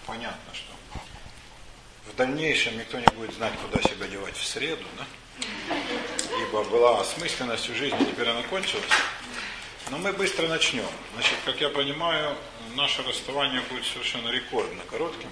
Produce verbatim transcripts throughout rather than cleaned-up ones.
понятно, что в дальнейшем никто не будет знать, куда себя девать в среду, да? Ибо была осмысленность в жизни, теперь она кончилась. Но мы быстро начнем. Значит, как я понимаю, наше расставание будет совершенно рекордно коротким.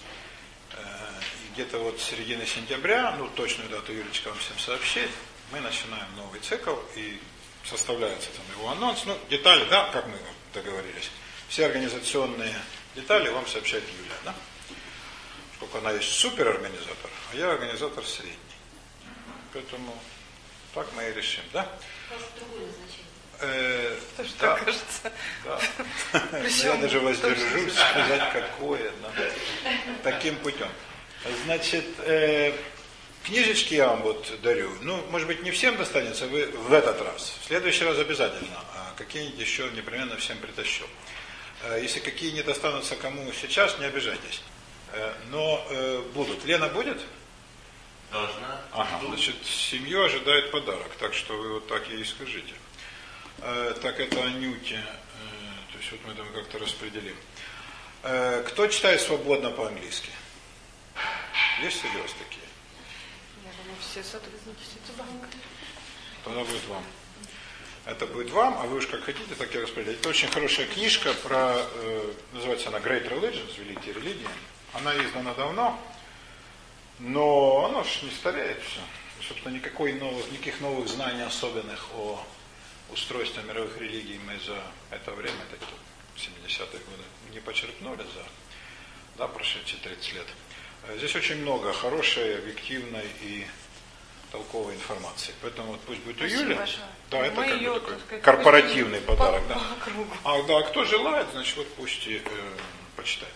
И где-то вот с середины сентября, ну точную дату Юрочка вам всем сообщит, мы начинаем новый цикл, и составляется там его анонс. Ну, детали, да, как мы договорились. Все организационные детали вам сообщает Юля, да? Поскольку она есть суперорганизатор, а я организатор средний. Поэтому так мы и решим, да? Просто другое значение. Э, Тоже да, так кажется. Да. Я даже воздержусь сказать, какое. Да. Таким путем. Значит, э, книжечки я вам вот дарю. Ну, может быть, не всем достанется вы в этот раз. В следующий раз обязательно. А какие-нибудь еще непременно всем притащу. Э, если какие не достанутся кому сейчас, не обижайтесь. Э, но э, будут. Лена будет? Должна. Ага, значит, семью ожидает подарок. Так что вы вот так ей скажите. Э, так, это Анюте. Э, то есть вот мы там как-то распределим. Э, кто читает свободно по-английски? Есть среди вас такие? Я думаю, все сотрудники Ситибанка. Тогда будет вам. Это будет вам, а вы уж как хотите, так и распределите. Это очень хорошая книжка про, э, называется она Great Religions, Великие религии. Она издана давно, но она же не стареет все. Собственно, никакой новых, никаких новых знаний особенных о устройстве мировых религий мы за это время, это семидесятые годы, не почерпнули за да, прошедшие тридцать лет. Здесь очень много хорошей, объективной и толковой информации. Поэтому вот пусть будет у Юли. Да, это как бы такой сказать, корпоративный подарок. По, да. По а да, кто желает, значит, вот пусть и э, почитает.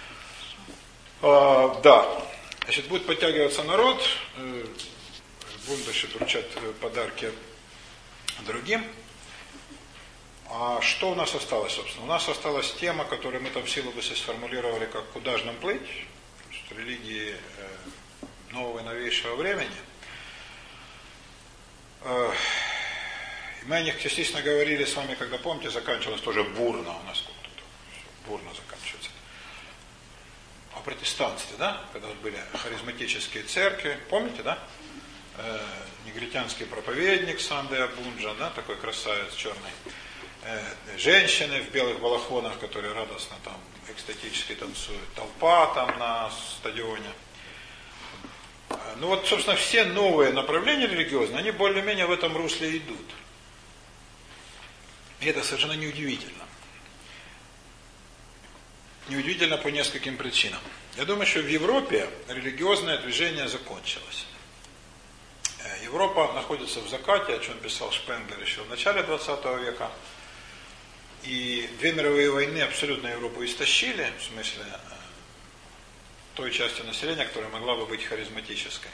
А, да. Значит, будет подтягиваться народ. Э, будем, значит, вручать подарки другим. А что у нас осталось, собственно? У нас осталась тема, которую мы там в силабусе сформулировали, как «Куда же нам плыть?» религии э, нового и новейшего времени. Э, мы о них частично говорили с вами, когда, помните, заканчивалось тоже бурно у нас, бурно заканчивается. О протестанстве, да? Когда вот были харизматические церкви, помните, да? Э, негритянский проповедник Санде Абунджа, да, такой красавец черный. Э, женщины в белых балахонах, которые радостно там экстатически танцуют, толпа там на стадионе. Ну вот, собственно, все новые направления религиозные, они более-менее в этом русле идут. И это совершенно неудивительно. Неудивительно по нескольким причинам. Я думаю, что в Европе религиозное движение закончилось. Европа находится в закате, о чем писал Шпенглер еще в начале двадцатого века. И две мировые войны абсолютно Европу истощили, в смысле той части населения, которая могла бы быть харизматической.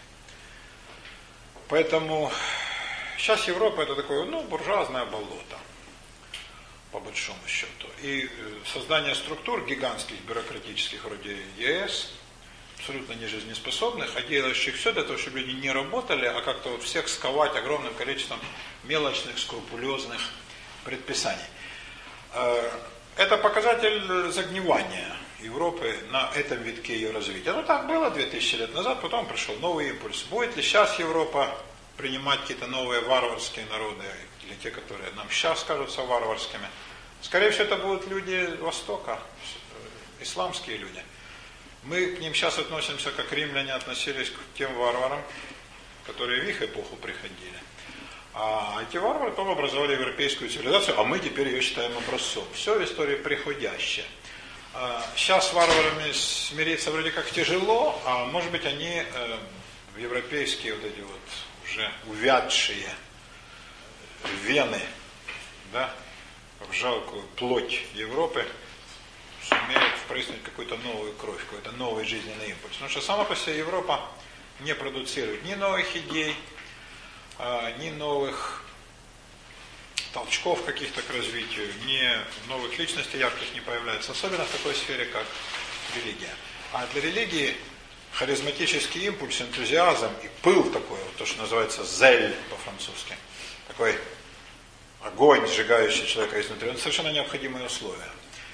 Поэтому сейчас Европа это такое, ну, буржуазное болото, по большому счету. И создание структур гигантских, бюрократических, вроде ЕС, абсолютно нежизнеспособных, а делающих все для того, чтобы люди не работали, а как-то вот всех сковать огромным количеством мелочных, скрупулезных предписаний. Это показатель загнивания Европы на этом витке ее развития. Ну так было две тысячи лет назад, потом пришел новый импульс. Будет ли сейчас Европа принимать какие-то новые варварские народы, или те, которые нам сейчас кажутся варварскими? Скорее всего, это будут люди Востока, исламские люди. Мы к ним сейчас относимся, как римляне относились к тем варварам, которые в их эпоху приходили. А эти варвары потом образовали европейскую цивилизацию, а мы теперь ее считаем образцом. Все в истории приходящее. Сейчас с варварами смириться вроде как тяжело, а может быть они в европейские вот эти вот уже увядшие вены, да, в жалкую плоть Европы сумеют впрыснуть какую-то новую кровь, какой-то новый жизненный импульс. Потому что сама по себе Европа не продуцирует ни новых идей, ни новых толчков каких-то к развитию, ни новых личностей ярких не появляется, особенно в такой сфере, как религия. А для религии харизматический импульс, энтузиазм и пыл такой, вот то, что называется зель по-французски, такой огонь, сжигающий человека изнутри, это совершенно необходимые условия.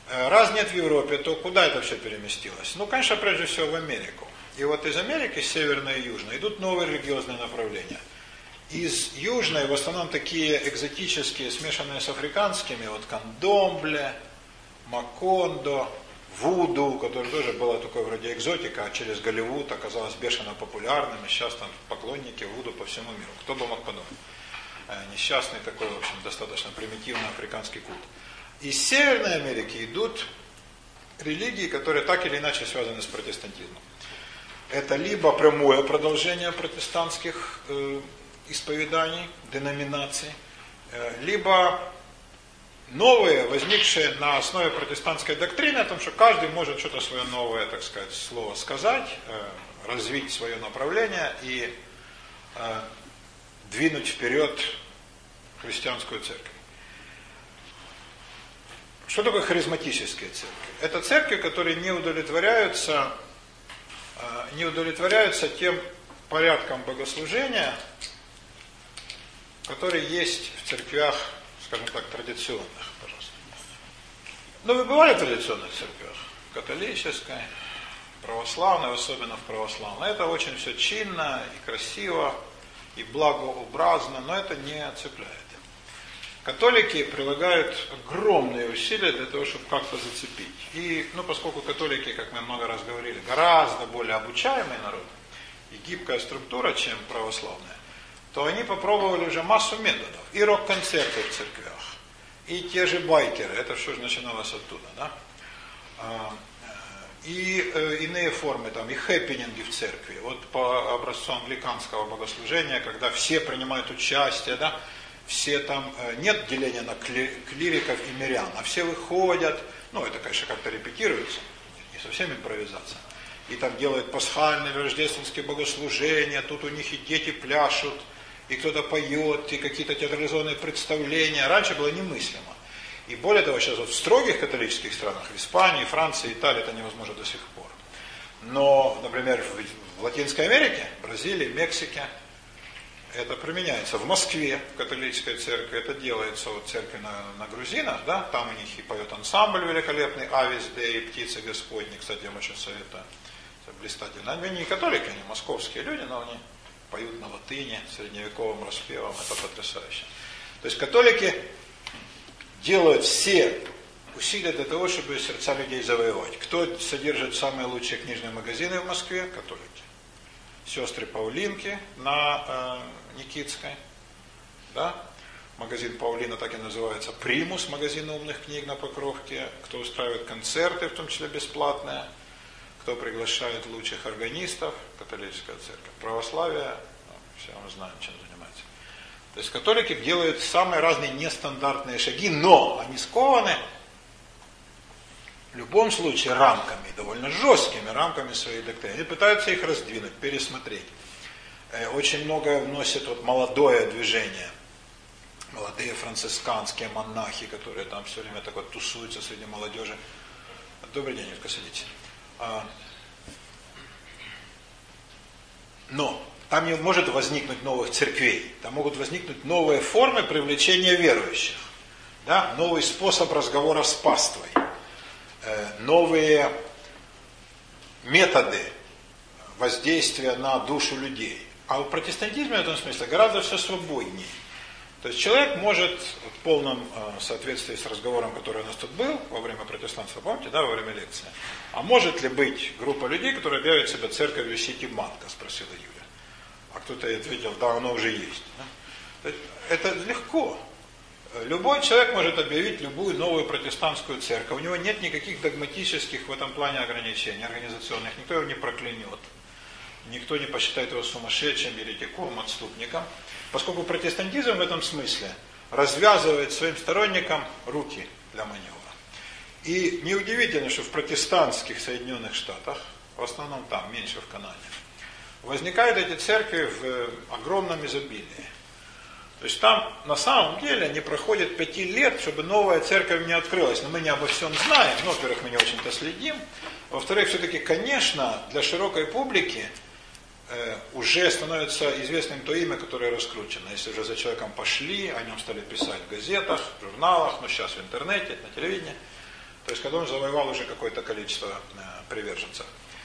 Раз нет в Европе, то куда это все переместилось? Ну, конечно, прежде всего в Америку. И вот из Америки, северной и южной, идут новые религиозные направления. Из южной в основном такие экзотические, смешанные с африканскими, вот кандомбле, макондо, вуду, который тоже была такой вроде экзотика, а через Голливуд оказалось бешено популярным, и сейчас там поклонники вуду по всему миру. Кто бы мог подумать? Несчастный такой, в общем, достаточно примитивный африканский культ. Из Северной Америки идут религии, которые так или иначе связаны с протестантизмом. Это либо прямое продолжение протестантских э, исповеданий, деноминаций, э, либо новые, возникшие на основе протестантской доктрины, о том, что каждый может что-то свое новое, так сказать, слово сказать, э, развить свое направление и э, двинуть вперед христианскую церковь. Что такое харизматические церкви? Это церкви, которые не удовлетворяются, не удовлетворяются тем порядком богослужения, который есть в церквях, скажем так, традиционных, пожалуйста. Ну, вы бывали в традиционных церквях? Католической, православной, особенно в православной. Это очень все чинно и красиво, и благообразно, но это не цепляет. Католики прилагают огромные усилия для того, чтобы как-то зацепить. И, ну, поскольку католики, как мы много раз говорили, гораздо более обучаемый народ и гибкая структура, чем православная, то они попробовали уже массу методов. И рок-концерты в церквях, и те же байкеры, это все же начиналось оттуда, да? И э, иные формы, там, и хэппининги в церкви. Вот по образцу англиканского богослужения, когда все принимают участие, да, все там, э, нет деления на клириков и мирян, а все выходят, ну, это, конечно, как-то репетируется, не совсем импровизация, и там делают пасхальные, рождественские богослужения, тут у них и дети пляшут, и кто-то поет, и какие-то театрализованные представления. Раньше было немыслимо. И более того, сейчас вот в строгих католических странах, в Испании, Франции, Италии, это невозможно до сих пор. Но, например, в Латинской Америке, Бразилии, Мексике, это применяется. В Москве, в католической церкви, это делается вот в церкви на, на грузинах, да, там у них и поет ансамбль великолепный, Авис Дей, Птицы Господни, кстати, я вам очень советую, это блистательно. Они не католики, они московские люди, но они поют на латыни, средневековым распевом, это потрясающе. То есть католики делают все усилия для того, чтобы сердца людей завоевать. Кто содержит самые лучшие книжные магазины в Москве? Католики. Сестры Паулинки на э, Никитской. Да? Магазин Паулина так и называется. Примус, магазин умных книг на Покровке. Кто устраивает концерты, в том числе бесплатные. Кто приглашает лучших органистов. Католическая церковь. Православие. Ну, все мы знаем, чем занимается. То есть католики делают самые разные нестандартные шаги, но они скованы в любом случае рамками, довольно жесткими рамками своей доктрины. Они пытаются их раздвинуть, пересмотреть. Очень многое вносит вот молодое движение. Молодые францисканские монахи, которые там все время так вот тусуются среди молодежи. Добрый день, Юрка, садитесь. Но там не может возникнуть новых церквей. Там могут возникнуть новые формы привлечения верующих. Да? Новый способ разговора с паствой. Э, новые методы воздействия на душу людей. А в протестантизме в этом смысле гораздо все свободнее. То есть человек может в полном э, соответствии с разговором, который у нас тут был во время протестантства, помните, да, во время лекции. А может ли быть группа людей, которые объявят себя церковью Сити-Банка, спросила Юля. А кто-то ответил, да, оно уже есть. Это легко. Любой человек может объявить любую новую протестантскую церковь. У него нет никаких догматических в этом плане ограничений организационных. Никто его не проклянет. Никто не посчитает его сумасшедшим, еретиком, отступником. Поскольку протестантизм в этом смысле развязывает своим сторонникам руки для маневра. И неудивительно, что в протестантских Соединенных Штатах, в основном там, меньше в Канаде, возникают эти церкви в огромном изобилии. То есть там на самом деле не проходит пяти лет, чтобы новая церковь не открылась. Но мы не обо всем знаем. Ну, во-первых, мы не очень-то следим. Во-вторых, все-таки, конечно, для широкой публики э, уже становится известным то имя, которое раскручено. Если уже за человеком пошли, о нем стали писать в газетах, в журналах, ну сейчас в интернете, на телевидении, То есть, когда он завоевал уже какое-то количество э, приверженцев.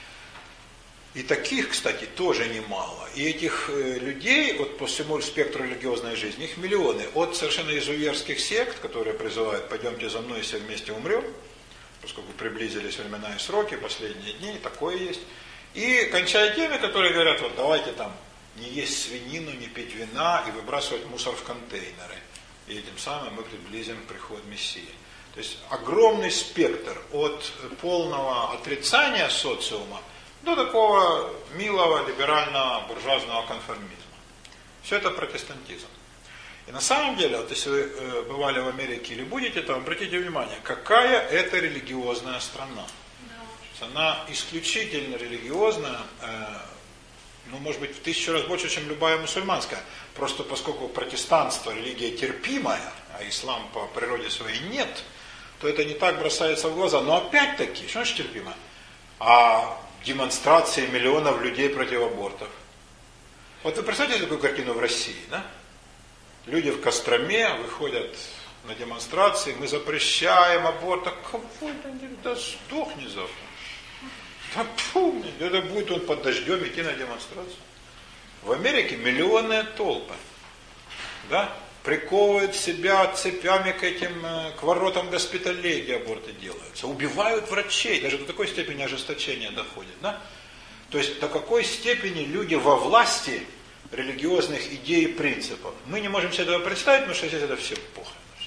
И таких, кстати, тоже немало. И этих э, людей, вот по всему спектру религиозной жизни, их миллионы. От совершенно изуверских сект, которые призывают: пойдемте за мной, все вместе умрем, поскольку приблизились времена и сроки, последние дни, такое есть. И кончая теми, которые говорят: вот давайте там не есть свинину, не пить вина и выбрасывать мусор в контейнеры. И этим самым мы приблизим приход Мессии. То есть огромный спектр от полного отрицания социума до такого милого, либерального, буржуазного конформизма. Все это протестантизм. И на самом деле, вот если вы бывали в Америке или будете там, обратите внимание, какая это религиозная страна. Да. Она исключительно религиозная, э, ну, может быть, в тысячу раз больше, чем любая мусульманская. Просто поскольку протестанство религия терпимая, а ислам по природе своей нет, то это не так бросается в глаза. Но опять-таки, что значит терпимая? А демонстрации миллионов людей против абортов. Вот вы представляете такую картину в России, да? Люди в Костроме выходят на демонстрации, мы запрещаем аборт. А кого это? Да сдохни завтра. Да помни, это будет он под дождем идти на демонстрацию. В Америке миллионные толпы, да, приковывают себя цепями к этим, к воротам госпиталей, где аборты делаются, убивают врачей, даже до такой степени ожесточения доходит, да. То есть до какой степени люди во власти религиозных идей и принципов. Мы не можем себе этого представить, потому что здесь это все плохо.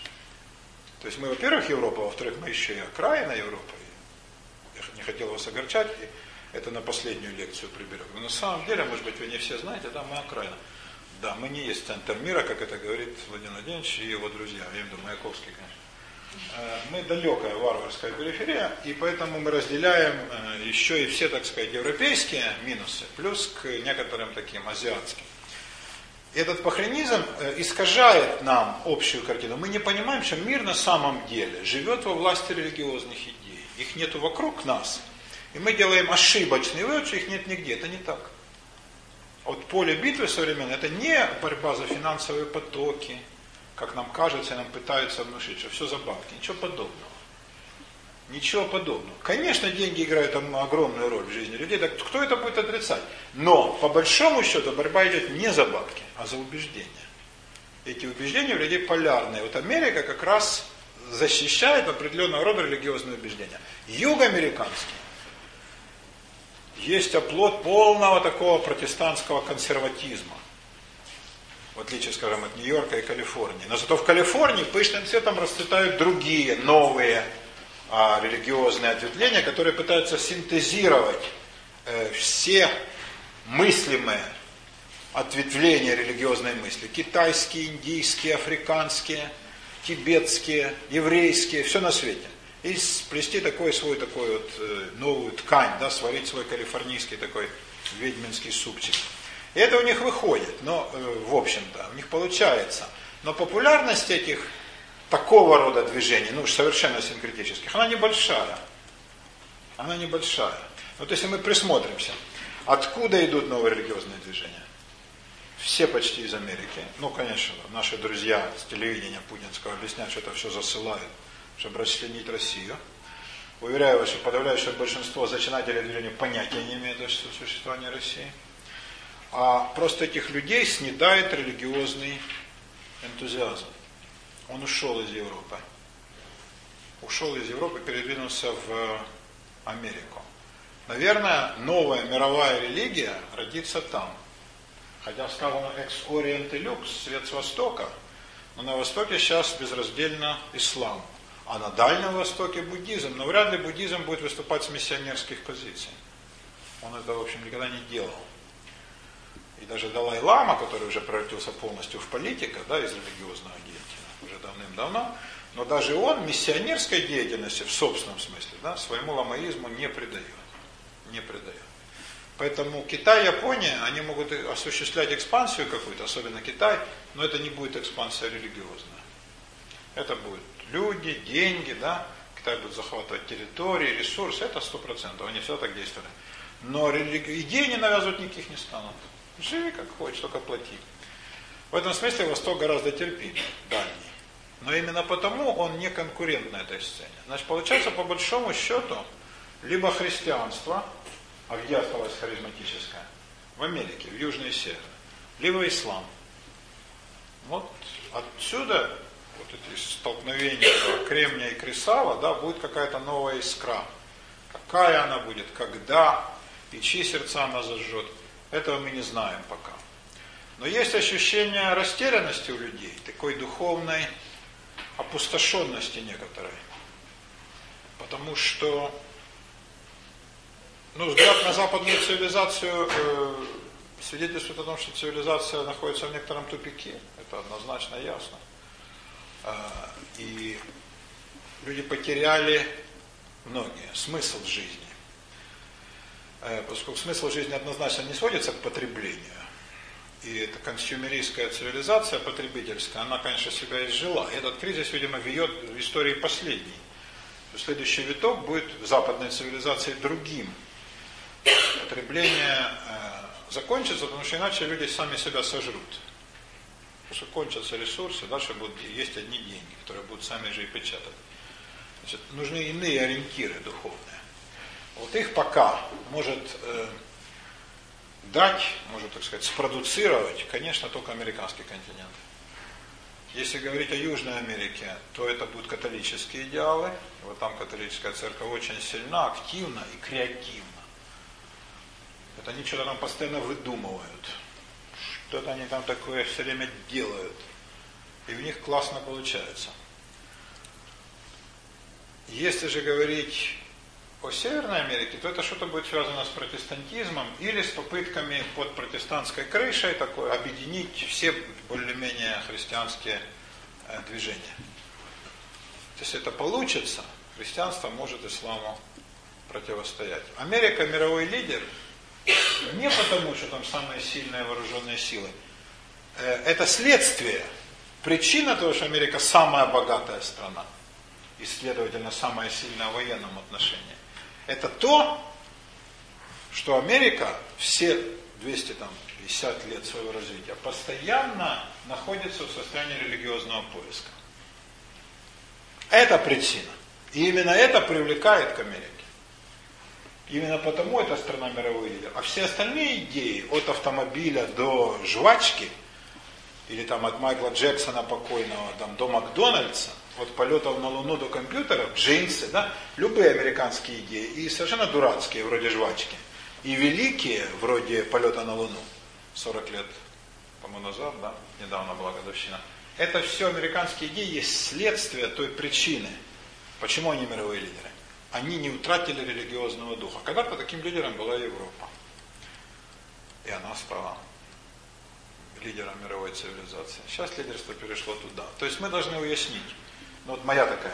То есть мы, во-первых, Европа, во-вторых, мы еще и окраина Европы. Я не хотел вас огорчать, и это на последнюю лекцию приберем. Но на самом деле, может быть, вы не все знаете, да, мы окраина. Да, мы не есть центр мира, как это говорит Владимир Владимирович и его друзья, я имею в виду Маяковский, конечно. Мы далекая варварская периферия, и поэтому мы разделяем еще и все, так сказать, европейские минусы, плюс к некоторым таким азиатским. Этот пахренизм искажает нам общую картину. Мы не понимаем, что мир на самом деле живет во власти религиозных идей. Их нету вокруг нас. И мы делаем ошибочный вывод, что их нет нигде. Это не так. Вот поле битвы современное, это не борьба за финансовые потоки, как нам кажется, нам пытаются внушить, что все за бабки. Ничего подобного. Ничего подобного. Конечно, деньги играют там огромную роль в жизни людей, так кто это будет отрицать? Но, по большому счету, борьба идет не за бабки, а за убеждения. Эти убеждения у людей полярные. Вот Америка как раз защищает определенного рода религиозные убеждения. Юг американский есть оплот полного такого протестантского консерватизма. В отличие, скажем, от Нью-Йорка и Калифорнии. Но зато в Калифорнии пышным цветом расцветают другие, новые а, религиозные ответвления, которые пытаются синтезировать э, все мыслимые ответвления религиозной мысли. Китайские, индийские, африканские, тибетские, еврейские, все на свете. И сплести такой свой, такой вот э, новую ткань, да, сварить свой калифорнийский такой ведьминский супчик. И это у них выходит, но, э, в общем-то, у них получается. Но популярность этих, такого рода движений, ну уж совершенно синкретических, она небольшая. Она небольшая. Вот если мы присмотримся, откуда идут новые религиозные движения? Все почти из Америки. Ну, конечно, наши друзья с телевидения путинского объясняют, что это все засылают, чтобы расчленить Россию. Уверяю вас, что подавляющее большинство зачинателей движения понятия не имеют о существовании России. А просто этих людей снедает религиозный энтузиазм. Он ушел из Европы. Ушел из Европы, передвинулся в Америку. Наверное, новая мировая религия родится там. Хотя сказано экс-ориент и люкс, свет с Востока, но на Востоке сейчас безраздельно ислам. А на Дальнем Востоке буддизм. Но вряд ли буддизм будет выступать с миссионерских позиций. Он это, в общем, никогда не делал. И даже Далай-лама, который уже превратился полностью в политика, да, из религиозного деятеля, уже давным-давно, но даже он миссионерской деятельности, в собственном смысле, да, своему ламаизму не придает. Не придает. Поэтому Китай, Япония, они могут осуществлять экспансию какую-то, особенно Китай, но это не будет экспансия религиозная. Это будут люди, деньги, да, Китай будет захватывать территории, ресурсы, это сто процентов, они все так действовали. Но религи... идеи не навязывать никаких не станут. Живи как хочешь, только плати. В этом смысле Восток гораздо терпимее, дальний. Но именно потому он не конкурент на этой сцене. Значит, получается, по большому счету, либо христианство, а где осталось харизматическое? В Америке, в Южной и Северной. Либо ислам. Вот отсюда, вот эти столкновения кремния и кресала, да, будет какая-то новая искра. Какая она будет, когда, и чьи сердца она зажжет, этого мы не знаем пока. Но есть ощущение растерянности у людей, такой духовной опустошенности некоторой. Потому что, ну, взгляд на западную цивилизацию э, свидетельствует о том, что цивилизация находится в некотором тупике. Это однозначно ясно. Э, и люди потеряли многие смысл жизни. Э, поскольку смысл жизни однозначно не сводится к потреблению. И эта консюмеристская цивилизация потребительская, она, конечно, себя изжила. И этот кризис, видимо, вьет в истории последний. Следующий виток будет в западной цивилизации другим. Потребление э, закончится, потому что иначе люди сами себя сожрут. Потому что кончатся ресурсы, дальше будут есть одни деньги, которые будут сами же и печатать. Значит, нужны иные ориентиры духовные. Вот их пока может э, дать, может, так сказать, спродуцировать, конечно, только американский континент. Если говорить о Южной Америке, то это будут католические идеалы. Вот там католическая церковь очень сильна, активна и креативна. Это они что-то там постоянно выдумывают. Что-то они там такое все время делают. И у них классно получается. Если же говорить о Северной Америке, то это что-то будет связано с протестантизмом или с попытками под протестантской крышей такой объединить все более-менее христианские э, движения. Если это получится, христианство может исламу противостоять. Америка мировой лидер не потому, что там самые сильные вооруженные силы. Э, это следствие, причина того, что Америка самая богатая страна и, следовательно, самая сильная в военном отношении. Это то, что Америка все двести пятьдесят лет своего развития постоянно находится в состоянии религиозного поиска. Это причина. И именно это привлекает к Америке. Именно потому эта страна мировой лидер. А все остальные идеи, от автомобиля до жвачки, или там от Майкла Джексона покойного там, до Макдональдса, от полетов на Луну до компьютеров, джинсы, да, любые американские идеи, и совершенно дурацкие, вроде жвачки, и великие, вроде полета на Луну, сорок лет тому назад, да, недавно была годовщина. Это все американские идеи есть следствие той причины, почему они мировые лидеры. Они не утратили религиозного духа. Когда-то таким лидером была Европа. И она стала лидером мировой цивилизации. Сейчас лидерство перешло туда. То есть мы должны уяснить, ну вот моя такая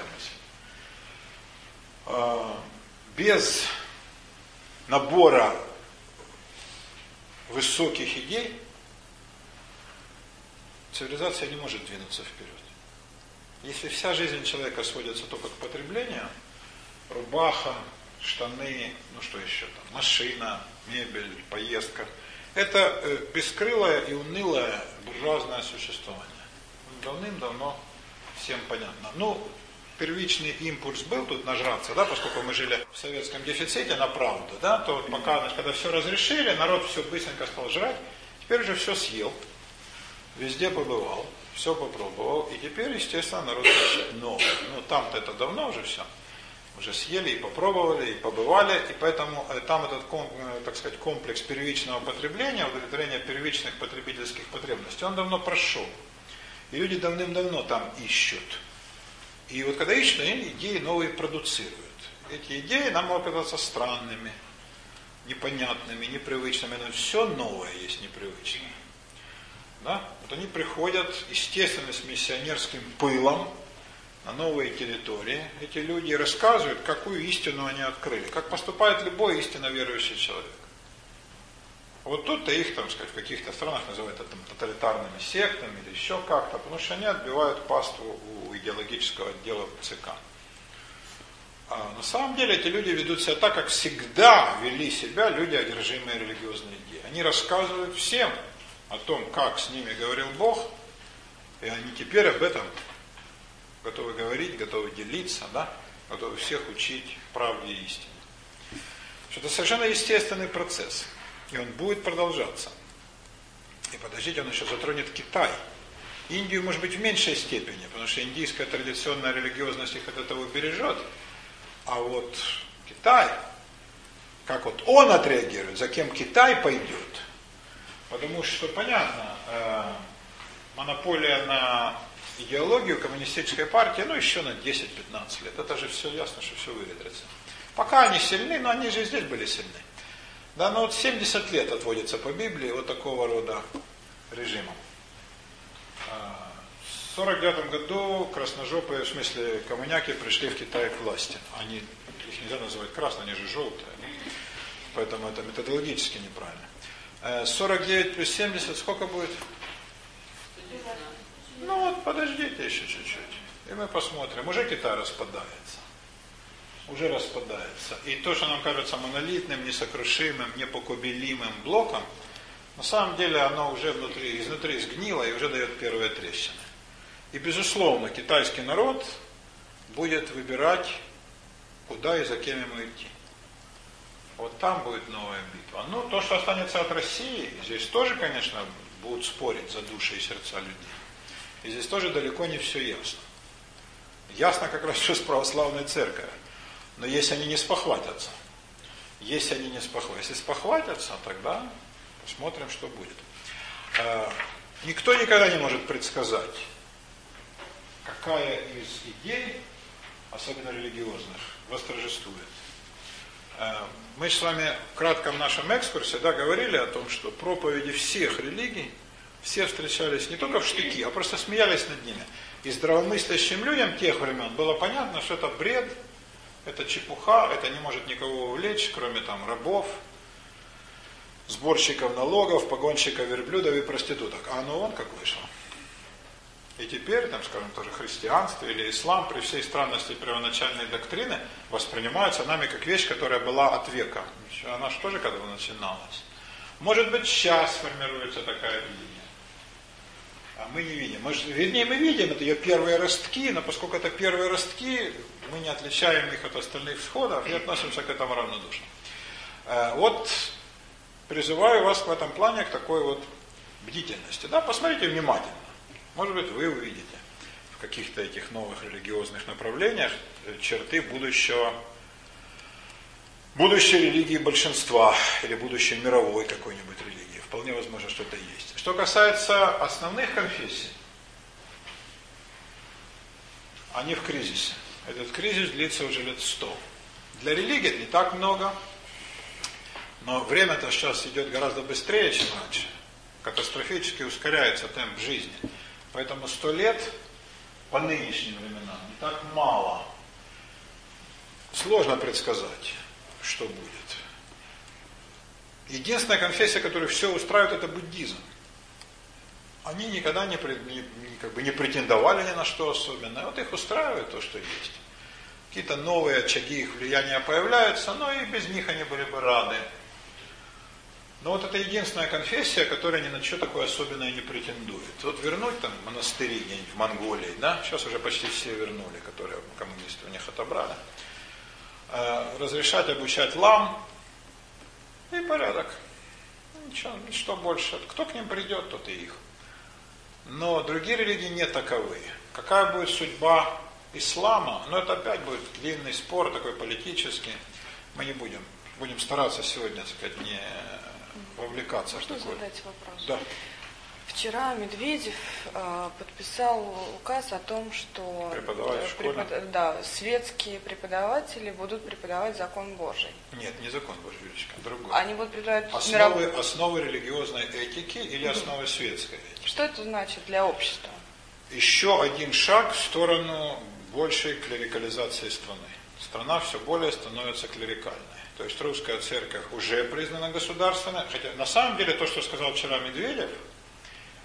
мысль. Без набора высоких идей цивилизация не может двинуться вперед. Если вся жизнь человека сводится только к потреблению, рубаха, штаны, ну что еще там, машина, мебель, поездка, это бескрылое и унылое буржуазное существование. Давным-давно всем понятно. Ну, первичный импульс был тут нажраться, да, поскольку мы жили в советском дефиците на правду, да, то вот пока, значит, когда все разрешили, народ все быстренько стал жрать, теперь уже все съел, везде побывал, все попробовал, и теперь, естественно, народ хочет новое. Ну, там-то это давно уже все. Уже съели и попробовали, и побывали, и поэтому там этот, так сказать, комплекс первичного потребления, удовлетворения первичных потребительских потребностей, он давно прошел. И люди давным-давно там ищут. И вот когда ищут, они идеи новые продуцируют. Эти идеи нам могут казаться странными, непонятными, непривычными, но все новое есть непривычное. Да? Вот они приходят, естественно, с миссионерским пылом на новые территории. Эти люди рассказывают, какую истину они открыли, как поступает любой истинно верующий человек. Вот тут-то их, там сказать, в каких-то странах называют это, там, тоталитарными сектами или еще как-то, потому что они отбивают паству у идеологического отдела ЦК. А на самом деле эти люди ведут себя так, как всегда вели себя люди, одержимые религиозной идеей. Они рассказывают всем о том, как с ними говорил Бог, и они теперь об этом готовы говорить, готовы делиться, да? Готовы всех учить правде и истине. Что это совершенно естественный процесс, и он будет продолжаться. И подождите, он еще затронет Китай. Индию, может быть, в меньшей степени, потому что индийская традиционная религиозность их от этого бережет. А вот Китай, как вот он отреагирует, за кем Китай пойдет. Потому что, понятно, э, монополия на идеологию коммунистической партии, ну, еще на десять-пятнадцать лет. Это же все ясно, что все выветрится. Пока они сильны, но они же и здесь были сильны. Да, но вот семьдесят лет отводится по Библии вот такого рода режимом. В сорок девятом году красножопые, в смысле коммуняки, пришли в Китай к власти. Они, их нельзя называть красные, они же желтые. Поэтому это методологически неправильно. сорок девять плюс семьдесят сколько будет? Ну вот, подождите еще чуть-чуть. И мы посмотрим. Уже Китай распадается. Уже распадается. И то, что нам кажется монолитным, несокрушимым, непоколебимым блоком, на самом деле оно уже внутри, изнутри сгнило и уже дает первые трещины. И, безусловно, китайский народ будет выбирать, куда и за кем ему идти. Вот там будет новая битва. Ну, то, что останется от России, здесь тоже, конечно, будут спорить за души и сердца людей. И здесь тоже далеко не все ясно. Ясно как раз все с православной церковью. Но если они не спохватятся, если они не спохватятся, если спохватятся, тогда посмотрим, что будет. Никто никогда не может предсказать, какая из идей, особенно религиозных, восторжествует. Мы с вами в кратком нашем экскурсе да, говорили о том, что проповеди всех религий, все встречались не только в штыки, а просто смеялись над ними. И здравомыслящим людям тех времен было понятно, что это бред, это чепуха, это не может никого увлечь, кроме там рабов, сборщиков налогов, погонщиков верблюдов и проституток. А оно вон как вышло. И теперь, там, скажем, тоже христианство или ислам при всей странности первоначальной доктрины воспринимается нами как вещь, которая была от века. Она же тоже когда начиналась. Может быть, сейчас формируется такая видение. А мы не видим. Мы же, вернее, мы видим, это ее первые ростки, но поскольку это первые ростки, мы не отличаем их от остальных всходов и относимся к этому равнодушно. Вот призываю вас в этом плане к такой вот бдительности. Да, посмотрите внимательно. Может быть, вы увидите в каких-то этих новых религиозных направлениях черты будущего, будущей религии большинства или будущей мировой какой-нибудь религии. Вполне возможно, что это есть. Что касается основных конфессий, они в кризисе. Этот кризис длится уже лет сто. Для религии не так много, но время-то сейчас идет гораздо быстрее, чем раньше. Катастрофически ускоряется темп жизни. Поэтому сто лет по нынешним временам не так мало. Сложно предсказать, что будет. Единственная конфессия, которая все устраивает, это буддизм. Они никогда не, не, как бы не претендовали ни на что особенное. Вот их устраивает то, что есть. Какие-то новые очаги их влияния появляются, но и без них они были бы рады. Но вот это единственная конфессия, которая ни на что такое особенное не претендует. Вот вернуть там монастыри где-нибудь в Монголии, да, сейчас уже почти все вернули, которые коммунисты у них отобрали. Разрешать обучать лам и порядок. Ничего, что больше. Кто к ним придет, тот и их. Но другие религии не таковые. Какая будет судьба ислама? Ну, это опять будет длинный спор, такой политический. Мы не будем. Будем стараться сегодня, так сказать, не вовлекаться. Можно задать вопрос? Да. Вчера Медведев э, подписал указ о том, что преподавать в школе? Препод... да, светские преподаватели будут преподавать закон Божий. Нет, не закон Божий, Юрочка, другой. Они будут преподавать основы, миров... основы религиозной этики или основы светской этики. Что это значит для общества? Еще один шаг в сторону большей клерикализации страны. Страна все более становится клерикальной. То есть русская церковь уже признана государственной, хотя на самом деле то, что сказал вчера Медведев,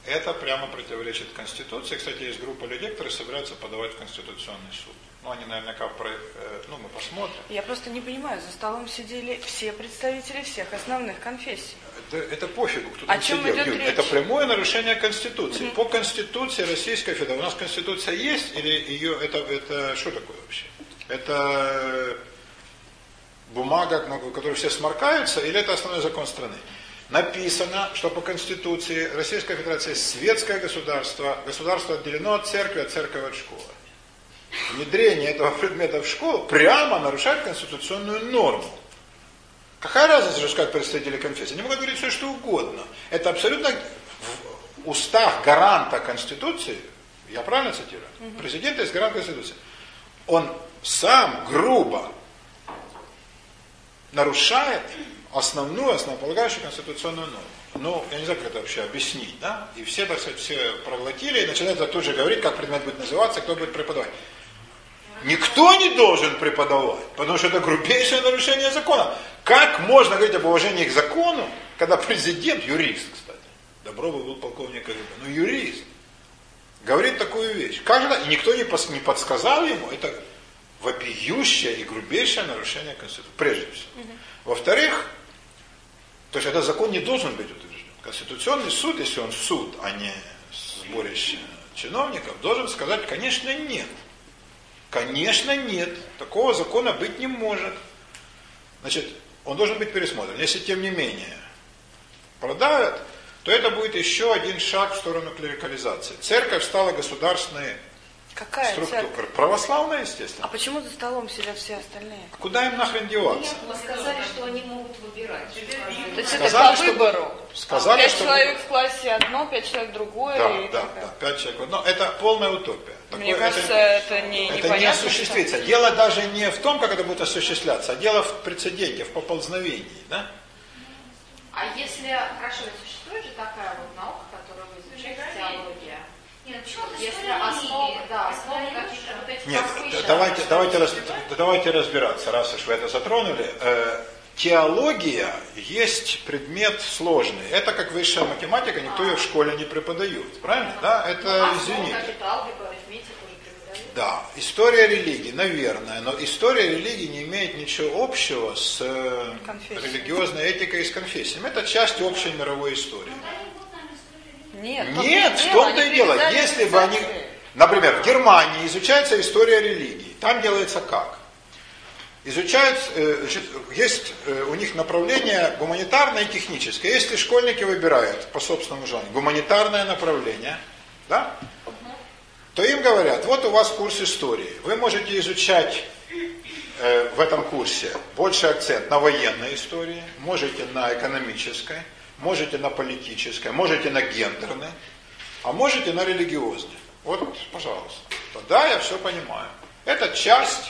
Это прямо противоречит Конституции. Кстати, есть группа людей, которые собираются подавать в Конституционный суд. Ну, они наверняка, про, ну, мы посмотрим. Я просто не понимаю, за столом сидели все представители всех основных конфессий. Это, это пофигу, кто О там чем сидел. идет Юль, речь? это прямое нарушение Конституции. Угу. По Конституции Российской Федерации. У нас Конституция есть или ее, это, это что такое вообще? Это бумага, в которой все сморкаются, или это основной закон страны? Написано, что по Конституции Российская Федерация светское государство, государство отделено от церкви, от церкви от школы. Внедрение этого предмета в школу прямо нарушает конституционную норму. Какая разница, что скажут представители конфессии? Они могут говорить все, что угодно. Это абсолютно в устах гаранта Конституции, я правильно цитирую? Угу. Президент есть гарант Конституции. Он сам грубо нарушает основную, основополагающую конституционную норму. Ну, я не знаю, как это вообще объяснить, да? И все, так сказать, все проглотили и начинают тут же говорить, как предмет будет называться, кто будет преподавать. Никто не должен преподавать, потому что это грубейшее нарушение закона. Как можно говорить об уважении к закону, когда президент, юрист, кстати, Добров был полковник КГБ, но юрист, говорит такую вещь. Как же, и никто не, пос, не подсказал ему, это вопиющее и грубейшее нарушение Конституции, прежде всего. Угу. Во-вторых, то есть этот закон не должен быть утвержден. Конституционный суд, если он суд, а не сборище чиновников, должен сказать, конечно, нет. Конечно, нет. Такого закона быть не может. Значит, он должен быть пересмотрен. Если, тем не менее, продавят, то это будет еще один шаг в сторону клерикализации. Церковь стала государственной Какая структурой. церковь? Православная, естественно. А почему за столом сидят все остальные? Куда им нахрен деваться? Вы сказали, что они могут выбирать. То есть Сказали, это по выбору? Сказали, пять что человек выбор. в классе одно, пять человек другое. Да, и да, так да, пять человек в одно. Это полная утопия. Мне Такое, кажется, это, это не это непонятно, не осуществится. Что... Дело даже не в том, как это будет осуществляться, а дело в прецеденте, в поползновении. Да? А если, хорошо, существует же такая вот наука, которую вы изучаете, теология? Нет, почему Если основы, да, основы каких-то вот этих... Нет, давайте, давайте, раз, давайте разбираться, раз уж вы это затронули. Э, теология есть предмет сложный. Это как высшая математика, никто ее в школе не преподает. Правильно? Да? Это, извините. Да, история религии, наверное, но история религии не имеет ничего общего с религиозной этикой и с конфессиями. Это часть общей мировой истории. Нет, Нет, в том-то и дело. Если бы они, например, в Германии изучается история религии, там делается как? Изучают, есть у них направление гуманитарное и техническое. Если школьники выбирают по собственному желанию гуманитарное направление, да, то им говорят, вот у вас курс истории, вы можете изучать э, в этом курсе больше акцент на военной истории, можете на экономической, можете на политической, можете на гендерной, а можете на религиозной. Вот, пожалуйста. Тогда я все понимаю. Это часть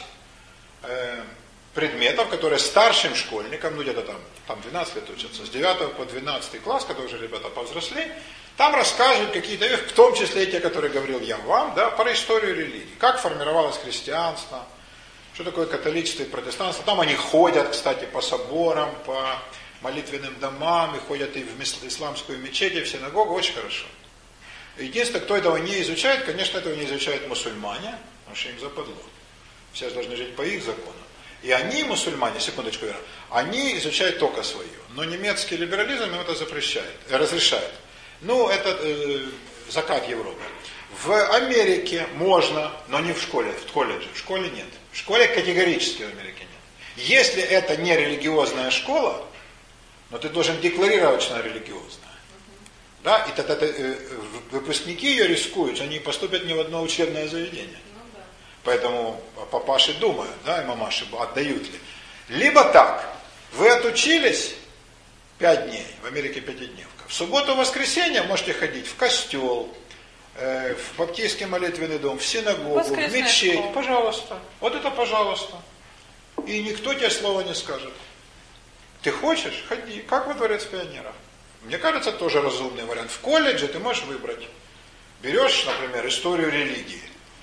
э, предметов, которые старшим школьникам, ну где-то там, там двенадцать лет учатся, с девятого по двенадцатый класс, когда уже ребята повзрослели, там рассказывают какие-то вещи, в том числе и те, которые говорил я вам, да, про историю религии. Как формировалось христианство, что такое католичество и протестанство. Там они ходят, кстати, по соборам, по молитвенным домам, и ходят и в исламскую мечеть, и в синагогу, очень хорошо. Единственное, кто этого не изучает, конечно, этого не изучают мусульмане, потому что им западло. Все должны жить по их законам. И они, мусульмане, секундочку, Вера, они изучают только свое. Но немецкий либерализм им это запрещает, э, разрешает. Ну, это э, закат Европы. В Америке можно, но не в школе, в колледже. В школе нет. В школе категорически в Америке нет. Если это не религиозная школа, но ты должен декларировать, что она религиозная. Да? И тогда э, выпускники ее рискуют, они поступят не в одно учебное заведение. Поэтому папаши думают, да, и мамаши отдают ли. Либо так, вы отучились пять дней, в Америке пятидневка. В субботу и воскресенье можете ходить в костел, э, в баптистский молитвенный дом, в синагогу, в мечеть. Школа. Пожалуйста. Вот это пожалуйста. И никто тебе слова не скажет. Ты хочешь? Ходи. Как во дворец пионеров. Мне кажется, тоже разумный вариант. В колледже ты можешь выбрать. Берешь, например, историю религии,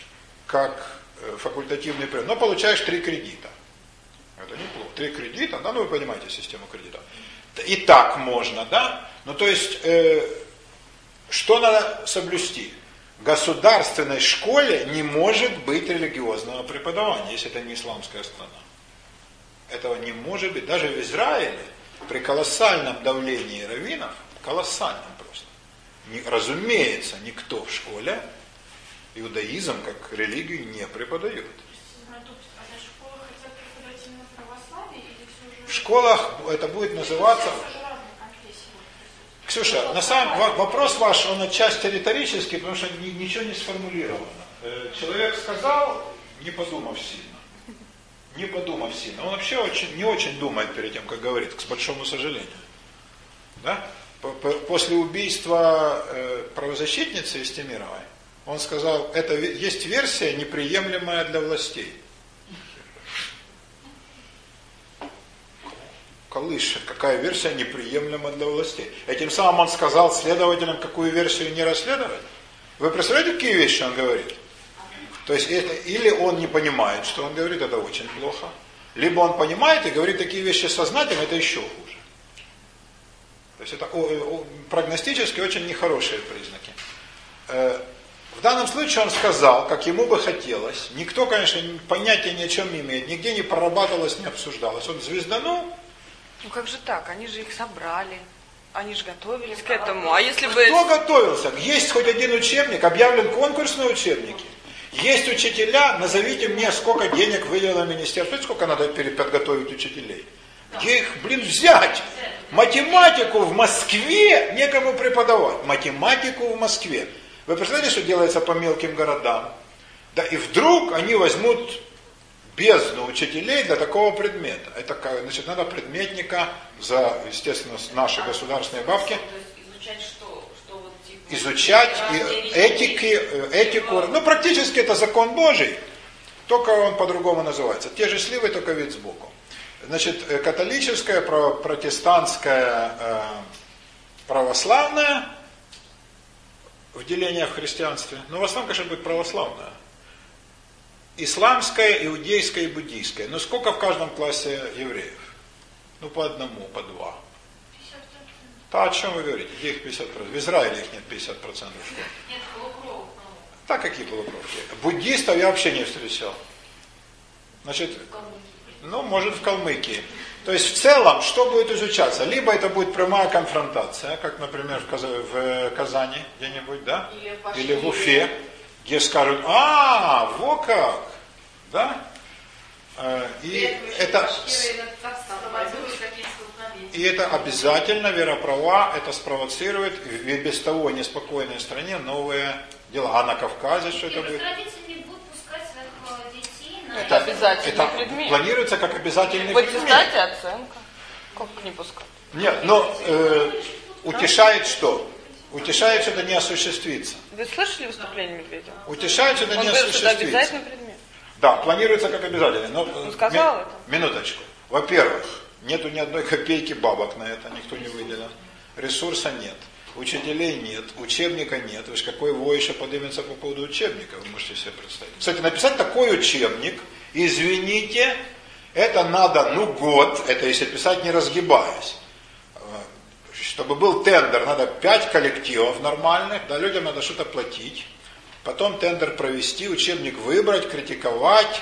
как факультативный предмет, но получаешь три кредита. Это неплохо. Три кредита, да, ну вы понимаете систему кредита. И так можно, да? Ну то есть, э, что надо соблюсти? В государственной школе не может быть религиозного преподавания, если это не исламская страна. Этого не может быть. Даже в Израиле при колоссальном давлении раввинов, колоссальном просто, не, разумеется, никто в школе иудаизм как религию не преподает. В школах это будет называться... Ксюша, на самом вопрос ваш, он отчасти риторический, потому что ничего не сформулировано. Человек сказал, не подумав сильно. Не подумав сильно. Он вообще очень, не очень думает перед тем, как говорит, к большому сожалению. Да? После убийства правозащитницы Истемировой, он сказал, это есть версия, неприемлемая для властей. Колыш, какая версия неприемлема для властей. Этим самым он сказал следователям, какую версию не расследовать. Вы представляете, какие вещи он говорит? То есть, это, или он не понимает, что он говорит, это очень плохо. Либо он понимает и говорит такие вещи сознательно, это еще хуже. То есть, это о, о, прогностически очень нехорошие признаки. Э, в данном случае он сказал, как ему бы хотелось. Никто, конечно, понятия ни о чем не имеет. Нигде не прорабатывалось, не обсуждалось. Он звезданул. Ну как же так? Они же их собрали. Они же готовились к этому. А если бы... Кто готовился? Есть хоть один учебник, объявлен конкурс на учебники. Есть учителя, назовите мне, сколько денег выделило министерство. Сколько надо подготовить учителей? Где их, блин, взять? Математику в Москве некому преподавать. Математику в Москве. Вы представляете, что делается по мелким городам? Да и вдруг они возьмут... бездну учителей для такого предмета. Это, значит, надо предметника за, естественно, наши государственные бабки. То есть изучать что? Что вот, типа, изучать этики, этику. Ну, практически это закон Божий, только он по-другому называется. Те же сливы, только вид сбоку. Значит, католическая, протестантская, православная в делениях в христианстве. Но в основном, конечно, будет православная. Исламская, иудейская и буддийская. Но сколько в каждом классе евреев? Ну, по одному, по два. пятьдесят процентов. Да, о чем вы говорите? Где их пятьдесят процентов? В Израиле их нет пятьдесят процентов школ. Нет, полукровок. Так, какие полукровки? Буддистов я вообще не встречал. Значит, ну, может, в Калмыкии. То есть, в целом, что будет изучаться? Либо это будет прямая конфронтация, как, например, в Казани где-нибудь, да? Или, Или в Уфе. Где скажут, а, во как, да? И это, и это обязательно, вера права, это спровоцирует в без того неспокойной стране новые дела. А на Кавказе что это будет? Родители будут пускать своих детей на... Это обязательный это предмет. Планируется как обязательный В предмет. аттестате оценка. Как не пускать? Нет, но э, утешает что? Утешает, что это не осуществится. Вы слышали выступление Медведева? Утешает, что это Он не говорит, что это осуществится. обязательный предмет. Да, планируется как обязательно. Но, Он сказал ми, это. Минуточку. Во-первых, нету ни одной копейки бабок на это, никто не выделил. Ресурса нет. Учителей нет, учебника нет. Вы же какой вой еще поднимется по поводу учебника, вы можете себе представить. Кстати, написать такой учебник, извините, это надо, ну, год, это если писать не разгибаясь. Чтобы был тендер, надо пять коллективов нормальных, да, людям надо что-то платить, потом тендер провести, учебник выбрать, критиковать,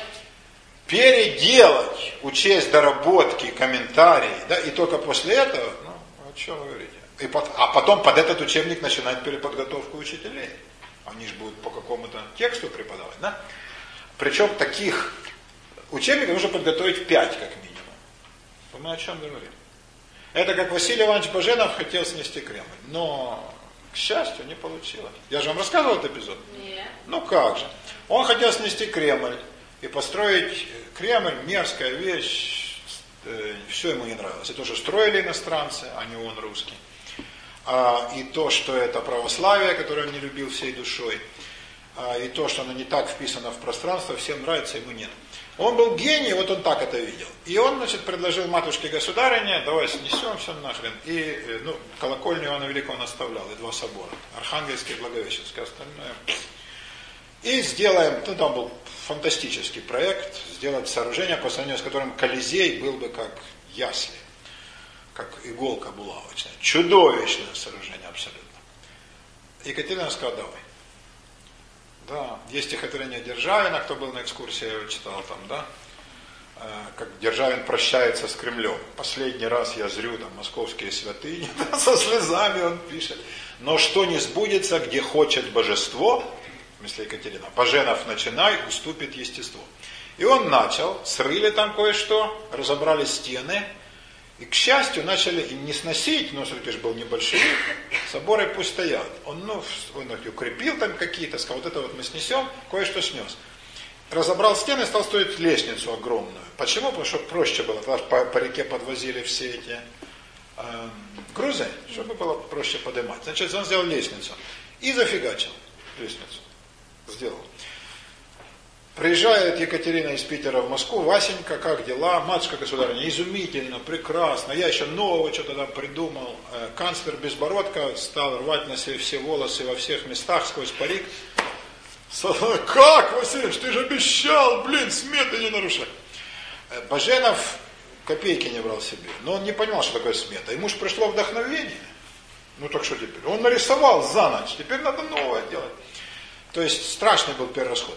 переделать, учесть доработки, комментарии, да, и только после этого, ну, о чем вы говорите? И под, а потом под этот учебник начинать переподготовку учителей. Они же будут по какому-то тексту преподавать, да? Причем таких учебников нужно подготовить пять как минимум. Мы о чем говорим? Это как Василий Иванович Баженов хотел снести Кремль, но, к счастью, не получилось. Я же вам рассказывал этот эпизод? Нет. Ну как же. Он хотел снести Кремль и построить Кремль, мерзкая вещь, все ему не нравилось. И то, что строили иностранцы, а не он русский. И то, что это православие, которое он не любил всей душой. И то, что оно не так вписано в пространство, всем нравится, ему нет. Он был гений, вот он так это видел. И он, значит, предложил матушке государине, давай снесем все нахрен. И, ну, колокольню Иоанна Великого он оставлял, и два собора. Архангельский и Благовещенский, остальное. И сделаем, ну, там был фантастический проект, сделать сооружение, по сравнению с которым Колизей был бы как ясли, как иголка булавочная. Чудовищное сооружение абсолютно. Екатерина сказала, давай. Да, есть стихотворение Державина, кто был на экскурсии, я его читал там, да, как Державин прощается с Кремлем. Последний раз я зрю там московские святыни, да, со слезами он пишет. Но что не сбудется, где хочет божество, в смысле Екатерина, Баженов начинай, уступит естество. И он начал, срыли там кое-что, разобрали стены, и, к счастью, начали им не сносить, но все-таки же был небольшой, соборы пусть стоят. Он, ну, он их укрепил там какие-то, сказал, вот это вот мы снесем, кое-что снес. Разобрал стены, стал строить лестницу огромную. Почему? Потому что проще было. Потому что по, по реке подвозили все эти э, грузы, чтобы было проще поднимать. Значит, он сделал лестницу. И зафигачил лестницу. Сделал. Приезжает Екатерина из Питера в Москву. Васенька, как дела? Матушка государыня, изумительно, прекрасно. Я еще нового что-то там придумал. Э, канцлер Безбородко стал рвать на себе все волосы во всех местах сквозь парик. Как, Васильевич, ты же обещал, блин, сметы не нарушай. Баженов копейки не брал себе, но он не понимал, что такое смета. Ему же пришло вдохновение. Ну так что теперь? Он нарисовал за ночь, теперь надо новое делать. То есть страшный был перерасход.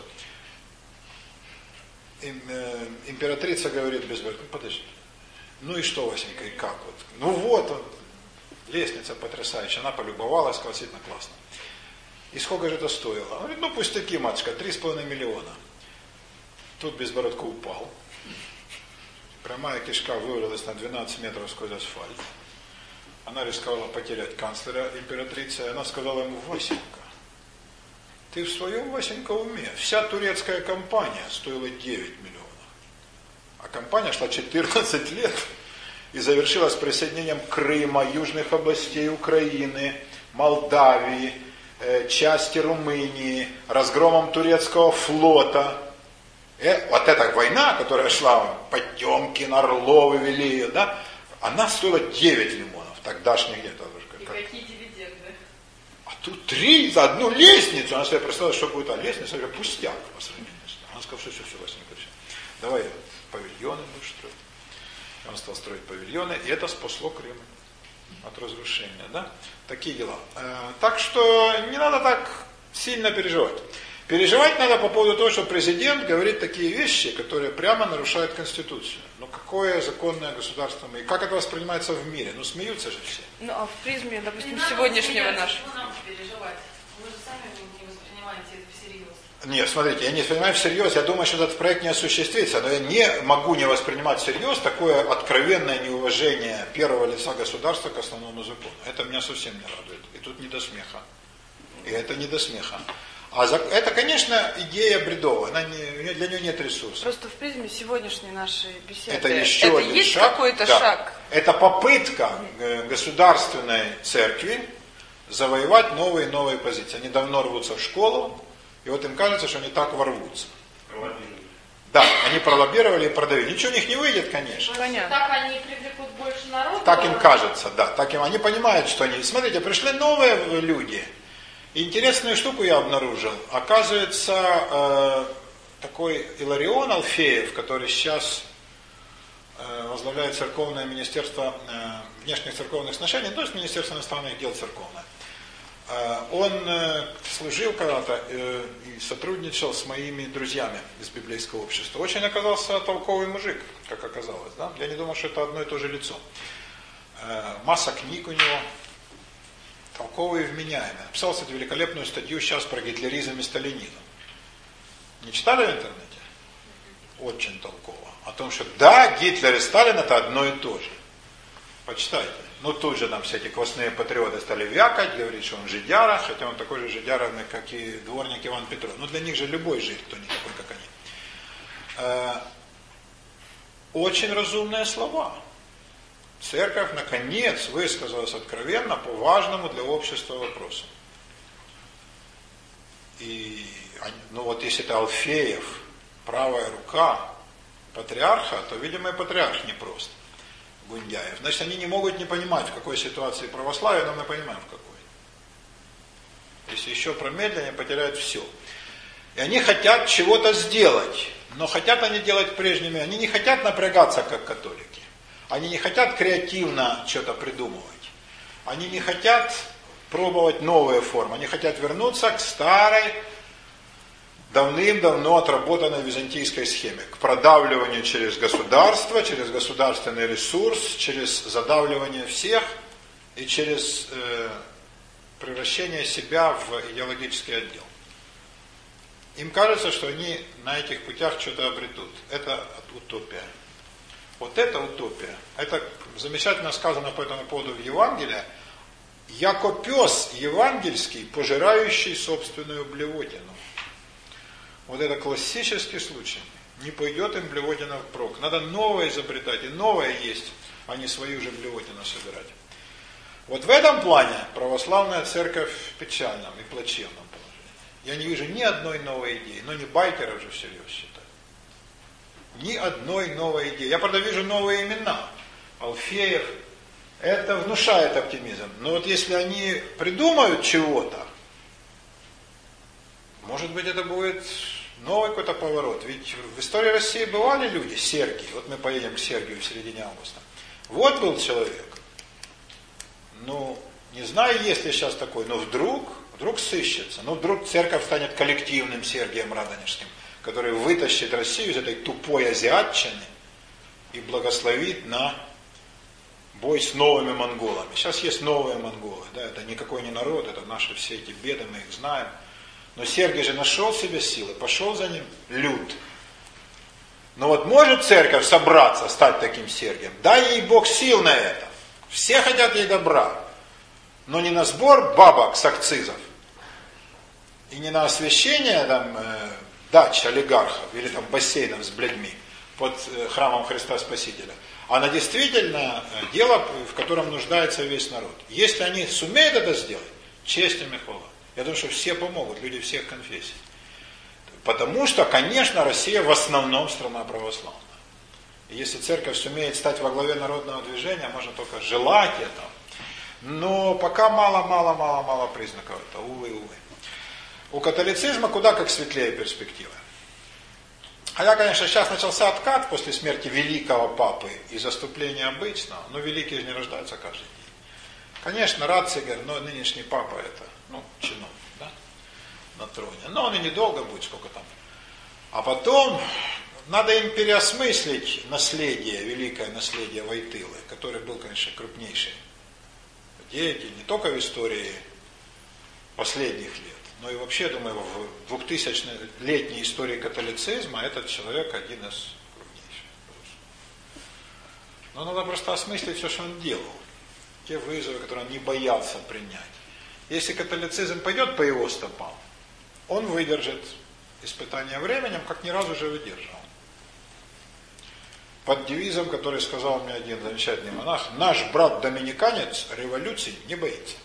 Императрица говорит Безбородко, ну подожди, ну и что, Васенька, и как? Вот? Ну вот, он, лестница потрясающая, она полюбовалась, сказала, действительно классно. И сколько же это стоило? Он говорит, ну пустяки, матушка, три с половиной миллиона. Тут Безбородко упал. Прямая кишка вывалилась на двенадцать метров сквозь асфальт. Она рисковала потерять канцлера императрицы. Она сказала ему, Васенька, ты в своем, Васенька, уме? Вся турецкая компания стоила девять миллионов. А компания шла четырнадцать лет и завершилась присоединением Крыма, южных областей Украины, Молдавии, части Румынии, разгромом турецкого флота. Э, вот эта война, которая шла, Потемкин, Орловы вели ее, да, она стоила девять лимонов, тогдашних где-то. И как... какие дивиденды? А тут три за одну лестницу. Она себе представила, что будет, а лестница, это пустяк по сравнению с ней. Она сказала, все, все, все, Васенька, все. Давай павильоны будешь строить. И он стал строить павильоны, и это спасло Крым от разрушения, да? Такие дела. Так что не надо так сильно переживать. Переживать надо по поводу того, что президент говорит такие вещи, которые прямо нарушают Конституцию. Ну какое законное государство мы? И как это воспринимается в мире? Ну смеются же все. Ну а в призме, допустим, не сегодняшнего нашего. Нам переживать. Вы же сами не воспринимаете это всерьез. Нет, смотрите, я не воспринимаю всерьез, я думаю, что этот проект не осуществится, но я не могу не воспринимать всерьез такое откровенное неуважение первого лица государства к основному закону. Это меня совсем не радует. И тут не до смеха. И это не до смеха. А за... это, конечно, идея бредовая, она не... для нее нет ресурсов. Просто в призме сегодняшней нашей беседы. Это еще это один есть шаг. какой-то да. шаг? Это попытка государственной церкви завоевать новые и новые позиции. Они давно рвутся в школу, и вот им кажется, что они так ворвутся. Да, они пролоббировали и продавили. Ничего у них не выйдет, конечно. Понятно. Так они привлекут больше народу. Так им кажется, да. Так им, они понимают, что они... Смотрите, пришли новые люди. Интересную штуку я обнаружил. Оказывается, э, такой Иларион Алфеев, который сейчас э, возглавляет церковное министерство э, внешних церковных сношений, то есть Министерство иностранных дел церковное. Э, он э, служил когда-то э, и сотрудничал с моими друзьями из библейского общества. Очень оказался толковый мужик, как оказалось. Да? Я не думал, что это одно и то же лицо. Э, масса книг у него. Толковый и вменяемый. Написал, кстати, великолепную статью сейчас про гитлеризм и сталинизм. Не читали в интернете? Очень толково. О том, что да, Гитлер и Сталин это одно и то же. Почитайте. Ну тут же там все эти квасные патриоты стали вякать, говорить, что он жидяра, хотя он такой же жидяра, как и дворник Иван Петров. Но для них же любой жид, кто не такой, как они. Очень разумные слова. Церковь, наконец, высказалась откровенно по важному для общества вопросу. И, ну вот если это Алфеев, правая рука патриарха, то, видимо, и патриарх непрост, Гундяев. Значит, они не могут не понимать, в какой ситуации православие, но мы понимаем, в какой. Если еще промедление, потеряют все. И они хотят чего-то сделать, но хотят они делать прежними, они не хотят напрягаться, как католики. Они не хотят креативно что-то придумывать. Они не хотят пробовать новые формы. Они хотят вернуться к старой, давным-давно отработанной византийской схеме. К продавливанию через государство, через государственный ресурс, через задавливание всех и через э, превращение себя в идеологический отдел. Им кажется, что они на этих путях что-то обретут. Это утопия. Вот это утопия. Это замечательно сказано по этому поводу в Евангелии. Яко пес евангельский, пожирающий собственную блевотину. Вот это классический случай. Не пойдет им блевотина впрок. Надо новое изобретать, и новое есть, а не свою же блевотину собирать. Вот в этом плане православная церковь в печальном и плачевном положении. Я не вижу ни одной новой идеи, но не байкеров же всерьез считают. Ни одной новой идеи. Я, правда, вижу новые имена. Алфеев. Это внушает оптимизм. Но вот если они придумают чего-то, может быть, это будет новый какой-то поворот. Ведь в истории России бывали люди, Сергий. Вот мы поедем к Сергию в середине августа. Вот был человек. Ну, не знаю, есть ли сейчас такой, но вдруг, вдруг сыщется. Ну, вдруг церковь станет коллективным Сергием Радонежским, который вытащит Россию из этой тупой азиатчины и благословит на бой с новыми монголами. Сейчас есть новые монголы. Да, это никакой не народ, это наши все эти беды, мы их знаем. Но Сергий же нашел себе силы, пошел за ним люд. Но вот может церковь собраться, стать таким Сергием? Дай ей Бог сил на это. Все хотят ей добра. Но не на сбор бабок с акцизов. И не на освящение там, э, дач олигархов или там бассейнов с блядьми под э, храмом Христа Спасителя. А на действительно э, дело, в котором нуждается весь народ. Если они сумеют это сделать, честь им и хвала. Я думаю, что все помогут, люди всех конфессий. Потому что, конечно, Россия в основном страна православная. И если церковь сумеет стать во главе народного движения, можно только желать этого. Но пока мало-мало-мало-мало признаков этого, увы, увы. У католицизма куда как светлее перспективы. Хотя, конечно, сейчас начался откат после смерти великого папы и заступления обычного, но великие же не рождаются каждый день. Конечно, Ратцигер, но нынешний папа это, ну, чиновник, да, на троне. Но он и недолго будет, сколько там. А потом надо им переосмыслить наследие, великое наследие Войтылы, который был, конечно, крупнейший деятель, не только в истории последних лет, но и вообще, думаю, в двухтысячелетней истории католицизма этот человек один из крупнейших. Но надо просто осмыслить все, что он делал. Те вызовы, которые он не боялся принять. Если католицизм пойдет по его стопам, он выдержит испытание временем, как ни разу уже выдерживал. Под девизом, который сказал мне один замечательный монах: наш брат-доминиканец революции не боится.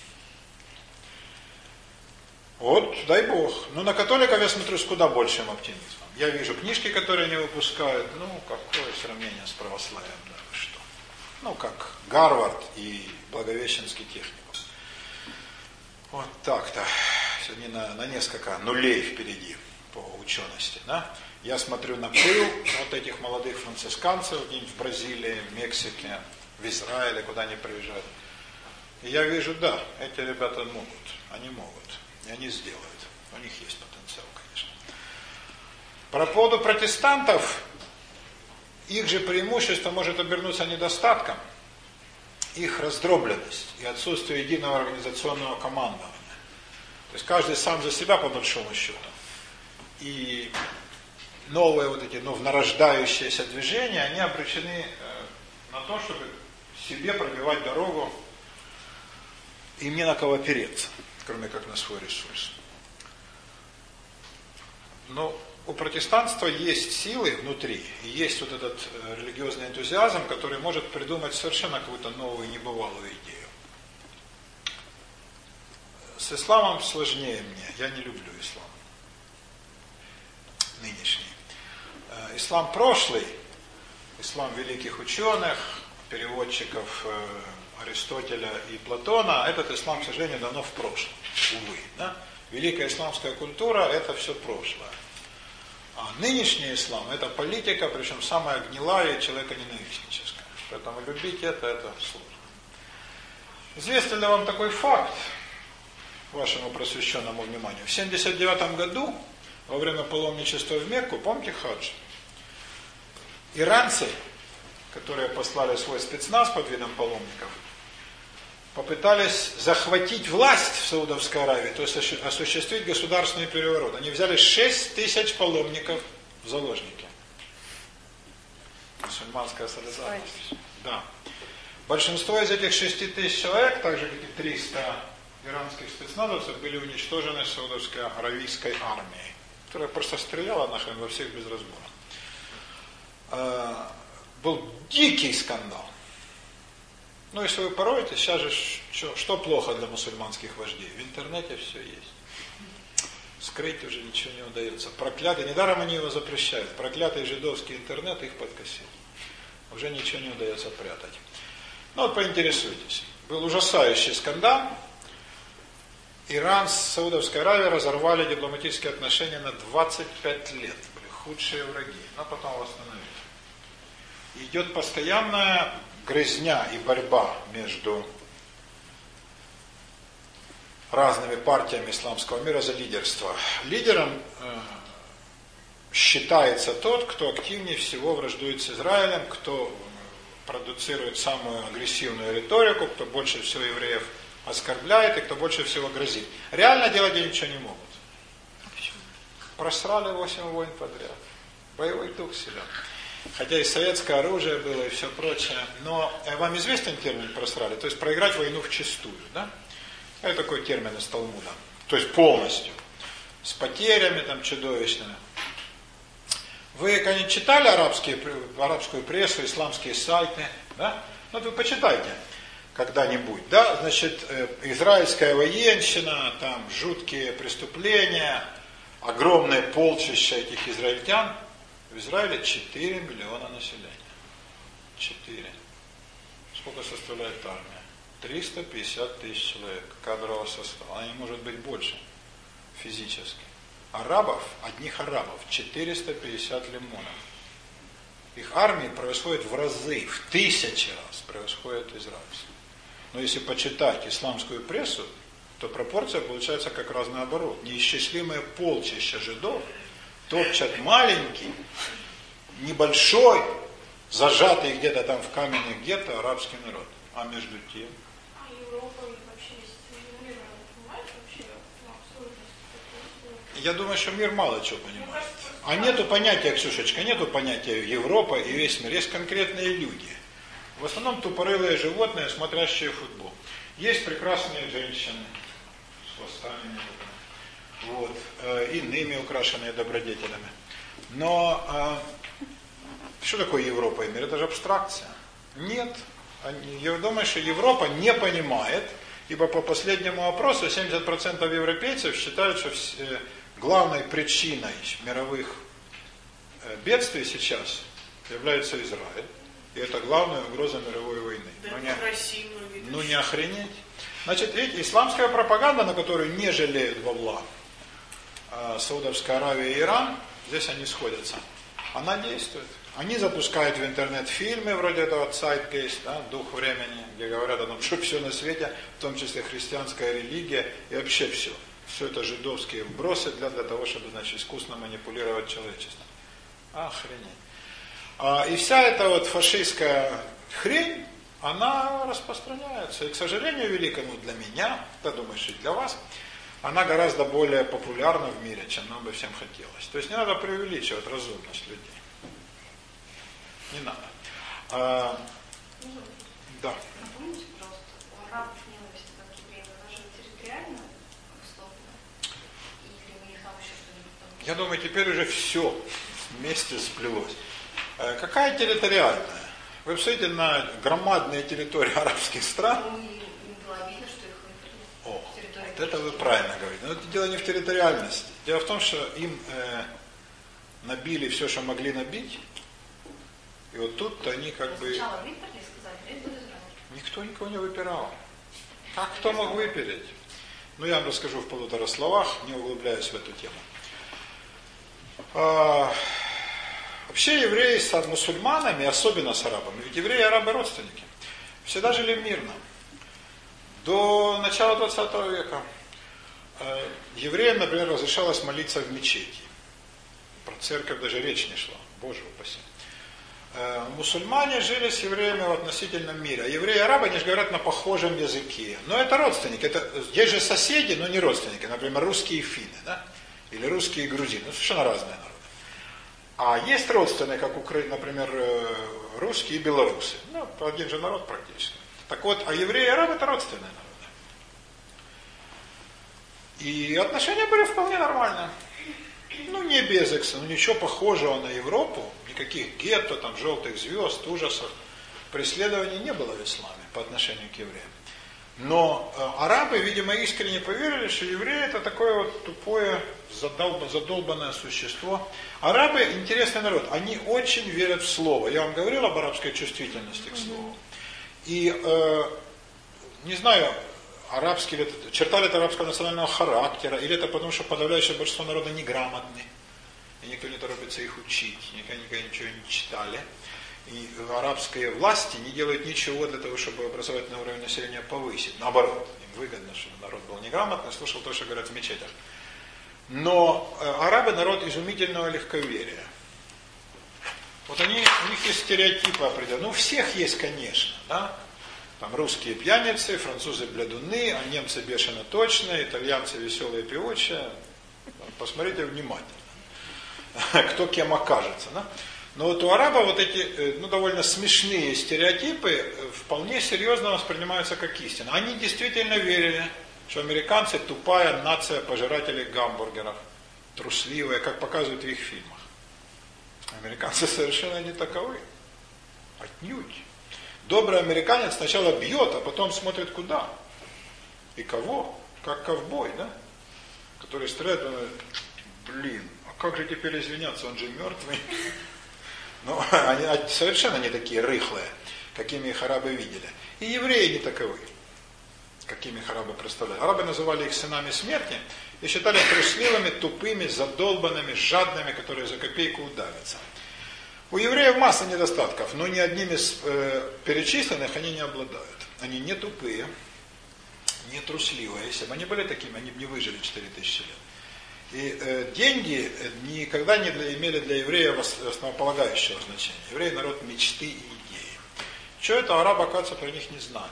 Вот, дай Бог. Но на католиков я смотрю с куда большим оптимизмом. Я вижу книжки, которые они выпускают, ну, какое сравнение с православием, да, вы что. Ну, как Гарвард и Благовещенский техникум. Вот так-то. Сегодня на, на несколько нулей впереди по учености, да. Я смотрю на пыл вот этих молодых францисканцев где-нибудь в Бразилии, в Мексике, в Израиле, куда они приезжают. И я вижу, да, эти ребята могут, они могут, и они сделают. У них есть потенциал, конечно. Про поводу протестантов, их же преимущество может обернуться недостатком, их раздробленность и отсутствие единого организационного командования. То есть каждый сам за себя, по большому счету. И новые вот эти, ну, нарождающиеся движения, они обречены э, на то, чтобы себе пробивать дорогу, им не на кого опереться, кроме как на свой ресурс. Но у протестанства есть силы внутри, и есть вот этот э, религиозный энтузиазм, который может придумать совершенно какую-то новую, небывалую идею. С исламом сложнее мне, я не люблю ислам. Нынешний. Ислам прошлый, ислам великих ученых, переводчиков Аристотеля и Платона, этот ислам, к сожалению, давно в прошлом, увы. Да? Великая исламская культура – это все прошлое. А нынешний ислам – это политика, причем самая гнилая и человеконенавистническая. Поэтому любить это – это сложно. Известен ли вам такой факт, вашему просвещенному вниманию? В семьдесят девятом году, во время паломничества в Мекку, помните хадж, иранцы, которые послали свой спецназ под видом паломников, попытались захватить власть в Саудовской Аравии, то есть осуществить государственный переворот. Они взяли шесть тысяч паломников в заложники. Мусульманская солидарность. Да. Большинство из этих шести тысяч человек, так же как и триста иранских спецназовцев, были уничтожены Саудовской аравийской армией, которая просто стреляла нахрен во всех без разбора. Был дикий скандал. Ну, если вы пороете, сейчас же что, что плохо для мусульманских вождей? В интернете все есть. Скрыть уже ничего не удается. Проклятый, недаром они его запрещают. Проклятый жидовский интернет их подкосил. Уже ничего не удается прятать. Ну вот поинтересуйтесь. Был ужасающий скандал. Иран с Саудовской Аравией разорвали дипломатические отношения на двадцать пять лет. Были худшие враги. Но потом восстановили. Идет постоянная грызня и борьба между разными партиями исламского мира за лидерство. Лидером э, считается тот, кто активнее всего враждует с Израилем, кто продуцирует самую агрессивную риторику, кто больше всего евреев оскорбляет и кто больше всего грозит. Реально делать они ничего не могут. Просрали восемь войн подряд. Боевой дух силен. Хотя и советское оружие было, и все прочее. Но вам известен термин просрали? То есть проиграть войну вчистую, да? Это такой термин из Талмуда. То есть полностью. С потерями там чудовищными. Вы когда-нибудь читали арабские, арабскую прессу, исламские сайты? Да? Ну, вы почитайте когда-нибудь. Да? Значит, израильская военщина, там жуткие преступления, огромное полчища этих израильтян. В Израиле четыре миллиона населения. четыре. Сколько составляет армия? триста пятьдесят тысяч человек кадрового состава. Она не может быть больше физически. Арабов, одних арабов, четыреста пятьдесят лимонов. Их армии превосходят в разы, в тысячи раз превосходят израильские. Но если почитать исламскую прессу, то пропорция получается как раз наоборот. Неисчислимое полчища жидов топчат маленький, небольшой, зажатый где-то там в каменных гетто арабский народ. А между тем... А Европа вообще понимает вообще абсурдность? Я думаю, что мир мало чего понимает. А нету понятия, Ксюшечка, нету понятия Европа и весь мир. Есть конкретные люди. В основном тупорылые животные, смотрящие футбол. Есть прекрасные женщины с хвостами, вот, э, иными украшенные добродетелями. Но э, что такое Европа и мир? Это же абстракция. Нет. Я думаю, что Европа не понимает, ибо по последнему опросу семьдесят процентов европейцев считают, что все, главной причиной мировых бедствий сейчас является Израиль. И это главная угроза мировой войны. Да, ну, не, не, ну не охренеть. Значит, видите, исламская пропаганда, на которую не жалеют бабла, Саудовская Аравия и Иран, здесь они сходятся. Она действует. Они запускают в интернет фильмы вроде этого Zeitgeist, да, дух времени, где говорят о том, что все на свете, в том числе христианская религия и вообще все. Все это жидовские вбросы для, для того, чтобы, значит, искусно манипулировать человечеством. Охренеть. А, и вся эта вот фашистская хрень, она распространяется. И, к сожалению, великому для меня, я думаю, что и для вас, она гораздо более популярна в мире, чем нам бы всем хотелось. То есть не надо преувеличивать разумность людей. Не надо. А, да. Напомните, пожалуйста, у арабов ненависть как к евреям, она же территориально условно? Или у них там еще что-нибудь там? Я думаю, теперь уже все вместе сплелось. А какая территориальная? Вы посмотрите на громадные территории арабских стран. Ну, им было видно, что их выпили. О, вот это вы правильно говорите. Но это дело не в территориальности. Дело в том, что им э, набили все, что могли набить. И вот тут они как бы... Сначала выперли, сказали, это Израиль. Никто никого не выпирал. Как кто мог выпереть? Ну, я вам расскажу в полутора словах, не углубляясь в эту тему. А, вообще евреи с мусульманами, особенно с арабами, ведь евреи и арабы родственники, всегда жили мирно. До начала двадцатого века евреям, например, разрешалось молиться в мечети. Про церковь даже речь не шла. Боже упаси. Мусульмане жили с евреями в относительном мире. А евреи и арабы, они же говорят на похожем языке. Но это родственники. Это, есть же соседи, но не родственники. Например, русские и финны, да? Или русские и грузины. Ну, совершенно разные народы. А есть родственники, как, Укра... например, русские и белорусы. Ну, один же народ практически. Так вот, а евреи и арабы это родственные народы. И отношения были вполне нормальные. Ну, не без экса, ну ничего похожего на Европу, никаких гетто, там, желтых звезд, ужасов, преследований не было в исламе по отношению к евреям. Но э, арабы, видимо, искренне поверили, что евреи это такое вот тупое, задолб... задолбанное существо. Арабы интересный народ, они очень верят в слово. Я вам говорил об арабской чувствительности к слову. И, э, не знаю, арабский ли это, черта ли это арабского национального характера, или это потому, что подавляющее большинство народа неграмотны, и никто не торопится их учить, никогда, никогда ничего не читали. И арабские власти не делают ничего для того, чтобы образовательный уровень населения повысить. Наоборот, им выгодно, чтобы народ был неграмотный, слушал то, что говорят в мечетях. Но э, арабы народ изумительного легковерия. Вот они, у них есть стереотипы определенные. Ну, у всех есть, конечно, да. Там русские пьяницы, французы блядуны, а немцы бешено точные, итальянцы веселые певучие. Посмотрите внимательно, кто кем окажется. Да? Но вот у араба вот эти, ну, довольно смешные стереотипы вполне серьезно воспринимаются как истина. Они действительно верили, что американцы тупая нация пожирателей гамбургеров, трусливая, как показывают в их фильмах. Американцы совершенно не таковы. Отнюдь. Добрый американец сначала бьет, а потом смотрит куда. И кого? Как ковбой, да? Который стреляет, он говорит, блин, а как же теперь извиняться, он же мертвый. Но они совершенно не такие рыхлые, какими их арабы видели. И евреи не таковы, какими их арабы представляли. Арабы называли их сынами смерти и считали трусливыми, тупыми, задолбанными, жадными, которые за копейку удавятся. У евреев масса недостатков, но ни одним из э, перечисленных они не обладают. Они не тупые, не трусливые. Если бы они были такими, они бы не выжили четыре тысячи лет. И э, деньги никогда не для, имели для евреев основополагающего значения. Евреи народ мечты и идеи. Что это, арабы, оказывается, про них не знали.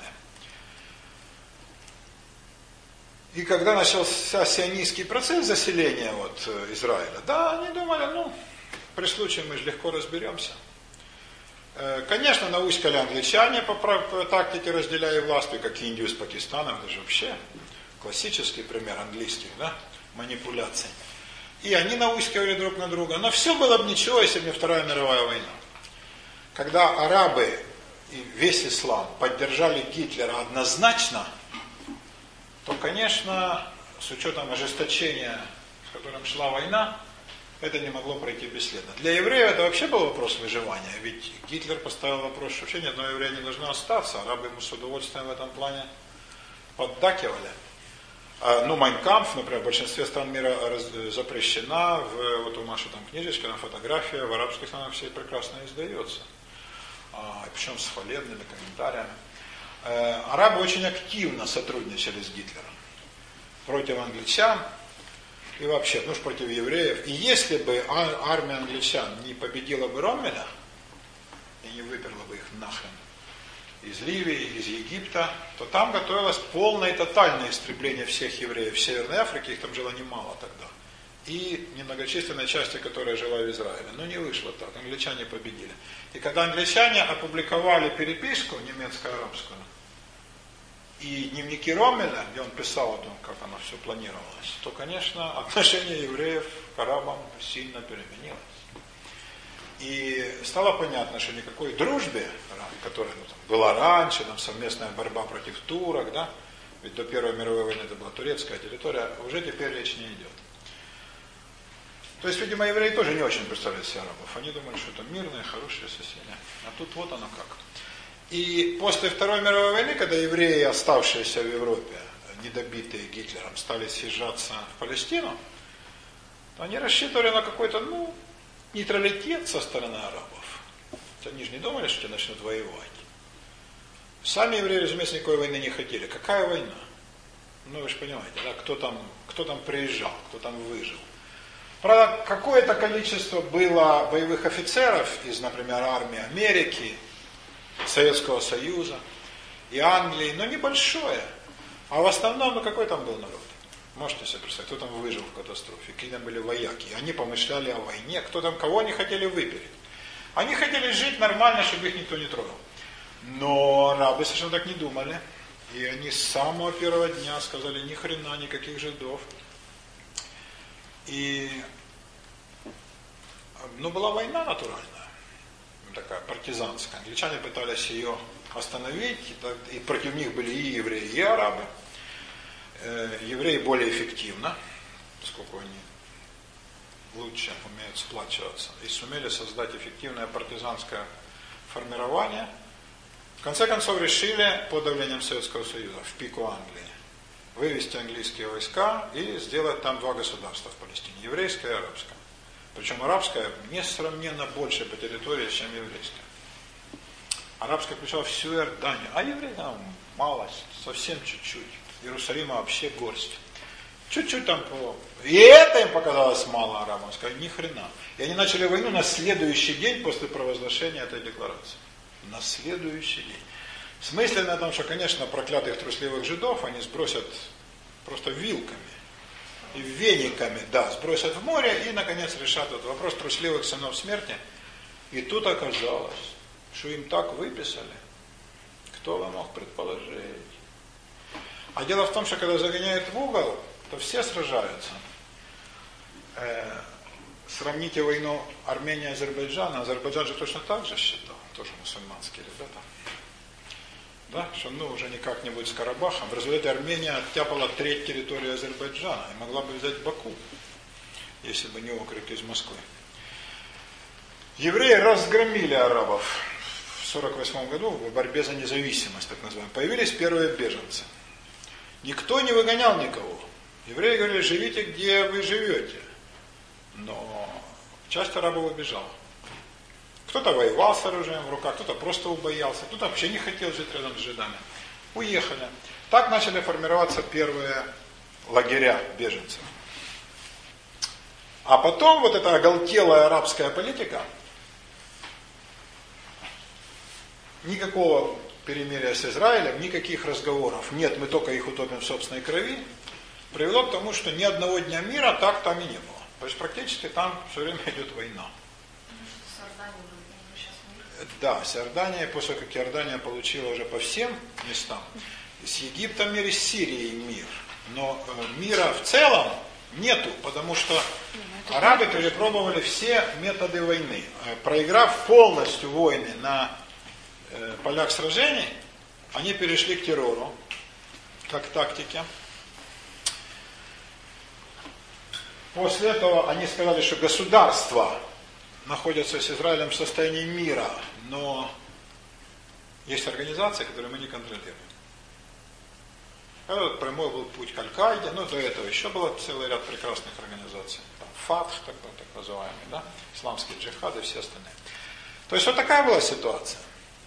И когда начался сионистский процесс заселения вот, Израиля, да, они думали, ну... При случае мы же легко разберемся. Конечно, науськали англичане по, по тактике разделяя власть, как Индию с Пакистаном, это же вообще классический пример английских, да, манипуляций. И они науськивали друг на друга. Но все было бы ничего, если бы не Вторая мировая война. Когда арабы и весь ислам поддержали Гитлера однозначно, то, конечно, с учетом ожесточения, с которым шла война, это не могло пройти бесследно. Для евреев это вообще был вопрос выживания, ведь Гитлер поставил вопрос, что вообще ни одного еврея не должно остаться, арабы ему с удовольствием в этом плане поддакивали. Ну, Майн кампф, например, в большинстве стран мира запрещена, в, вот у Маши там книжечка, там фотография, в арабских странах все прекрасно издается, причем с хвалебными комментариями. Арабы очень активно сотрудничали с Гитлером против англичан, и вообще, ну, против евреев. И если бы армия англичан не победила бы Роммеля, и не выперла бы их нахрен из Ливии, из Египта, то там готовилось полное и тотальное истребление всех евреев в Северной Африке, их там жило немало тогда. И немногочисленной части, которая жила в Израиле. Но не вышло так, англичане победили. И когда англичане опубликовали переписку немецко-арабскую, и дневники Роммеля, где он писал о том, как оно все планировалось, то, конечно, отношение евреев к арабам сильно переменилось. И стало понятно, что никакой дружбе, которая ну, там, была раньше, там, совместная борьба против турок, да, ведь до Первой мировой войны это была турецкая территория, уже теперь речь не идет. То есть, видимо, евреи тоже не очень представляют себе арабов. Они думали, что это мирные, хорошие соседи. А тут вот оно как. И после Второй мировой войны, когда евреи, оставшиеся в Европе, недобитые Гитлером, стали съезжаться в Палестину, то они рассчитывали на какой-то, ну, нейтралитет со стороны арабов. Они же не думали, что начнут воевать. Сами евреи, разумеется, никакой войны не хотели. Какая война? Ну, вы же понимаете, да, кто там, кто там приезжал, кто там выжил. Правда, какое-то количество было боевых офицеров из, например, армии Америки, Советского Союза и Англии, но небольшое. А в основном, ну какой там был народ? Можете себе представить, кто там выжил в катастрофе, какие там были вояки. Они помышляли о войне, кто там, кого они хотели выпереть. Они хотели жить нормально, чтобы их никто не трогал. Но арабы совершенно так не думали. И они с самого первого дня сказали, ни хрена, никаких жидов. И, ну, была война натуральная, такая партизанская. Англичане пытались ее остановить, и против них были и евреи, и арабы. Евреи более эффективно, поскольку они лучше умеют сплачиваться, и сумели создать эффективное партизанское формирование. В конце концов решили под давлением Советского Союза в пику Англии вывести английские войска и сделать там два государства в Палестине, еврейское и арабское. Причем арабское несравненно больше по территории, чем еврейское. Арабское включало всю Иорданию, а евреи там мало, совсем чуть-чуть. Иерусалима вообще горсть. Чуть-чуть там по... И это им показалось мало арабам. Сказали, ни хрена. И они начали войну на следующий день после провозглашения этой декларации. На следующий день. Смысленно о том, что, конечно, проклятых трусливых жидов они сбросят просто вилками и вениками, да, сбросят в море и, наконец, решат этот вопрос трусливых сынов смерти. И тут оказалось, что им так выписали. Кто бы мог предположить? А дело в том, что когда загоняют в угол, то все сражаются. Э, сравните войну Армении и Азербайджана. Азербайджан же точно так же считал, тоже мусульманские ребята. Да, что ну уже никак не будет с Карабахом. В результате Армения оттяпала треть территории Азербайджана и могла бы взять Баку, если бы не окрик из Москвы. Евреи разгромили арабов в сорок восьмом году в борьбе за независимость, так называемая. Появились первые беженцы. Никто не выгонял никого. Евреи говорили, живите, где вы живете. Но часть арабов убежала. Кто-то воевал с оружием в руках, кто-то просто убоялся, кто-то вообще не хотел жить рядом с жидами. Уехали. Так начали формироваться первые лагеря беженцев. А потом вот эта оголтелая арабская политика, никакого перемирия с Израилем, никаких разговоров, нет, мы только их утопим в собственной крови, привело к тому, что ни одного дня мира так там и не было. То есть практически там все время идет война. Да, с Иорданией, после как Иордания получила уже по всем местам, с Египтом мир и с Сирией мир. Но э, мира в целом нету, потому что арабы перепробовали все методы войны. Э, проиграв полностью войны на э, полях сражений, они перешли к террору, как тактике. После этого они сказали, что государство находятся с Израилем в состоянии мира, но есть организации, которые мы не контролируем. Этот прямой был путь к Аль-Каиде, но до этого еще был целый ряд прекрасных организаций. Там ФАТХ, так, так называемый, да? Исламский джихад и все остальные. То есть вот такая была ситуация.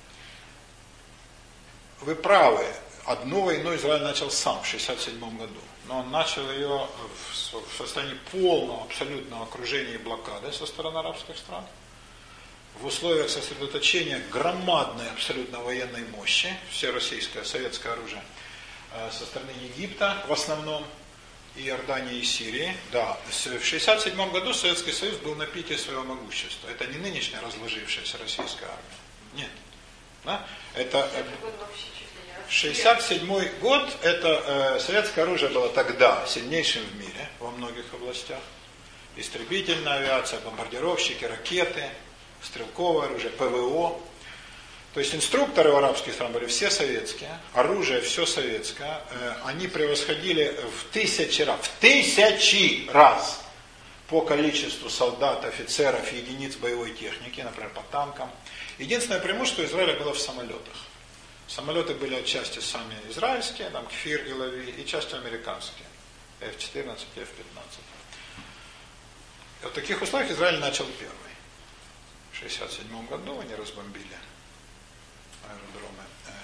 Вы правы, одну войну Израиль начал сам в шестьдесят седьмом году. Но он начал ее в состоянии полного, абсолютного окружения и блокады со стороны арабских стран. В условиях сосредоточения громадной абсолютно военной мощи, все российское, советское оружие, со стороны Египта в основном, и Иордании, и Сирии. Да, в шестьдесят седьмом году Советский Союз был на пике своего могущества. Это не нынешняя разложившаяся российская армия. Нет. Да? Это... шестьдесят седьмой год, это э, советское оружие было тогда сильнейшим в мире во многих областях. Истребительная авиация, бомбардировщики, ракеты, стрелковое оружие, ПВО. То есть инструкторы в арабских странах были все советские, оружие все советское. Э, они превосходили в тысячи раз, в тысячи раз по количеству солдат, офицеров, единиц боевой техники, например, по танкам. Единственное преимущество Израиля было в самолетах. Самолеты были отчасти сами израильские, там Кфир и Лави, и частью американские, эф четырнадцать, эф пятнадцать. И в таких условиях Израиль начал первый. В шестьдесят седьмом году они разбомбили аэродромы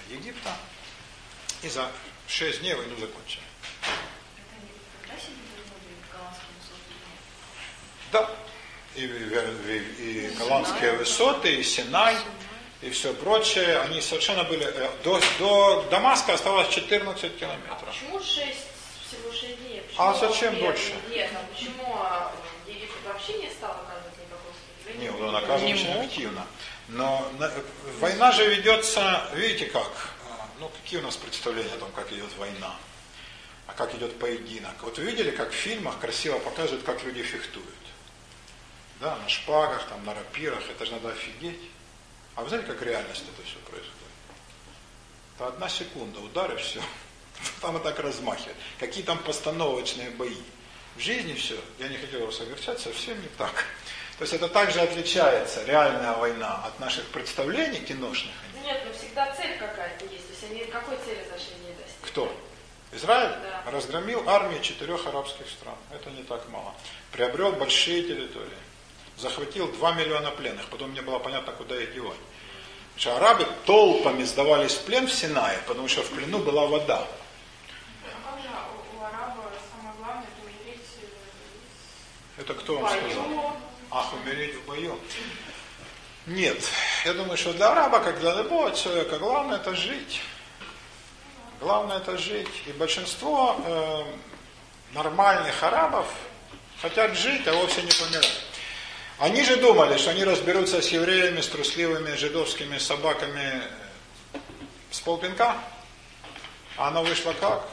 Египта. И за шесть дней войну закончили. Это они когда себе вернули голландские высоты? Да. И, и, и голландские высоты, и Синай, и все прочее. Они совершенно были... До, до Дамаска оставалось четырнадцать километров. А почему шесть, всего шесть дней? Почему А зачем нет, больше? Нет, а почему Египет вообще не стал оказывать никакого сопротивления? Не, он оказывает очень активно. Но на, война же ведется, видите как? Ну, какие у нас представления о том, как идет война? А как идет поединок? Вот вы видели, как в фильмах красиво показывают, как люди фехтуют? Да, на шпагах, там, на рапирах, это же надо офигеть. А вы знаете, как в реальности это все происходит? Это одна секунда, удар и все. Там и так размахивают. Какие там постановочные бои. В жизни все, я не хотел вас огорчать, совсем не так. То есть это также отличается, реальная война, от наших представлений киношных. Нет, но всегда цель какая-то есть. То есть они какой цели зашли не достигли? Кто? Израиль Да. разгромил армии четырех арабских стран. Это не так мало. Приобрел большие территории. Захватил два миллиона пленных. Потом не было понятно, куда их девать. Потому что арабы толпами сдавались в плен в Синае, потому что в плену была вода. А как же у, у араба самое главное это умереть Это кто вам сказал? Ах, умереть в бою. Нет. Я думаю, что для араба, как для любого человека, главное это жить. Главное это жить. И большинство э, нормальных арабов хотят жить, а вовсе не помирать. Они же думали, что они разберутся с евреями, с трусливыми жидовскими собаками с полпинка. А оно вышло как?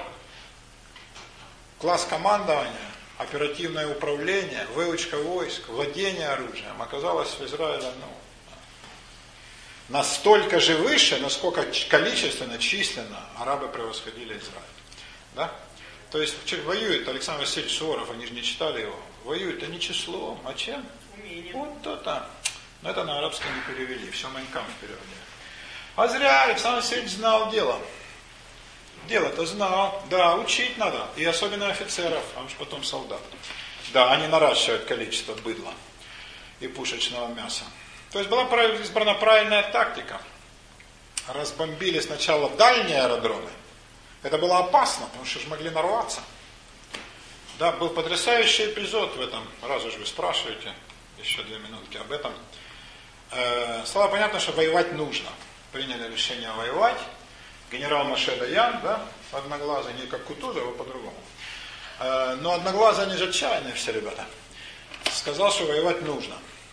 Класс командования, оперативное управление, выучка войск, владение оружием оказалось в Израиле ну, настолько же выше, насколько количественно, численно арабы превосходили Израиль. Да? То есть воюет Александр Васильевич Суворов, они же не читали его, воюет-то не числом, а чем? Умением. Вот то-то. Но это на арабском не перевели, все Майнкамф перевели. А зря Александр Васильевич знал дело. Дело-то знал. Да, учить надо. И особенно офицеров, а уж потом солдат. Да, они наращивают количество быдла и пушечного мяса. То есть была избрана правильная тактика. Разбомбили сначала дальние аэродромы. Это было опасно, потому что же могли нарваться. Да, был потрясающий эпизод в этом. Раз уж вы спрашиваете, еще две минутки об этом. Э, стало понятно, что воевать нужно. Приняли решение воевать. Генерал Моше Даян, да, одноглазый, не как Кутузов, а по-другому. Э, но одноглазые, они же отчаянные все ребята. Сказал, что воевать нужно.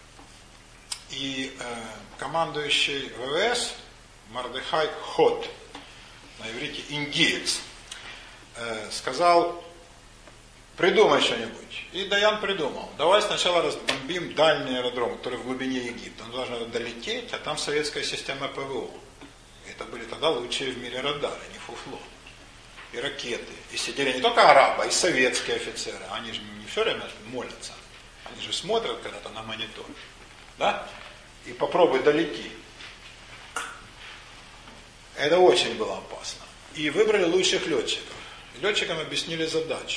И э, командующий ВВС Мордехай Ход, на иврите индиец, э, сказал, придумай что-нибудь. И Даян придумал. Давай сначала разбомбим дальний аэродром, который в глубине Египта. Он должен долететь, а там советская система ПВО. Это были тогда лучшие в мире радары, не фуфло. И ракеты. И сидели не только арабы, а и советские офицеры. Они же не все время молятся. Они же смотрят когда-то на монитор. Да? И попробуй долети. Это очень было опасно. И выбрали лучших летчиков. И летчикам объяснили задачу.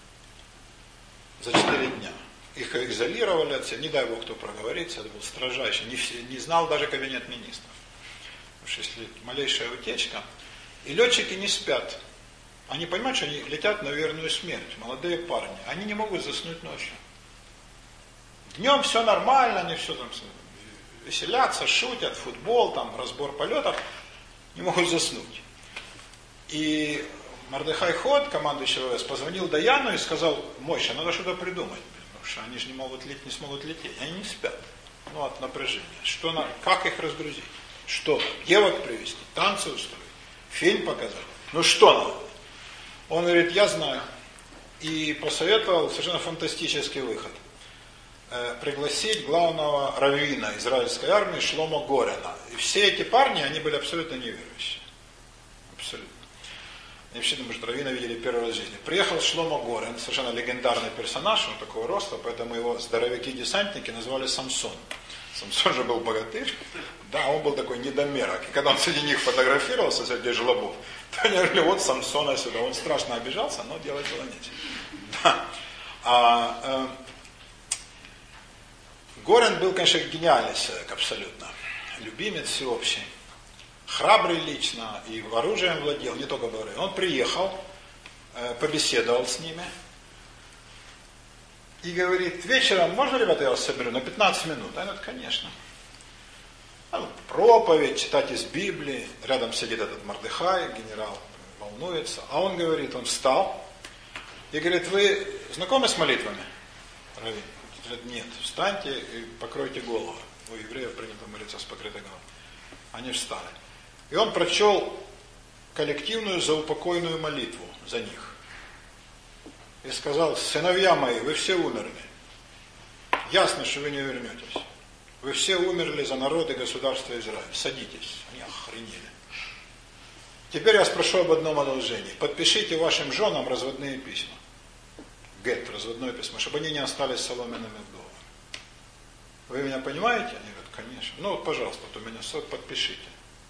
За четыре дня. Их изолировали от всех. Не дай бог кто проговорится. Это был строжайший. Не, не знал даже кабинет министров. Потому что если малейшая утечка. И летчики не спят. Они понимают, что они летят на верную смерть. Молодые парни. Они не могут заснуть ночью. Днем все нормально. Они все там веселятся, шутят, футбол, там, разбор полетов. Не могут заснуть. И Мордехай Ход, командующий ВВС, позвонил Даяну и сказал, Мойша, надо что-то придумать, потому что они же не, могут лететь, не смогут лететь. Они не спят. Ну, от напряжения. Что на, как их разгрузить? Что? Девок привезти? Танцы устроить? Фильм показать? Ну, что надо? Он говорит, я знаю. И посоветовал совершенно фантастический выход. Э, пригласить главного раввина израильской армии Шломо Горена. И все эти парни, они были абсолютно неверующие. Абсолютно. Они вообще, может, раввина видели первый раз в жизни. Приехал Шломо Горен, совершенно легендарный персонаж, он такого роста, поэтому его здоровяки-десантники назвали Самсон. Самсон же был богатырь, да, он был такой недомерок. И когда он среди них фотографировался, среди жлобов, то они говорили, вот Самсона сюда. Он страшно обижался, но делать было нечего. Да. А, э, Горен был, конечно, гениальный человек абсолютно. Любимец всеобщий. храбрый лично, и оружием владел, не только говорил. Он приехал, побеседовал с ними и говорит: вечером можно, ребята, я вас соберу на пятнадцать минут? Они говорят: конечно. Проповедь, читать из Библии, рядом сидит этот Мордехай, генерал, волнуется, а он говорит, он встал и говорит: вы знакомы с молитвами, раввин? Говорит: нет, встаньте и покройте голову. У евреев принято молиться с покрытой головой. Они встали. И он прочел коллективную заупокойную молитву за них. И сказал: сыновья мои, вы все умерли. Ясно, что вы не вернетесь. Вы все умерли за народ и государство Израиль. Садитесь. Они охренели. Теперь я спрошу об одном одолжении. Подпишите вашим женам разводные письма. Гет, разводное письмо, чтобы они не остались соломенными вдовами. Вы меня понимаете? Они говорят: конечно. Ну вот, пожалуйста, вот у меня сок, подпишите.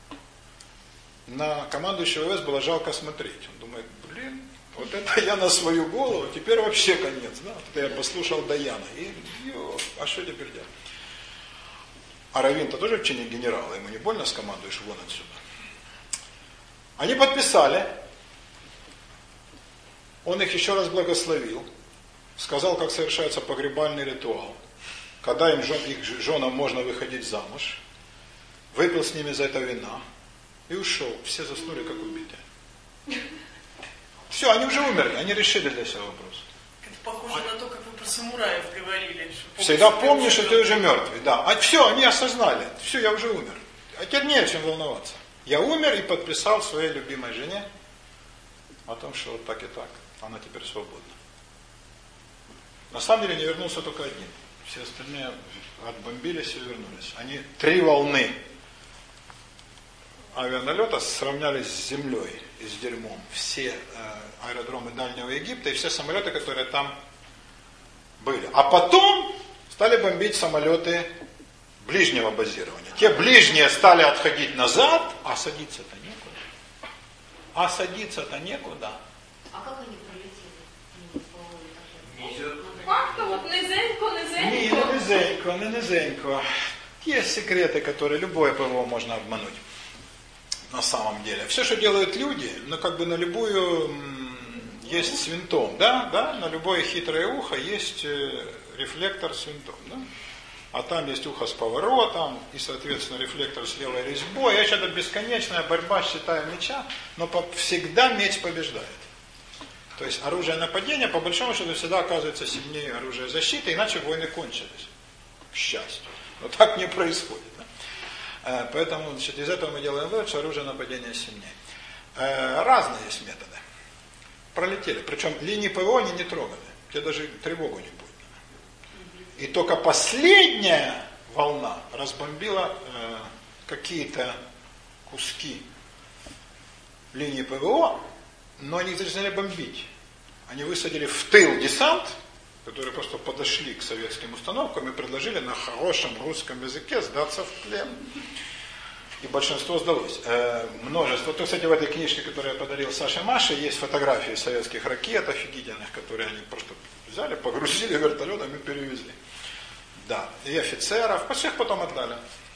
На командующего ВВС было жалко смотреть. Он думает: блин, вот это я на свою голову, теперь вообще конец. Да? Вот это я послушал Даяна. И, ё, а что теперь делать? А раввин-то тоже в чине генерала, ему не больно скомандуешь вон отсюда. Они подписали. Он их еще раз благословил. Сказал, как совершается погребальный ритуал. Когда им, их женам можно выходить замуж. Выпил с ними за это вина. И ушел. Все заснули, как убитые. Все, они уже умерли. Они решили для себя вопрос. Это похоже на то, как вы про самураев говорили. Что всегда помнишь, что ты уже мертвый. Да. А все, они осознали. Все, я уже умер. А теперь не о чем волноваться. Я умер и подписал своей любимой жене о том, что вот так и так. Она теперь свободна. На самом деле не вернулся только один. Все остальные отбомбились и вернулись. Они три волны авианалета сравнялись с землей и с дерьмом. Все э, аэродромы Дальнего Египта и все самолеты, которые там были. А потом стали бомбить самолеты ближнего базирования. Те ближние стали отходить назад, а садиться-то некуда. А садиться-то некуда. А как они пролетели? Как-то вот низенько, Не, низенько. не низенько, не низенько. Есть секреты, которые любое ПВО можно обмануть. На самом деле. Все, что делают люди, ну как бы на любую м, есть с винтом, да, да, на любое хитрое ухо есть э, рефлектор с винтом, да? А там есть ухо с поворотом, и, соответственно, рефлектор с левой резьбой. Я считаю, это бесконечная борьба, считаю, меча, но по, всегда меч побеждает. То есть оружие нападения, по большому счету, всегда оказывается сильнее оружия защиты, иначе войны кончились. К счастью. Но так не происходит. Да? Поэтому, значит, из этого мы делаем вывод, что оружие нападения сильнее. Разные есть методы. Пролетели. Причем линии ПВО они не трогали. Тебе даже тревогу не будет. И только последняя волна разбомбила э, какие-то куски линии ПВО, но они их начали бомбить. Они высадили в тыл десант, которые просто подошли к советским установкам и предложили на хорошем русском языке сдаться в плен. И большинство сдалось. Э, множество. То, кстати, в этой книжке, которую я подарил Саше Маше, есть фотографии советских ракет офигительных, которые они просто взяли, погрузили вертолетом и перевезли. Да, и офицеров, всех потом отдали.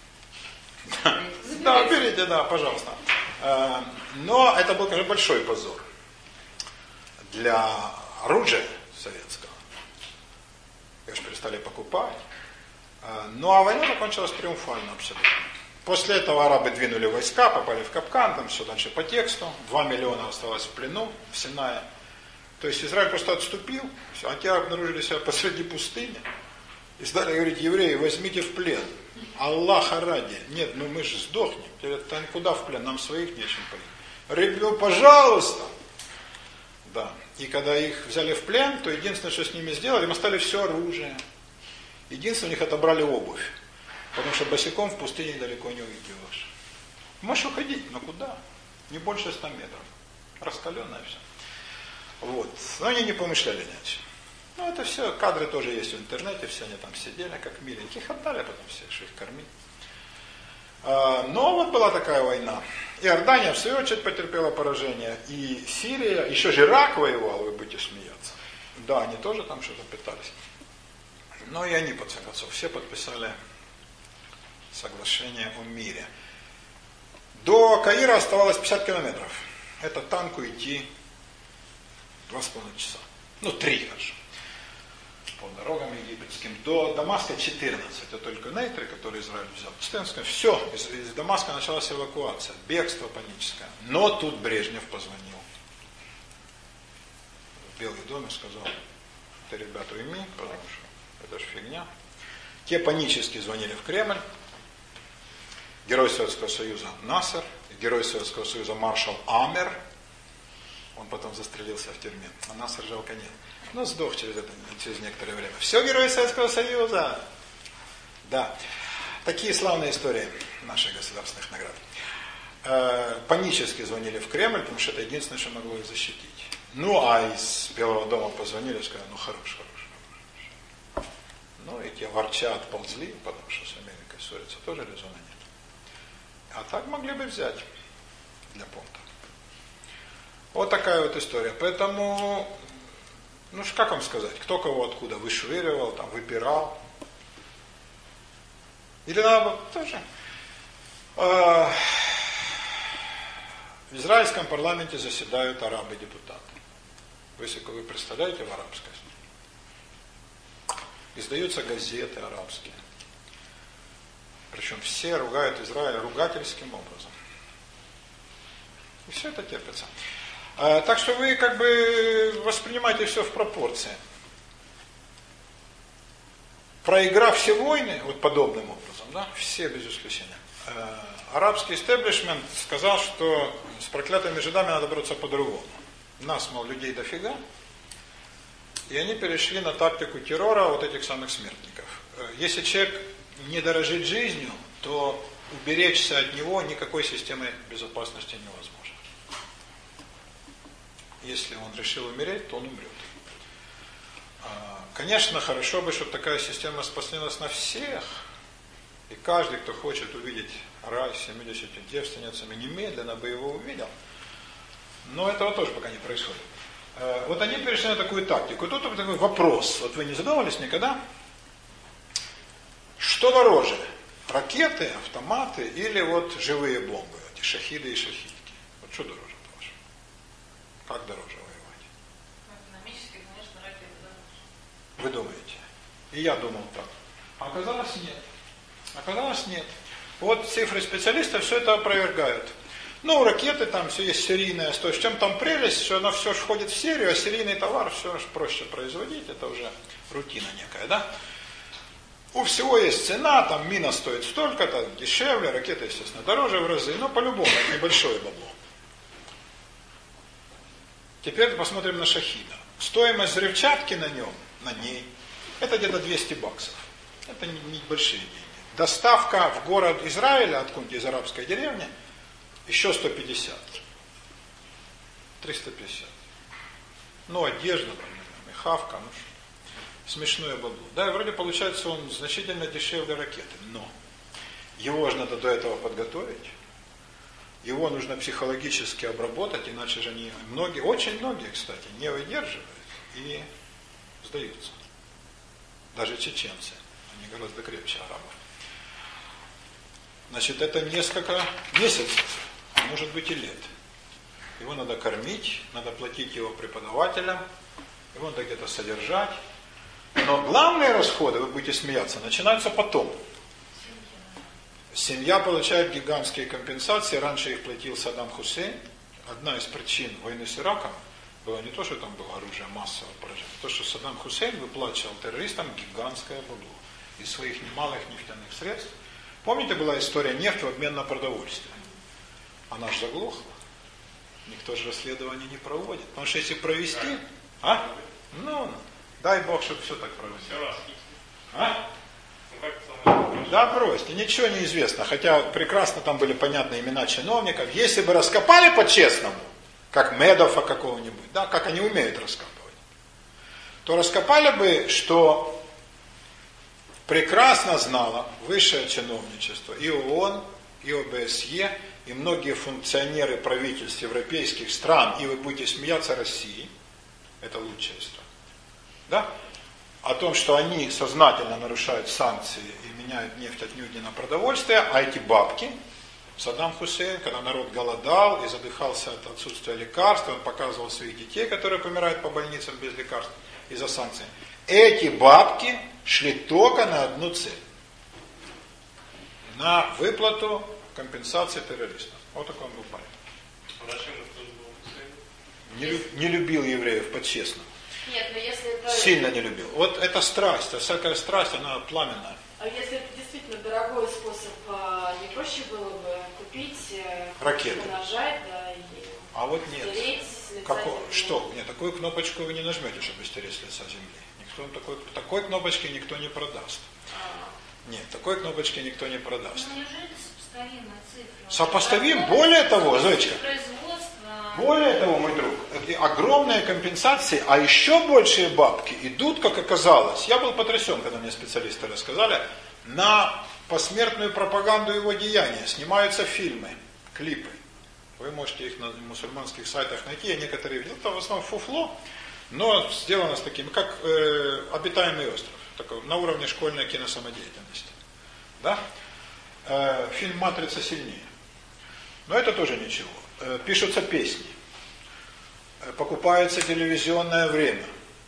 Да, берите, да, пожалуйста. Но это был, конечно, большой позор для оружия советского. Конечно, перестали покупать. Ну, а война закончилась триумфально абсолютно. После этого арабы двинули войска, попали в капкан, там все дальше по тексту. Два миллиона осталось в плену в Синае. То есть Израиль просто отступил, а те обнаружили себя посреди пустыни. И стали говорить: евреи, возьмите в плен. Аллаха ради. Нет, ну мы же сдохнем. Говорят: там куда в плен? Нам своих нечем поить. Ребят, пожалуйста. Да. И когда их взяли в плен, то единственное, что с ними сделали, им оставили все оружие. Единственное, у них отобрали обувь. Потому что босиком в пустыне далеко не уйдешь. Можешь уходить, но куда? Не больше ста метров. Раскаленное все. Вот. Но они не помышляли ни о чем. Ну, это все, кадры тоже есть в интернете, все они там сидели, как миленьких, отдали потом всех, что их кормить. А, но вот была такая война. Иордания, в свою очередь, потерпела поражение. И Сирия, еще же Ирак воевал, вы будете смеяться. Да, они тоже там что-то пытались. Но и они, в конце концов, все подписали соглашение о мире. До Каира оставалось пятьдесят километров. Это танку идти два с половиной часа. Ну, три даже. По дорогам египетским. До Дамаска четырнадцать. Это только Нейтры, который Израиль взял. четырнадцать. Все. Из, из Дамаска началась эвакуация. Бегство паническое. Но тут Брежнев позвонил в Белый дом и сказал: ты, ребята, уйми, потому что это ж фигня. Те панически звонили в Кремль. Герой Советского Союза Насер, герой Советского Союза маршал Амер. Он потом застрелился в тюрьме. А Насер жалко нет. Но сдох через это, через некоторое время. Все герои Советского Союза. Да. Такие славные истории наших государственных наград. Э, панически звонили в Кремль, потому что это единственное, что могло их защитить. Ну, а из Белого дома позвонили и сказали: ну, хорош, хорош, хорош. Ну, и те ворча отползли, потому что с Америкой ссориться тоже резона нет. А так могли бы взять для понта. Вот такая вот история. Поэтому, ну как вам сказать, кто кого откуда вышвыривал, там, выпирал. Или наоборот, тоже. В израильском парламенте заседают арабы-депутаты. Вы себе вы представляете в арабской? Издаются газеты арабские. Причем все ругают Израиль ругательским образом. И все это терпится. А, так что вы как бы воспринимаете все в пропорции. Проиграв все войны, вот подобным образом, да, все без исключения, э, арабский истеблишмент сказал, что с проклятыми жидами надо бороться по-другому. Нас, мол, людей дофига. И они перешли на тактику террора вот этих самых смертников. Если человек не дорожит жизнью, то уберечься от него никакой системой безопасности невозможно. Если он решил умереть, то он умрет. Конечно, хорошо бы, чтобы такая система распространилась на всех, и каждый, кто хочет увидеть рай с семьюдесятью девственницами, немедленно бы его увидел. Но этого тоже пока не происходит. Вот они перешли на такую тактику. И тут такой вопрос. Вот вы не задавались никогда? Что дороже? Ракеты, автоматы или вот живые бомбы? Эти шахиды и шахидки. Вот что дороже, по-вашему? Как дороже воевать? Экономически, конечно, ракеты дороже. Вы думаете? И я думал так. А оказалось нет. Оказалось нет. Вот цифры специалистов все это опровергают. Ну, ракеты там все есть серийная стоимость. В чем там прелесть, что она все входит в серию, а серийный товар все проще производить, это уже рутина некая, да? У всего есть цена, там мина стоит столько-то, дешевле, ракета, естественно, дороже в разы, но по-любому это небольшое бабло. Теперь посмотрим на шахида. Стоимость взрывчатки на нем, на ней, это где-то двести баксов. Это небольшие деньги. Доставка в город Израиля, откуда-нибудь из арабской деревни, еще сто пятьдесят. триста пятьдесят. Ну, одежда, там, и хавка, ну что. Смешное бабло. Да, и вроде получается он значительно дешевле ракеты. Но его же надо до этого подготовить. Его нужно психологически обработать, иначе же они, многие, очень многие, кстати, не выдерживают и сдаются. Даже чеченцы. Они гораздо крепче арабов. Значит, это несколько месяцев, а может быть и лет. Его надо кормить, надо платить его преподавателям, его надо где-то содержать. Но главные расходы, вы будете смеяться, начинаются потом. Семья получает гигантские компенсации, раньше их платил Саддам Хусейн. Одна из причин войны с Ираком было не то, что там было оружие массового поражения, а то, что Саддам Хусейн выплачивал террористам гигантское бабло из своих немалых нефтяных средств. Помните, была история нефти в обмен на продовольствие? Она же заглохла. Никто же расследование не проводит. Потому что если провести... А? Ну, дай Бог, чтобы все так проводили. А? Да, бросьте, ничего не известно. Хотя прекрасно там были понятны имена чиновников. Если бы раскопали по-честному, как Медофа какого-нибудь, да, как они умеют раскапывать, то раскопали бы, что прекрасно знало высшее чиновничество и ООН, и ОБСЕ, и многие функционеры правительств европейских стран, и вы будете смеяться, России, это лучшая страна, да? О том, что они сознательно нарушают санкции и меняют нефть отнюдь не на продовольствие, а эти бабки Саддам Хусейн, когда народ голодал и задыхался от отсутствия лекарств, он показывал своих детей, которые помирают по больницам без лекарств из-за санкций. Эти бабки шли только на одну цель. На выплату компенсации террористов. Вот такой он был парень. Не, не любил евреев, по-честному. Нет, но если это... Сильно не любил. Вот эта страсть, а всякая страсть, она пламенная. А если это действительно дорогой способ, не проще было бы купить, ракеты, нажать, да, и а вот нет. стереть с лица Како... земли? Что? Нет, такую кнопочку вы не нажмете, чтобы стереть с лица земли. Никто такой, такой кнопочки никто не продаст. А. Нет, такой кнопочки никто не продаст. Ну, неужели это сопоставимая цифра? Сопоставим, более того, Зоечка, производство... более того, мой друг, огромные компенсации, а еще большие бабки идут, как оказалось, я был потрясен, когда мне специалисты рассказали, на посмертную пропаганду его деяния. Снимаются фильмы, клипы. Вы можете их на мусульманских сайтах найти, я некоторые видел, это в основном фуфло, но сделано с таким, как э, «Обитаемый остров», такой, на уровне школьной киносамодеятельности. Да? Э, фильм «Матрица» сильнее. Но это тоже ничего. Э, пишутся песни, э, покупается телевизионное время,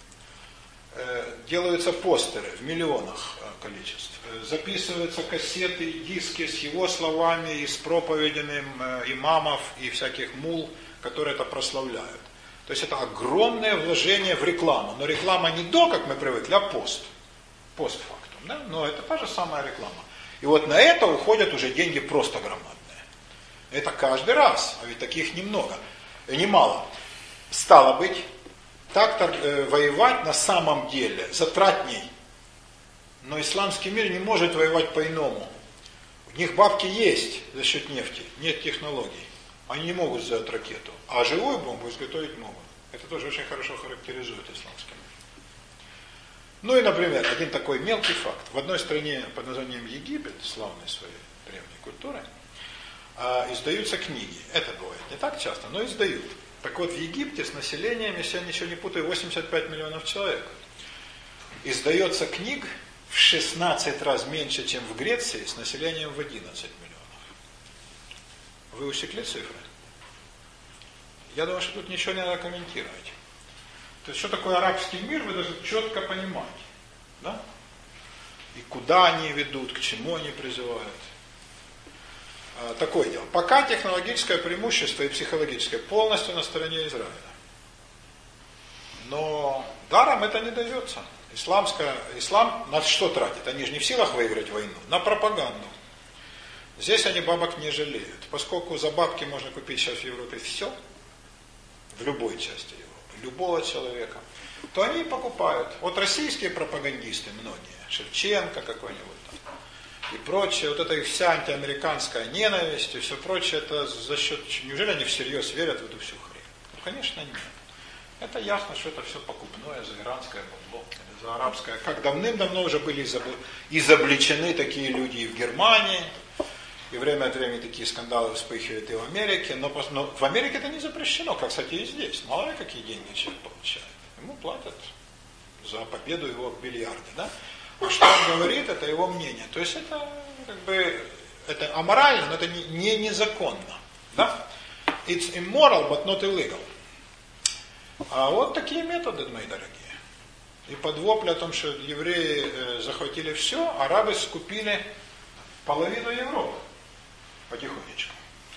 э, делаются постеры в миллионах э, количеств, э, записываются кассеты, диски с его словами и с проповедями э, имамов и всяких мул, которые это прославляют. То есть это огромное вложение в рекламу. Но реклама не до, как мы привыкли, а пост. Постфактум. Да? Но это та же самая реклама. И вот на это уходят уже деньги просто громадные. Это каждый раз, а ведь таких немного, немало. Стало быть, так-то э, воевать на самом деле затратней. Но исламский мир не может воевать по-иному. У них бабки есть за счет нефти, нет технологий. Они не могут сделать ракету. А живую бомбу изготовить могут. Это тоже очень хорошо характеризует исламский мир. Ну и, например, один такой мелкий факт. В одной стране под названием Египет, славной своей древней культурой, издаются книги. Это бывает не так часто, но издают. Так вот, в Египте с населением, если я ничего не путаю, восемьдесят пять миллионов человек. Издается книг в шестнадцать раз меньше, чем в Греции, с населением в одиннадцать миллионов. Вы усекли цифры? Я думаю, что тут ничего не надо комментировать. То есть, что такое арабский мир, вы должны четко понимать. Да? И куда они ведут, к чему они призывают. А, такое дело. Пока технологическое преимущество и психологическое полностью на стороне Израиля. Но даром это не дается. Исламская, ислам на что тратит? Они же не в силах выиграть войну. На пропаганду. Здесь они бабок не жалеют. Поскольку за бабки можно купить сейчас в Европе все, в любой части Европы, любого человека, то они покупают. Вот российские пропагандисты многие, Шевченко какой-нибудь там, и прочее, вот это их вся антиамериканская ненависть и все прочее, это за счет... Неужели они всерьез верят в эту всю хрень? Ну, конечно, нет. Это ясно, что это все покупное, за иранское бабло, или за арабское. Как давным-давно уже были изобличены такие люди и в Германии, и время от времени такие скандалы вспыхивают и в Америке, но, но в Америке это не запрещено, как, кстати, и здесь. Мало ли какие деньги человек получает. Ему платят за победу его в бильярде. Да? А что он говорит, это его мнение. То есть это как бы это аморально, но это не, не незаконно. Да? It's immoral, but not illegal. А вот такие методы, мои дорогие. И под вопль о том, что евреи э, захватили все, арабы скупили половину Европы. Потихонечку.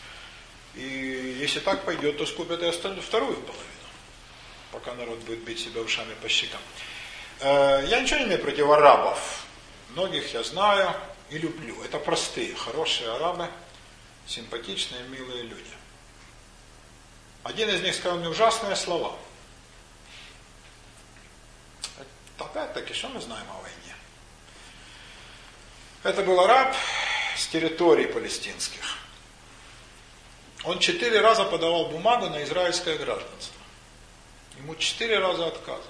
И если так пойдет, то скупят и остальную, вторую половину. Пока народ будет бить себя ушами по щекам. Э, я ничего не имею против арабов. Многих я знаю и люблю. Это простые, хорошие арабы, симпатичные, милые люди. Один из них сказал мне ужасные слова. Опять-таки, что мы знаем о войне? Это был араб с территорий палестинских. Он четыре раза подавал бумагу на израильское гражданство. Ему четыре раза отказывали.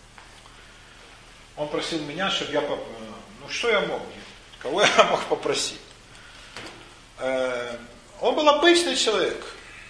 Он просил меня, чтобы я... Поп... Ну, что я мог? Кого я мог попросить? Он был обычный человек.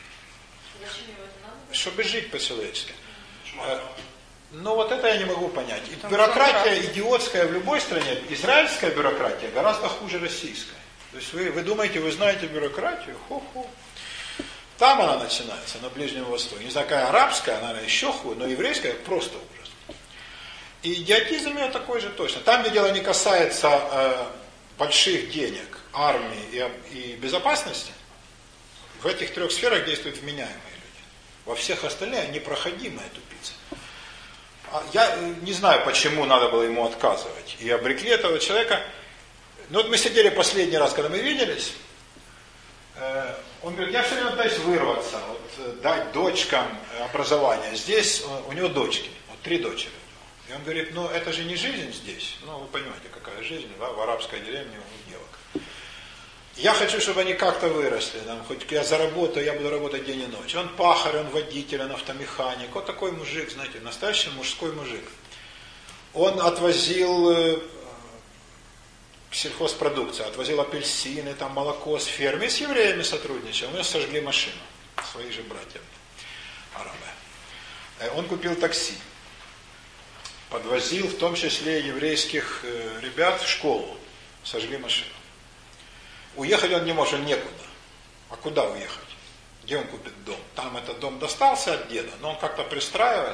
Чтобы жить по-человечески. Но вот это я не могу понять. И бюрократия идиотская в любой стране, израильская бюрократия гораздо хуже российской. То есть вы, вы думаете, вы знаете бюрократию? Ху-ху. Там она начинается, на Ближнем Востоке. Не знаю, какая арабская, она еще хуже, но еврейская просто ужас. И идиотизм ее такой же точно. Там, где дело не касается э, больших денег, армии и, и безопасности, в этих трех сферах действуют вменяемые люди. Во всех остальных непроходимая тупица. Я не знаю, почему надо было ему отказывать. И обрекли этого человека. Ну вот мы сидели последний раз, когда мы виделись, э, он говорит, я все время пытаюсь вырваться, вот, дать дочкам образование. Здесь у него дочки, вот три дочери. И он говорит, ну это же не жизнь здесь. Ну вы понимаете, какая жизнь, да, в арабской деревне у девок. Я хочу, чтобы они как-то выросли. Там, хоть я заработаю, я буду работать день и ночь. Он пахарь, он водитель, он автомеханик. Вот такой мужик, знаете, настоящий мужской мужик. Он отвозил сельхозпродукцию, отвозил апельсины, там молоко с фермы, с евреями сотрудничал. У него сожгли машину, свои же братья, арабы. Он купил такси. Подвозил в том числе еврейских ребят в школу. Сожгли машину. Уехать он не может, он некуда. А куда уехать? Где он купит дом? Там этот дом достался от деда, но он как-то пристраивает.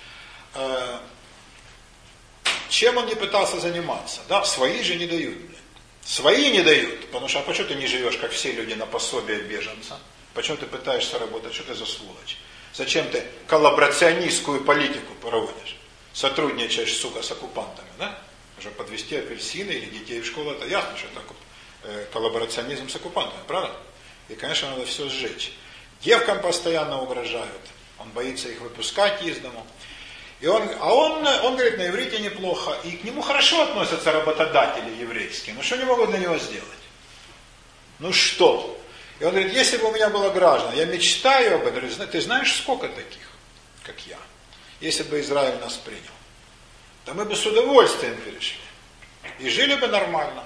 Чем он не пытался заниматься? Да, свои же не дают. Свои не дают. Потому что, а почему ты не живешь, как все люди, на пособие беженца? Почему ты пытаешься работать? Что ты за сволочь? Зачем ты коллаборационистскую политику проводишь? Сотрудничаешь, сука, с оккупантами, да? Уже подвести апельсины или детей в школу, это ясно, что это коллаборационизм с оккупантами, правда? И, конечно, надо все сжечь. Девкам постоянно угрожают. Он боится их выпускать из дому. И он, а он, он говорит на иврите неплохо. И к нему хорошо относятся работодатели еврейские. Ну что они могут для него сделать? Ну что? И он говорит, если бы у меня было граждан, я мечтаю об этом. Ты знаешь, сколько таких, как я? Если бы Израиль нас принял. Да мы бы с удовольствием перешли. И жили бы нормально.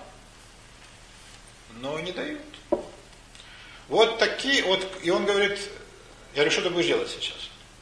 Но не дают. Вот такие, вот, и он говорит, я говорю, что ты будешь делать сейчас?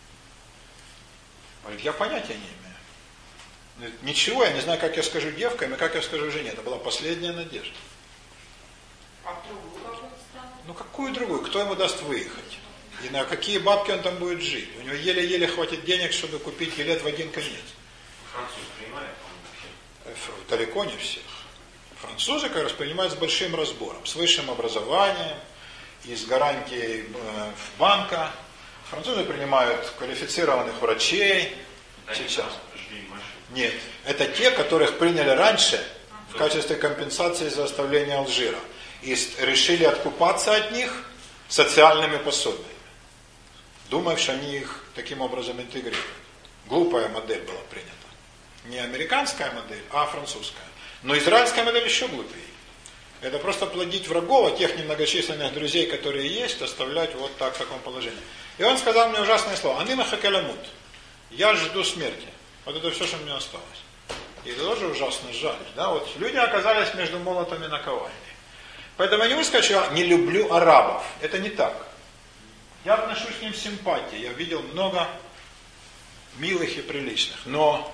Он говорит, я понятия не имею. Говорит, ничего, я не знаю, как я скажу девкам и как я скажу жене. Это была последняя надежда. А в другую какую страну? Ну какую другую? Кто ему даст выехать? И на какие бабки он там будет жить? У него еле-еле хватит денег, чтобы купить билет в один конец. Француз принимает? Далеко не всех. Французы, как раз, принимают с большим разбором, с высшим образованием и с гарантией в банка. Французы принимают квалифицированных врачей. Сейчас. Нет, это те, которых приняли раньше в качестве компенсации за оставление Алжира. И решили откупаться от них социальными пособиями. Думая, что они их таким образом интегрируют. Глупая модель была принята. Не американская модель, а французская. Но израильская модель еще глупее. Это просто плодить врагов, а тех немногочисленных друзей, которые есть, оставлять вот так в таком положении. И он сказал мне ужасное слово. Ани махакалямут. Я жду смерти. Вот это все, что мне осталось. И это тоже ужасно жаль. Да? Вот люди оказались между молотом и наковальней. Поэтому я не могу сказать, что я не люблю арабов. Это не так. Я отношусь к ним с симпатией. Я видел много милых и приличных. Но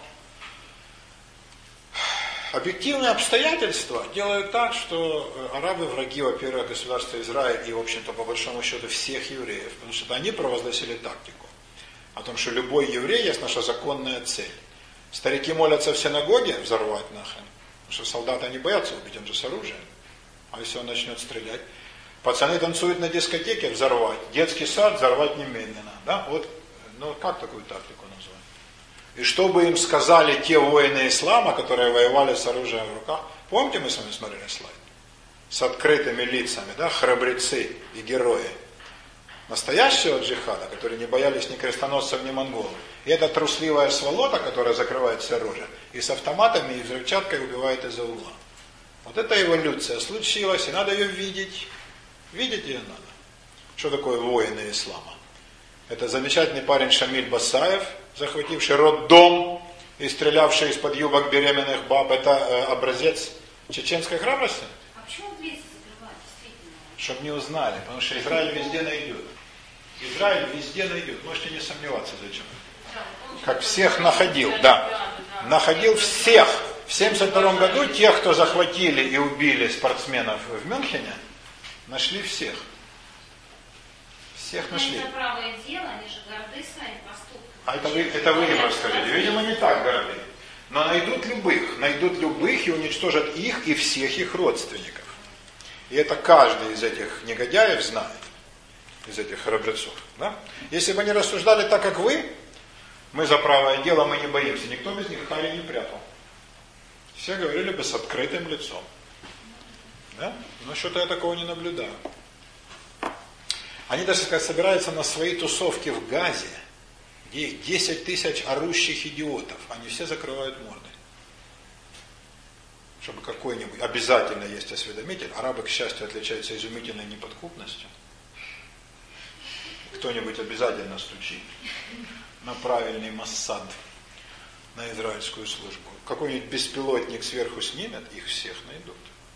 объективные обстоятельства делают так, что арабы враги, во-первых, государства Израиль и, в общем-то, по большому счету, всех евреев. Потому что они провозгласили тактику. О том, что любой еврей есть наша законная цель. Старики молятся в синагоге взорвать нахрен. Потому что солдаты не боятся убить, он же с оружием. А если он начнет стрелять? Пацаны танцуют на дискотеке, взорвать. Детский сад взорвать немедленно. Да? Вот, ну как такую тактику назвать? И чтобы им сказали те воины ислама, которые воевали с оружием в руках. Помните, мы с вами смотрели слайд? С открытыми лицами, да, храбрецы и герои. Настоящего джихада, которые не боялись ни крестоносцев, ни монголов. И это трусливая сволота, которая закрывает все оружие. И с автоматами, и взрывчаткой убивает из-за угла. Вот эта эволюция случилась, и надо ее видеть. Видеть ее надо. Что такое воины ислама? Это замечательный парень Шамиль Басаев, захвативший роддом и стрелявший из-под юбок беременных баб. Это э, образец чеченской храбрости. А почему дверь закрывают, действительно? Чтобы не узнали, потому что Израиль везде найдет. Израиль везде найдет, можете не сомневаться, зачем. Как всех находил, да. Находил всех. В семьдесят втором году тех, кто захватили и убили спортсменов в Мюнхене, нашли всех. Всех нашли. Это правое дело, они же горды своим поступком. А это вы, это вы им расскажите. Видимо, не так горды. Но найдут любых. Найдут любых и уничтожат их и всех их родственников. И это каждый из этих негодяев знает. Из этих храбрецов. Да? Если бы они рассуждали так, как вы, мы за правое дело, мы не боимся. Никто без них хари не прятал. Все говорили бы с открытым лицом. Да? Но что-то я такого не наблюдаю. Они даже, сказать, собираются на свои тусовки в Газе, где их десять тысяч орущих идиотов. Они все закрывают морды. Чтобы какой-нибудь... Обязательно есть осведомитель. Арабы, к счастью, отличаются изумительной неподкупностью. Кто-нибудь обязательно стучит на правильный Моссад, на израильскую службу. Какой-нибудь беспилотник сверху снимет, их всех найдут.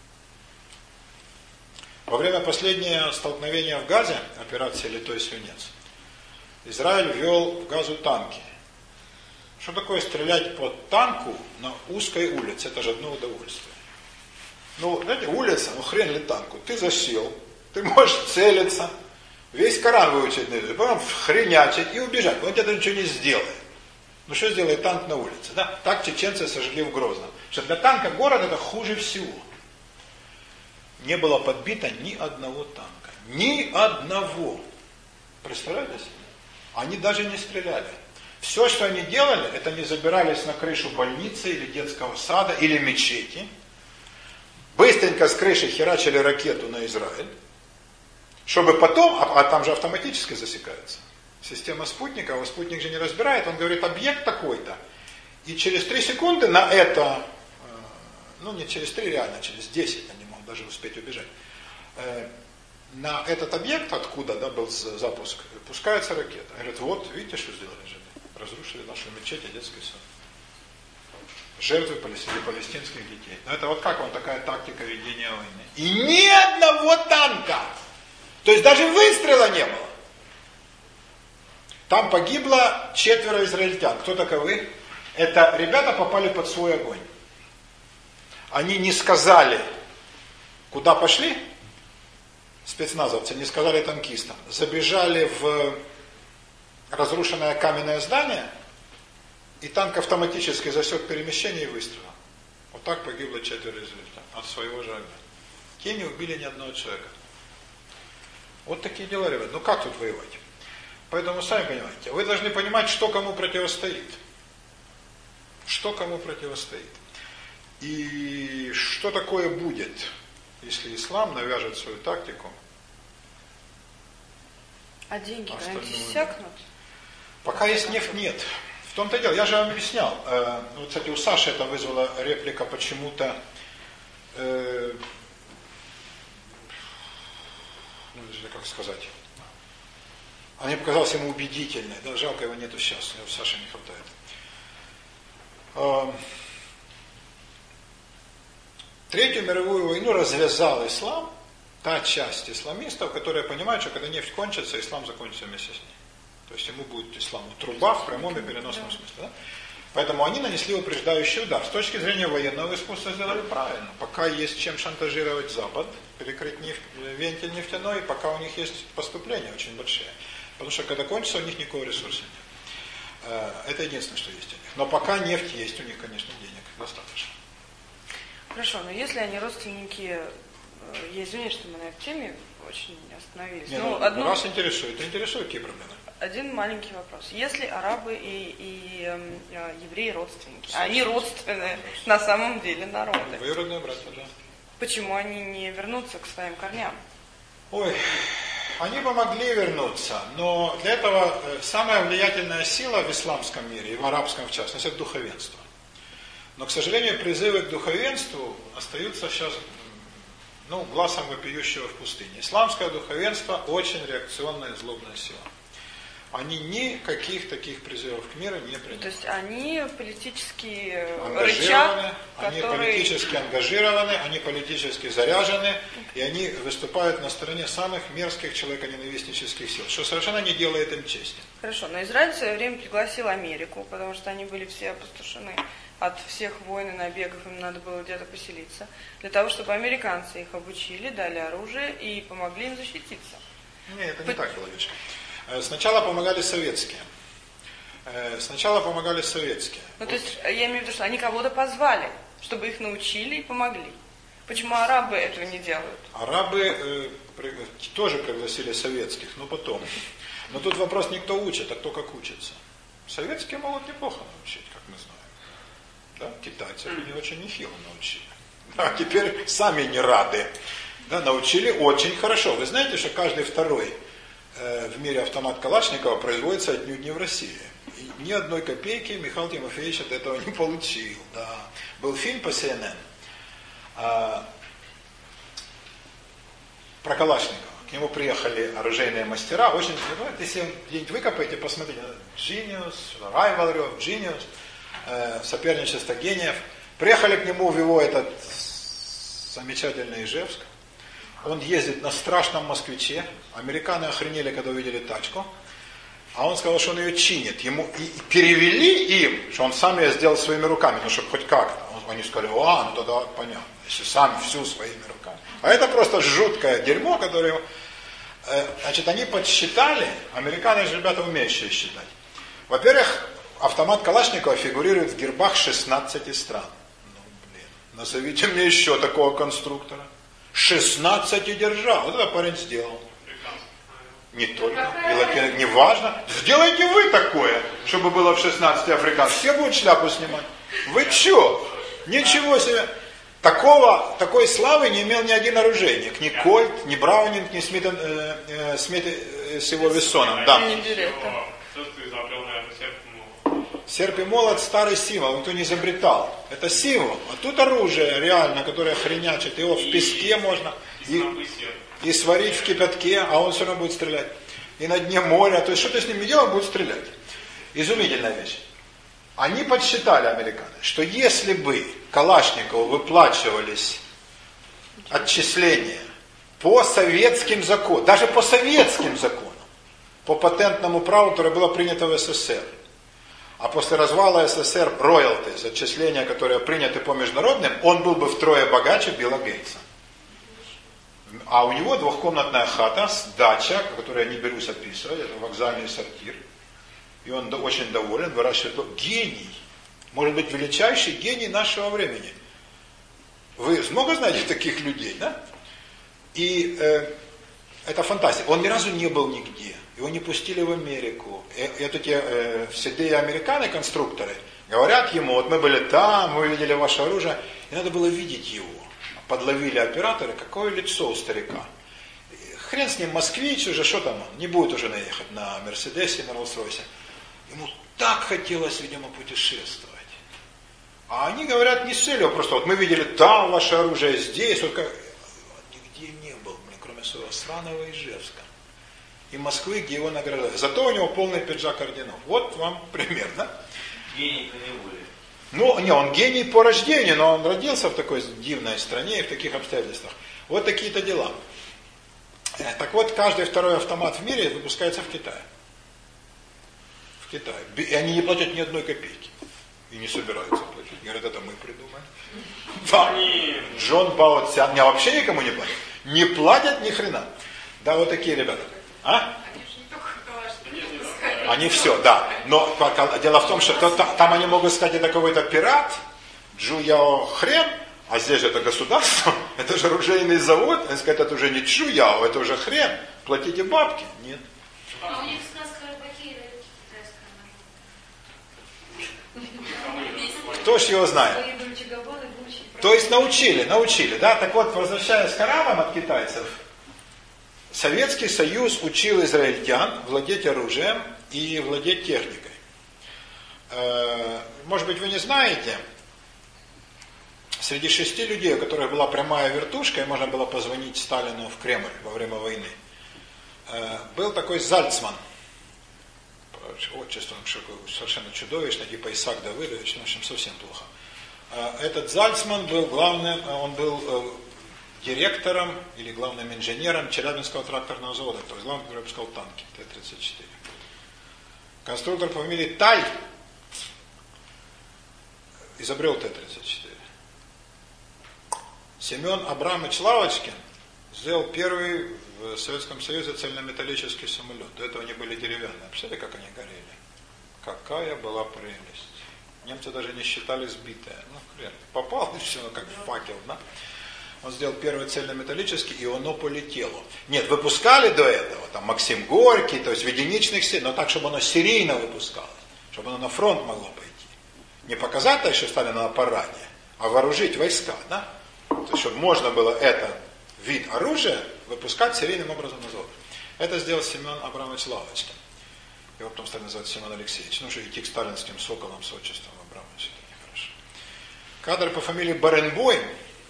Во время последнего столкновения в Газе, операции «Литой свинец», Израиль ввел в Газу танки. Что такое стрелять по танку на узкой улице? Это же одно удовольствие. Ну, знаете, улица, ну хрен ли танку. Ты засел, ты можешь целиться, весь Коран выучить, потом хренячить и убежать. Он тебе ничего не сделает. Ну что сделает танк на улице? Да? Так чеченцы сожгли в Грозном. Что для танка город это хуже всего. Не было подбито ни одного танка. Ни одного. Представляете себе? Они даже не стреляли. Все, что они делали, это они забирались на крышу больницы или детского сада или мечети. Быстренько с крыши херачили ракету на Израиль. Чтобы потом, а, а там же автоматически засекается. Система спутника, а спутник же не разбирает, он говорит, объект такой-то. И через три секунды на это, ну не через три реально, через десять, они могут даже успеть убежать. На этот объект, откуда да, был запуск, пускается ракета. Говорят, вот, видите, что сделали жители? Разрушили нашу мечеть и детский сад. Жертвы палестинских детей. Но это вот как вам такая тактика ведения войны? И ни одного танка! То есть даже выстрела не было. Там погибло четверо израильтян. Кто таковы? Это ребята попали под свой огонь. Они не сказали, куда пошли, спецназовцы, не сказали танкистам. Забежали в разрушенное каменное здание, и танк автоматически засек перемещение и выстрелил. Вот так погибло четверо израильтян от своего же огня. Те не убили ни одного человека. Вот такие дела, ребят. Ну как тут воевать? Поэтому, сами понимаете, вы должны понимать, что кому противостоит. Что кому противостоит. И что такое будет, если ислам навяжет свою тактику. А деньги когда-нибудь иссякнут? Пока есть нефть, нет. В том-то и дело, я же вам объяснял. Вот, кстати, у Саши это вызвало реплика почему-то... Э, ну, как сказать... Она мне показалась ему убедительной. Да, жалко, его нету сейчас, у Саши не хватает. Третью мировую войну развязал ислам, та часть исламистов, которая понимает, что когда нефть кончится, ислам закончится вместе с ней. То есть ему будет исламу труба в прямом и переносном смысле. Да? Поэтому они нанесли упреждающий удар. С точки зрения военного искусства сделали правильно. Пока есть чем шантажировать Запад, перекрыть нефть, вентиль нефтяной, пока у них есть поступления очень большие. Потому что когда кончится, у них никакого ресурса нет. Это единственное, что есть у них. Но пока нефть есть, у них, конечно, денег достаточно. Хорошо, но если они родственники, я извиняюсь, что мы на этой теме очень остановились. Не, ну, ну, одну... Вас интересует, это интересует какие проблемы? Один маленький вопрос. Если арабы и, и э, евреи родственники, а они родственные на самом деле народы. Двоюродные братья, да. Почему они не вернутся к своим корням? Ой, они бы могли вернуться, но для этого самая влиятельная сила в исламском мире, и в арабском в частности, это духовенство. Но, к сожалению, призывы к духовенству остаются сейчас, ну, глазом вопиющего в пустыне. Исламское духовенство очень реакционная и злобная сила. Они никаких таких призывов к миру не принимают. То есть они политический Ангажированы, рычаг, они который... политически ангажированы, они политически заряжены, и они выступают на стороне самых мерзких человеконенавистнических сил, что совершенно не делает им чести. Хорошо, но Израиль в свое время пригласил Америку, потому что они были все опустошены от всех войн и набегов, им надо было где-то поселиться, для того, чтобы американцы их обучили, дали оружие и помогли им защититься. Нет, это не По... так было, видишь. Сначала помогали советские. Сначала помогали советские. Ну, вот. То есть, я имею в виду, что они кого-то позвали, чтобы их научили и помогли. Почему арабы этого не делают? Арабы э, тоже пригласили советских, но потом. Но тут вопрос не кто учит, а кто как учится. Советские могут неплохо научить, как мы знаем. Да? Китайцы не очень нехило научили. А теперь сами не рады. Да, научили очень хорошо. Вы знаете, что каждый второй в мире автомат Калашникова производится отнюдь не в России. И ни одной копейки Михаил Тимофеевич от этого не получил. Да. Был фильм по Си Эн Эн а, про Калашникова. К нему приехали оружейные мастера. Очень, ну, если где-нибудь выкопаете, посмотрите. Genius, Rivalry of Genius, э, соперничество гениев. Приехали к нему в его этот замечательный Ижевск. Он ездит на страшном москвиче. Американцы охренели, когда увидели тачку. А он сказал, что он ее чинит. Ему и перевели им, что он сам ее сделал своими руками, ну, чтобы хоть как-то. Они сказали, а, ну тогда понятно, если сам всю своими руками. А это просто жуткое дерьмо, которое... Значит, они подсчитали, американцы же ребята умеющие считать. Во-первых, автомат Калашникова фигурирует в гербах шестнадцати стран. Ну, блин, назовите мне еще такого конструктора. шестнадцать держав. Вот это парень сделал. Не только. И латин... Не важно. Сделайте вы такое, чтобы было в шестнадцати африканцев. Все будут шляпу снимать. Вы че? Ничего себе. Такого, такой славы не имел ни один оружейник. Ни Кольт, ни Браунинг, ни Смит, э, э, Смит э, с его Вессоном. Да. Серп и молот старый символ, никто не изобретал. Это символ. А тут оружие реально, которое хренячит. Его в песке можно и, и сварить в кипятке, а он все равно будет стрелять. И на дне моря. То есть что ты с ним не делал, он будет стрелять. Изумительная вещь. Они подсчитали, американцы, что если бы Калашникову выплачивались отчисления по советским законам, даже по советским законам, по патентному праву, которое было принято в СССР, а после развала СССР роялти, отчисления, которые приняты по международным, он был бы втрое богаче Билла Гейтса. А у него двухкомнатная хата, дача, которую я не берусь описывать, это вокзальный сортир. И он очень доволен, выращивает. Гений. Может быть, величайший гений нашего времени. Вы много знаете таких людей, да? И э, это фантастика. Он ни разу не был нигде. Его не пустили в Америку. И, и вот эти э, седые американы-конструкторы говорят ему, вот мы были там, мы видели ваше оружие, и надо было видеть его. Подловили операторы, какое лицо у старика. Хрен с ним, москвич уже, что там он? Не будет уже наехать на Мерседесе, на Роллс-Ройсе. Ему так хотелось, видимо, путешествовать. А они говорят не с целью, просто вот мы видели там ваше оружие, здесь, вот как... Нигде не был, блин, кроме своего сраного Ижевска. И Москвы, где его награждали. Зато у него полный пиджак орденов. Вот вам пример, да? Гений по неволе. Ну, не, он гений по рождению, но он родился в такой дивной стране и в таких обстоятельствах. Вот такие-то дела. Так вот, каждый второй автомат в мире выпускается в Китае. В Китае. И они не платят ни одной копейки. И не собираются платить. Говорят, это мы придумаем. Да. Джон Бао Цзян. Не, вообще никому не платят. Не платят ни хрена. Да, вот такие ребята. А? Они все, да. Но дело в том, что там они могут сказать, это какой-то пират, Джу Яо хрен, а здесь же это государство, это же оружейный завод. Они скажут, это уже не Джу Яо, это уже хрен. Платите бабки. Нет. А у них сказка рыбаки дают китайская. Кто ж его знает? То есть научили, научили, да? Так вот, возвращаясь к арабам от китайцев, Советский Союз учил израильтян владеть оружием и владеть техникой. Может быть, вы не знаете, среди шести людей, у которых была прямая вертушка, и можно было позвонить Сталину в Кремль во время войны, был такой Зальцман. отчество совершенно чудовищное, типа Исаак Давыдович, ну, в общем, совсем плохо. Этот Зальцман был главным, он был директором или главным инженером Челябинского тракторного завода, то есть главный, который выпускал танки Т тридцать четыре. Конструктор по фамилии Таль изобрел Т тридцать четыре. Семен Абрамович Лавочкин сделал первый в Советском Союзе цельнометаллический самолет. До этого они были деревянные. Представляете, как они горели? Какая была прелесть. Немцы даже не считали сбитое. Ну, хрен, попал, и все, как факел, да? Он сделал первый цельнометаллический, и оно полетело. Нет, выпускали до этого, там Максим Горький, то есть в единичных сериях, но так, чтобы оно серийно выпускалось, чтобы оно на фронт могло пойти. Не показать, так, что стали на параде, а вооружить войска, да? То есть, чтобы можно было этот вид оружия выпускать серийным образом на завод. Это сделал Семен Абрамович Лавочкин. Его потом стали называть Семен Алексеевич. Ну, что идти к сталинским соколам с отчеством Абрамович, это нехорошо. Кадр по фамилии Баренбойм.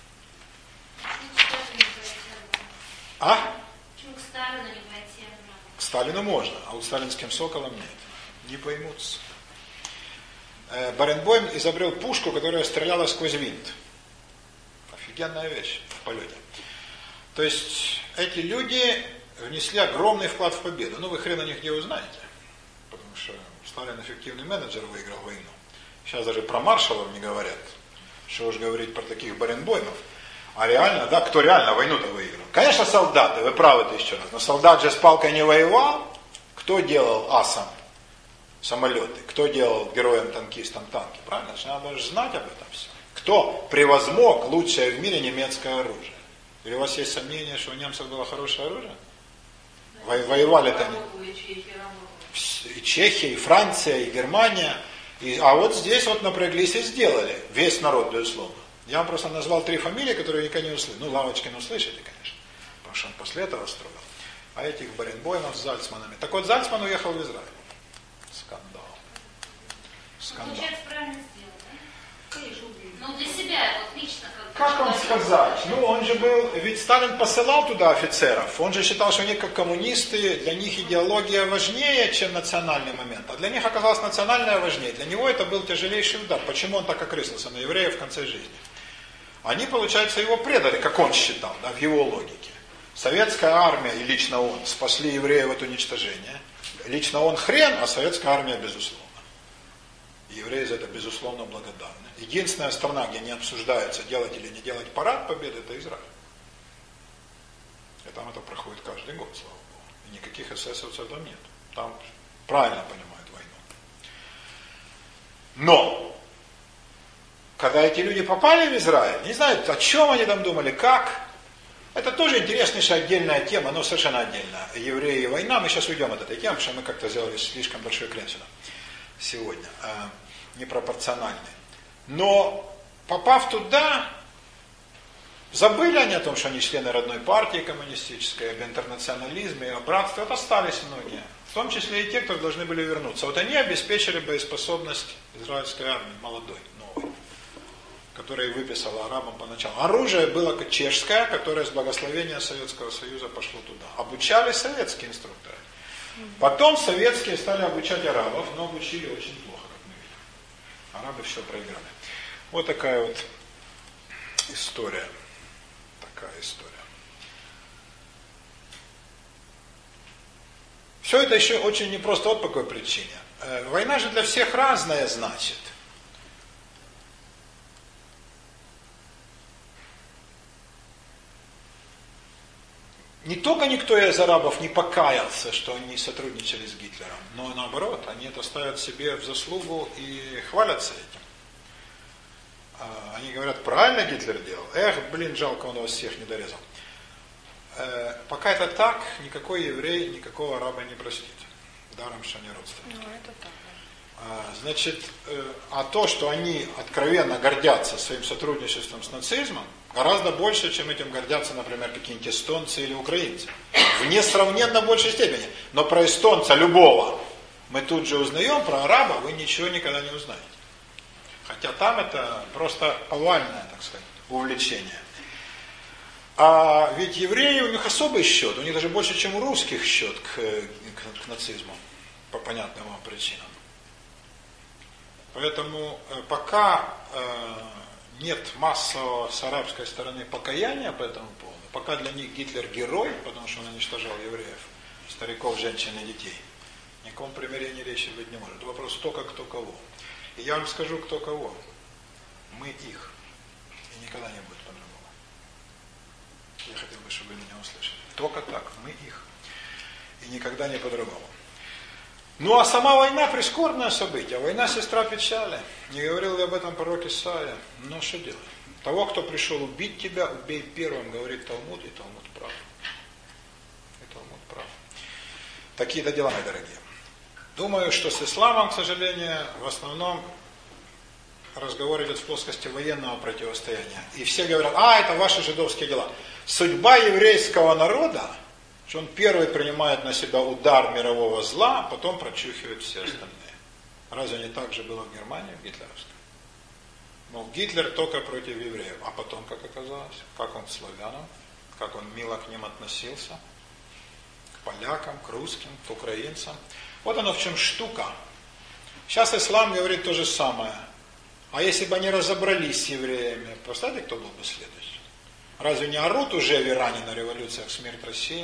А? Почему к Сталину не пойти? К Сталину можно, а вот сталинским соколам нет. Не поймутся. Баренбойм изобрел пушку, которая стреляла сквозь винт. Офигенная вещь в полете. То есть эти люди внесли огромный вклад в победу. Ну, вы хрен о них где узнаете. Потому что Сталин эффективный менеджер, выиграл войну. Сейчас даже про маршалов не говорят. Что уж говорить про таких Баренбоймов. А реально, да, кто реально войну-то выиграл? Конечно, солдаты, вы правы тысячу раз. Но солдат же с палкой не воевал. Кто делал асом самолеты? Кто делал героем-танкистом танки? Правильно? Надо же знать об этом все. Кто превозмог лучшее в мире немецкое оружие? Или у вас есть сомнения, что у немцев было хорошее оружие? Во- воевали-то они. И Чехия, и Франция, и Германия. И, а вот здесь вот напряглись и сделали. Весь народ, безусловно. Я вам просто назвал три фамилии, которые никогда не услышали. Ну, Лавочкин услышали, конечно. Потому что он после этого строил. А этих Баренбоймов с Зальцманами. Так вот, Зальцман уехал в Израиль. Скандал. Скандал. Получается, правильно сделал, да? Конечно, ну, для себя, вот лично. Как вам сказать? Ну, он же был, ведь Сталин посылал туда офицеров, он же считал, что они как коммунисты, для них идеология важнее, чем национальный момент, а для них оказалось национальное важнее. Для него это был тяжелейший удар. Почему он так окрысился на евреев в конце жизни? Они, получается, его предали, как он считал, да, в его логике. Советская армия и лично он спасли евреев от уничтожения. Лично он хрен, а советская армия безусловно. Евреи за это безусловно благодарны. Единственная страна, где не обсуждается, делать или не делать парад победы, это Израиль. И там это проходит каждый год, слава Богу. И никаких эсэсовцев там нет. Там правильно понимают войну. Но, когда эти люди попали в Израиль, не знаю, о чем они там думали, как. Это тоже интереснейшая отдельная тема, но совершенно отдельная. Евреи и война, мы сейчас уйдем от этой темы, потому что мы как-то сделали слишком большой крен сюда сегодня, э, непропорциональный. Но, попав туда, забыли они о том, что они члены родной партии коммунистической, об интернационализме, о братстве, вот остались многие. В том числе и те, кто должны были вернуться. Вот они обеспечили боеспособность израильской армии, молодой, новой, которая выписала арабам поначалу. Оружие было чешское, которое с благословения Советского Союза пошло туда. Обучали советские инструкторы. Потом советские стали обучать арабов, но обучили очень плохо, как мы видим. Арабы все проиграли. Вот такая вот история. Такая история. Все это еще очень непросто вот по какой причине. Война же для всех разная, значит. Не только никто из арабов не покаялся, что они сотрудничали с Гитлером, но наоборот, они это ставят себе в заслугу и хвалятся этим. Они говорят, правильно Гитлер делал? Эх, блин, жалко, он вас всех не дорезал. Пока это так, никакой еврей, никакого араба не простит. Даром, что они родственники. Ну, это так. Значит, а то, что они откровенно гордятся своим сотрудничеством с нацизмом, гораздо больше, чем этим гордятся, например, какие-нибудь эстонцы или украинцы. В несравненно большей степени. Но про эстонца любого мы тут же узнаем, про араба вы ничего никогда не узнаете. Хотя там это просто повальное, так сказать, увлечение. А ведь евреи, у них особый счет, у них даже больше, чем у русских счет к, к, к нацизму. по понятным вам причинам. Поэтому пока нет массового с арабской стороны покаяния по этому поводу, пока для них Гитлер герой, потому что он уничтожал евреев, стариков, женщин и детей, ни о каком примирении речи быть не может. Вопрос только кто кого. И я вам скажу, кто кого. Мы их. И никогда не будет по-другому. Я хотел бы, чтобы вы меня услышали. Только так, мы их. И никогда не по-другому. Ну а сама война прискорбное событие. Война сестра печали. Не говорил ли об этом пророк Исаия? Но что делать? Того, кто пришел убить тебя, убей первым, говорит Талмуд, и Талмуд прав. И Талмуд прав. Такие-то дела, мои дорогие. Думаю, что с исламом, к сожалению, в основном разговор идет в плоскости военного противостояния. И все говорят, а, это ваши жидовские дела. Судьба еврейского народа, что он первый принимает на себя удар мирового зла, а потом прочухивает все остальные. Разве не так же было в Германии, в гитлеровской? Мол, Гитлер только против евреев. А потом, как оказалось, как он к славянам, как он мило к ним относился, к полякам, к русским, к украинцам. Вот оно в чем штука. Сейчас ислам говорит то же самое. А если бы они разобрались с евреями, представьте, кто был бы следующий? Разве не орут уже в Иране на революциях смерть России?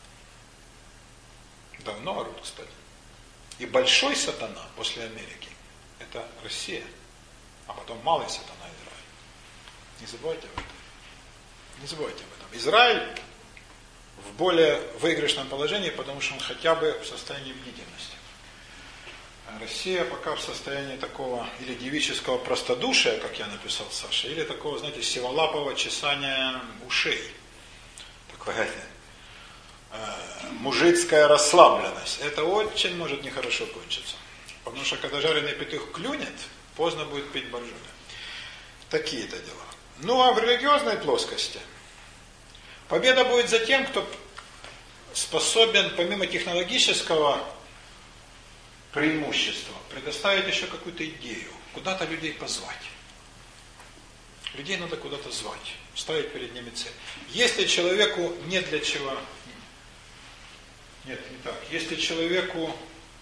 Давно орут, кстати. И большой сатана после Америки – это Россия. А потом малый сатана Израиль. Не забывайте об этом. Не забывайте об этом. Израиль в более выигрышном положении, потому что он хотя бы в состоянии бдительности. А Россия пока в состоянии такого или девического простодушия, как я написал Саше, или такого, знаете, сиволапого чесания ушей. Такое э, мужицкая расслабленность. Это очень может нехорошо кончиться. Потому что когда жареный петух клюнет, поздно будет пить боржоми. Такие-то дела. Ну а в религиозной плоскости победа будет за тем, кто способен, помимо технологического преимущества, предоставить еще какую-то идею, куда-то людей позвать. Людей надо куда-то звать, ставить перед ними цель. Если человеку нет для чего... Нет, не так. Если человеку...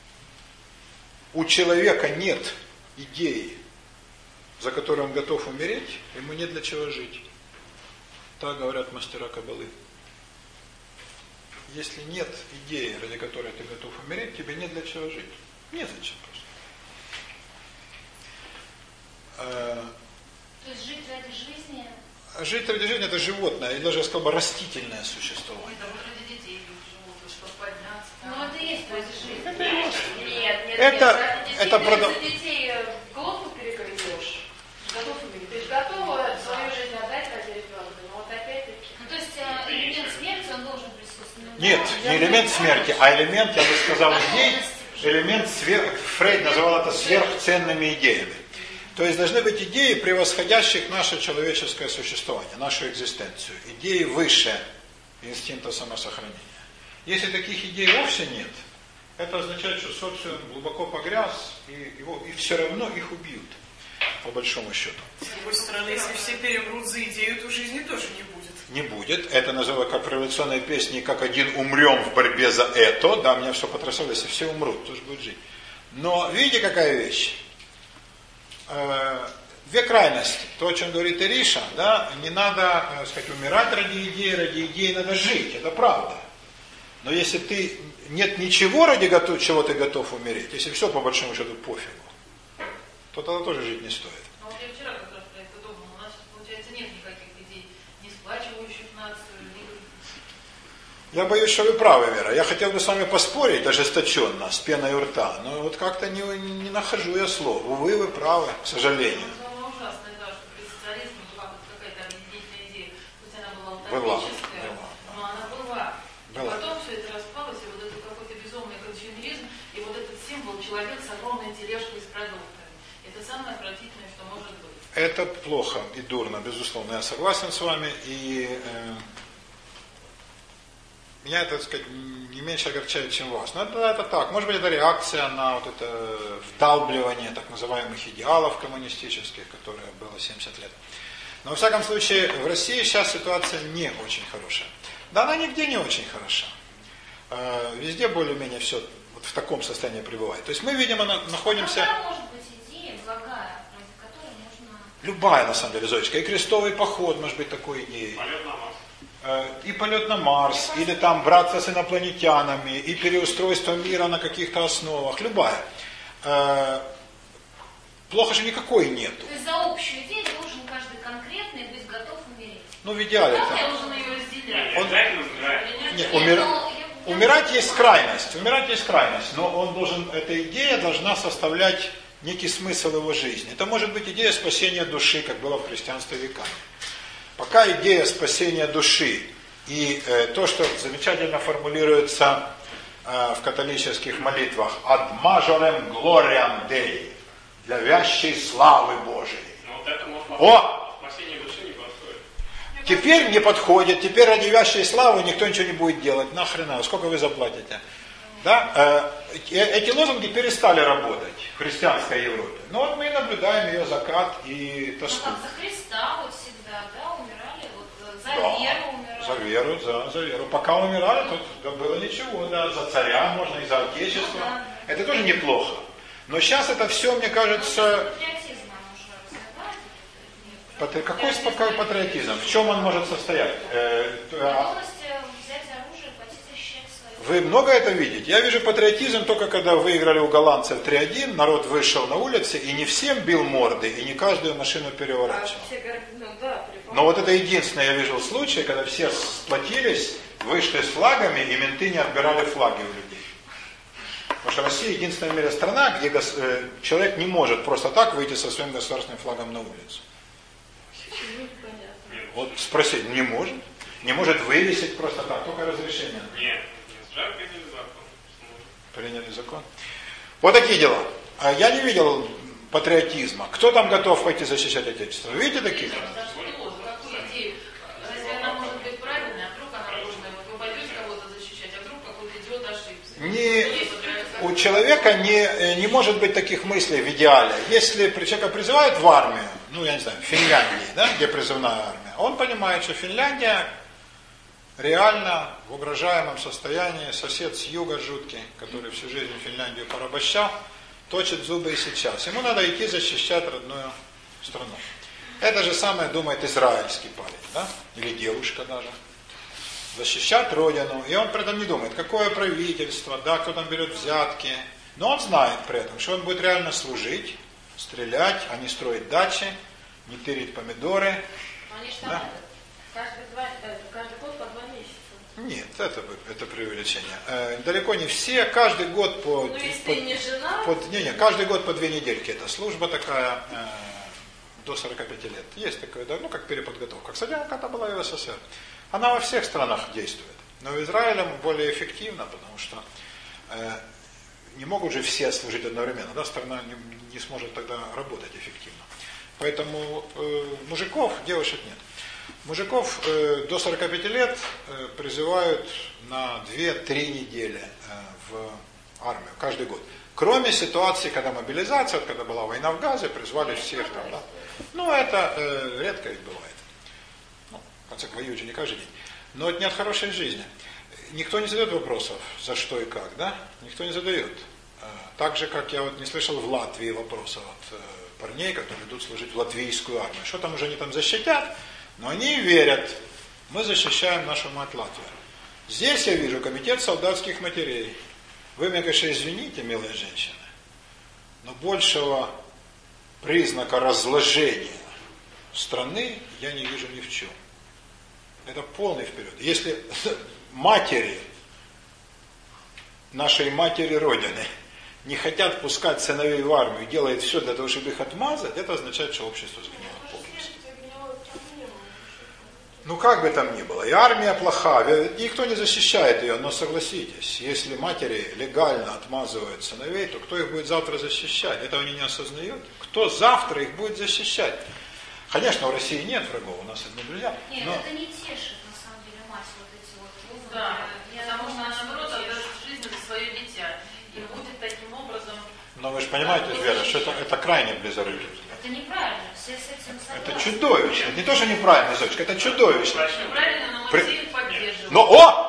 У человека нет идеи, за которой он готов умереть, ему нет для чего жить. Так говорят мастера каббалы. Если нет идеи, ради которой ты готов умереть, тебе нет для чего жить. Незачем просто. То есть жить ради жизни? Жить ради жизни – это животное, или даже, я сказал бы, растительное существование. Ну это и есть ради жизни. Это и есть. Нет, нет, это, нет. это Ты продав... за детей глотку перегрызешь. Готов умереть. Ты же готова свою жизнь отдать ради ребенка. Но вот опять-таки... Ну то есть элемент смерти, он должен присутствовать. Нет, не элемент смерти, а элемент, я бы сказал, идей, элемент сверх... Фрейд называл это сверхценными идеями. То есть должны быть идеи, превосходящих наше человеческое существование, нашу экзистенцию. Идеи выше инстинкта самосохранения. Если таких идей вовсе нет, это означает, что социум глубоко погряз, и, его, и все равно их убьют, по большому счету. С другой стороны, если все перемрут за идею, то жизни тоже не будет. Не будет. Это называют как в революционной песне, как один умрем в борьбе за это. Да, меня все потрясало, если все умрут, кто же будет жить. Но видите, какая вещь? Две крайности. То, о чем говорит Ириша, да, не надо, так сказать, умирать ради идеи, ради идеи надо жить. Это правда. Но если ты нет ничего, ради чего ты готов умереть, если все по большому счету пофигу, то тогда тоже жить не стоит. А вот я вчера как раз про это думала. У нас, получается, нет никаких идей, не сплачивающих нацию, ни... Я боюсь, что вы правы, Вера. Я хотел бы с вами поспорить ожесточенно, с пеной у рта, но вот как-то не, не нахожу я слов. Увы, вы правы, к сожалению. Самое ужасное, да, что при социализме была какая-то объединительная идея, пусть она была Была, утопическая, была. но она была. Была. И потом все это распалось, и вот это какой-то безумный консюмеризм, и вот этот символ человек с огромной тележкой с продуктами. Это самое отвратительное, что может быть. Это плохо и дурно, безусловно, я согласен с вами. И э, меня это, так сказать, не меньше огорчает, чем вас. Но это, это так. Может быть, это реакция на вот это вдалбливание так называемых идеалов коммунистических, которое было семьдесят лет. Но, во всяком случае, в России сейчас ситуация не очень хорошая. Да, она нигде не очень хороша. Везде более-менее все Вот в таком состоянии пребывает. То есть мы, видимо, на, находимся... Какая может быть идея благая, ради которой можно... Любая, на самом деле, Зоечка. И крестовый поход может быть такой идеей. Полет на Марс. И полет на Марс, или там братство с инопланетянами, и переустройство мира на каких-то основах. Любая. Плохо же никакой нету. То есть за общую идею должен каждый конкретный быть готов умереть. Ну, в идеале Я так. должен ее разделять. Он... Обязательно умирает. Нет, умира... умирать есть крайность. Умирать есть крайность. Но он должен, эта идея должна составлять некий смысл его жизни. Это может быть идея спасения души, как было в христианстве веками. Пока идея спасения души и э, то, что замечательно формулируется э, в католических молитвах «ad majorem gloriam Dei», для вящей славы Божией. Ну, вот это может О! спасение души не подходит. Теперь не подходит, теперь ради вящей славы никто ничего не будет делать. Нахрена, сколько вы заплатите? Да? Э, эти лозунги перестали работать в христианской Европе. Но вот мы наблюдаем ее закат и тоску. Ну, как за Христа вот всегда, да, умирали, вот за Да, веру умирали. за веру, за, за веру. Пока умирали, тут да, было ничего, да, за царя можно и за отечество. Ну, да. Это тоже неплохо. Но сейчас это все, мне кажется... Патриотизм он уже развивает. Патри... Какой спокойный патриотизм? В чем он может состоять? Э, Готовность взять оружие, пойти защищать свою. Вы много это видите? Я вижу патриотизм только когда выиграли у голландцев три один, народ вышел на улицы и не всем бил морды, и не каждую машину переворачивал. А все говорят, ну да, при Но вот это единственное я видел случай, когда все сплотились, вышли с флагами, и менты не отбирали флаги у людей. Потому что Россия единственная в мире страна, где гос... э, человек не может просто так выйти со своим государственным флагом на улицу. Вот спроси, не может? Не может вывесить просто так, только разрешение. Нет, нет, жаль, приняли закон. Приняли закон. Вот такие дела. А я не видел патриотизма. Кто там готов пойти защищать Отечество? Вы видите таких? Какую идею? Разве она может быть правильной? А вдруг она ложная? Вот вы пойдете кого-то защищать, а вдруг какой-то идиот ошибся? Не, у человека не, не может быть таких мыслей в идеале. Если человека призывают в армию, ну я не знаю, в Финляндии, да, где призывная армия, он понимает, что Финляндия реально в угрожаемом состоянии, сосед с юга жуткий, который всю жизнь Финляндию порабощал, точит зубы и сейчас. Ему надо идти защищать родную страну. Это же самое думает израильский парень, да? Или девушка даже. Защищать родину. И он при этом не думает, какое правительство, да, кто там берет взятки. Но он знает при этом, что он будет реально служить, стрелять, а не строить дачи, не тырить помидоры. Но они же там Да. каждый, два, каждый год по два месяца. Нет, это, это преувеличение. Э, далеко не все, каждый год по... Ну, если по, ты не жена... по, не, не, каждый год по две недельки. Это служба такая э, до сорока пяти лет. Есть такое, да, ну как переподготовка. Кстати, она когда была в СССР. Она во всех странах действует. Но в Израиле более эффективно, потому что э, не могут же все служить одновременно. Да, страна не, не сможет тогда работать эффективно. Поэтому э, мужиков, девушек нет. Мужиков э, до сорока пяти лет э, призывают на две-три недели э, в армию каждый год. Кроме ситуации, когда мобилизация, когда была война в Газе, призвали всех там. Да. Ну, это э, редко ведь бывает. Ну, в конце концов, воюют же не каждый день. Но это не от хорошей жизни. Никто не задает вопросов, за что и как, да? Никто не задает. Э, так же, как я вот не слышал в Латвии вопросов от э, парней, которые идут служить в латвийскую армию. Что там уже они там защитят? Но они верят, мы защищаем нашу мать Латвию. Здесь я вижу комитет солдатских матерей. Вы мне, конечно, извините, милые женщины, но большего признака разложения страны я не вижу ни в чем. Это полный вперед. Если матери, нашей матери Родины, не хотят пускать сыновей в армию, делают все для того, чтобы их отмазать, это означает, что общество сгнило полностью. Ну как бы там ни было, и армия плоха, никто не защищает ее, но согласитесь, если матери легально отмазывают сыновей, то кто их будет завтра защищать? Этого они не осознают. Кто завтра их будет защищать? Конечно, у России нет врагов, у нас одни друзья. Нет, но... это не тешит, на самом деле, мать вот эти вот лозунги. Да, Я потому что думаю, она, наоборот, не отдаст тешит. жизнь за свое дитя. И будет таким образом... Но вы же понимаете, Вера, что это, это крайне близорукий взгляд. Это неправильно, все с этим согласны. Это чудовищно. Это не то, что неправильно, Зочка, это чудовищно. Правильно, но мы При- все их поддерживаем. Но, о! Всей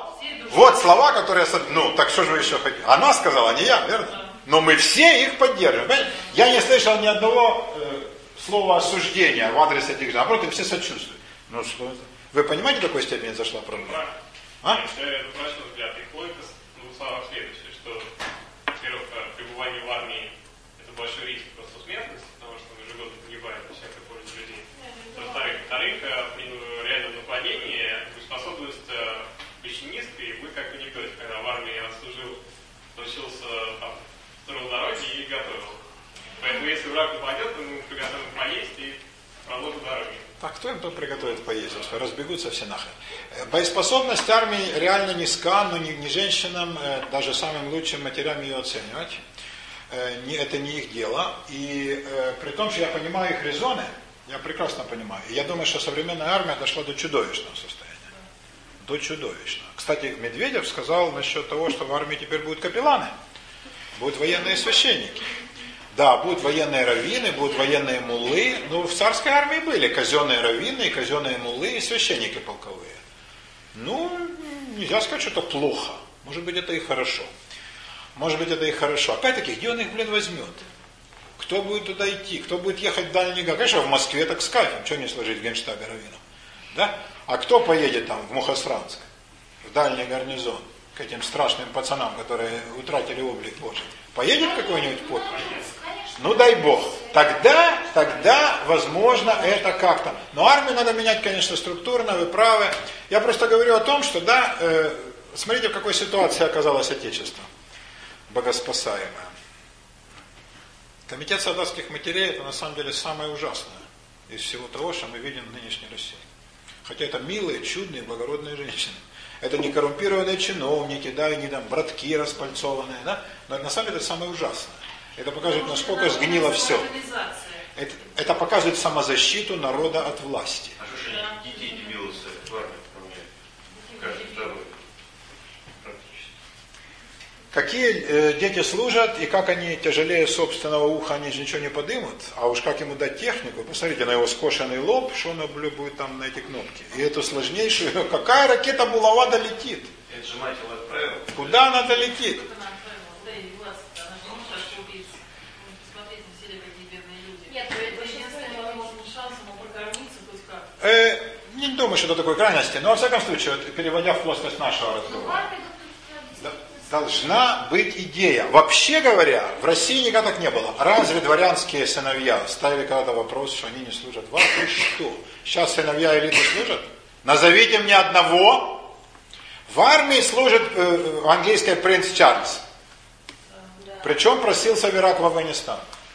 Вот слова, которые... Ну, так что же вы еще хотите? Она сказала, а не я, верно? Но мы все их поддерживаем. Понимаете? Я не слышал ни одного э, слова осуждения в адрес этих женщин. Наоборот, им все сочувствуют. Ну что это? Вы понимаете, до какой степени зашла проблема? А? Я прочел взгляд их логика в двух словах следующее, что, во-первых, пребывание в армии это большой риск просто смертности, потому что мы ежегодно погибаем по всякой пользе людей. Во-вторых, во-вторых, реальное нападение способность причинистской. Мы как в анекдоте, когда в армии я служил, научился там, строил дороги и готовил. Поэтому если враг нападет, то мы приготовим поесть и проложим дороги. Так кто им то приготовит поесть? Разбегутся все нахрен. Боеспособность армии реально низка, но не, не женщинам, даже самым лучшим матерям ее оценивать. Это не их дело. И при том, что я понимаю их резоны, я прекрасно понимаю. Я думаю, что современная армия дошла до чудовищного состояния. До чудовищного. Кстати, Медведев сказал насчет того, что в армии теперь будут капелланы, будут военные священники. Да, будут военные раввины, будут военные муллы. Ну, в царской армии были казенные раввины, и казенные муллы, и священники полковые. Ну, нельзя сказать, что это плохо. Может быть, это и хорошо. Может быть, это и хорошо. Опять-таки, где он их, блин, возьмет? Кто будет туда идти? Кто будет ехать в дальний город? Конечно, в Москве так скажем. Что не сложить в генштабе раввинов? Да? А кто поедет там в Мухосранск? В дальний гарнизон? К этим страшным пацанам, которые утратили облик Божий. Поедет какой-нибудь пот? Ну дай Бог. Тогда, тогда, возможно, это как-то. Но армию надо менять, конечно, структурно, вы правы. Я просто говорю о том, что, да, э, смотрите, в какой ситуации оказалось Отечество. Богоспасаемое. Комитет солдатских матерей – это на самом деле самое ужасное из всего того, что мы видим в нынешней России. Хотя это милые, чудные, благородные женщины. Это не коррумпированные чиновники, да, и не там братки распальцованные, да, но на самом деле это самое ужасное. Это показывает, насколько сгнило все. Это, это показывает самозащиту народа от власти. А что же детей не милостся в армии, каждый второй, практически. Какие э, дети служат, и как они тяжелее собственного уха, они же ничего не подымут, а уж как ему дать технику, посмотрите на его скошенный лоб, что он будет там на эти кнопки. И эту сложнейшую, какая ракета булава долетит? Это же мать его отправила. Куда она долетит? Э, не думаю, что это такой крайности, но во всяком случае, вот, переводя в плоскость нашего разговора. Должна быть идея. Вообще говоря, в России никогда так не было. Разве дворянские сыновья ставили когда-то вопрос, что они не служат в армии? Что? Сейчас сыновья элиты служат? Назовите мне одного. В армии служит э, английский принц Чарльз. Причем просился в Ирак, в Афганистан.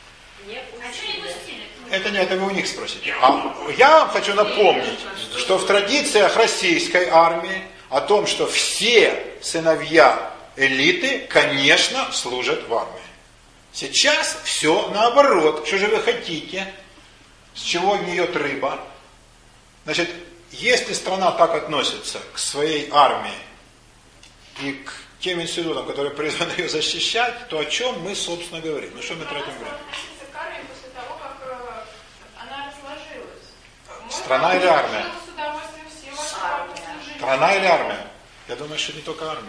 Это не, это вы у них спросите. А я вам хочу напомнить, что в традициях российской армии о том, что все сыновья элиты, конечно, служат в армии. Сейчас все наоборот. Что же вы хотите? С чего гниет рыба? Значит, если страна так относится к своей армии и к тем институтам, которые призваны ее защищать, то о чем мы, собственно, говорим? Ну что мы тратим время? Страна или армия? Страна или армия? Я думаю, что не только армия.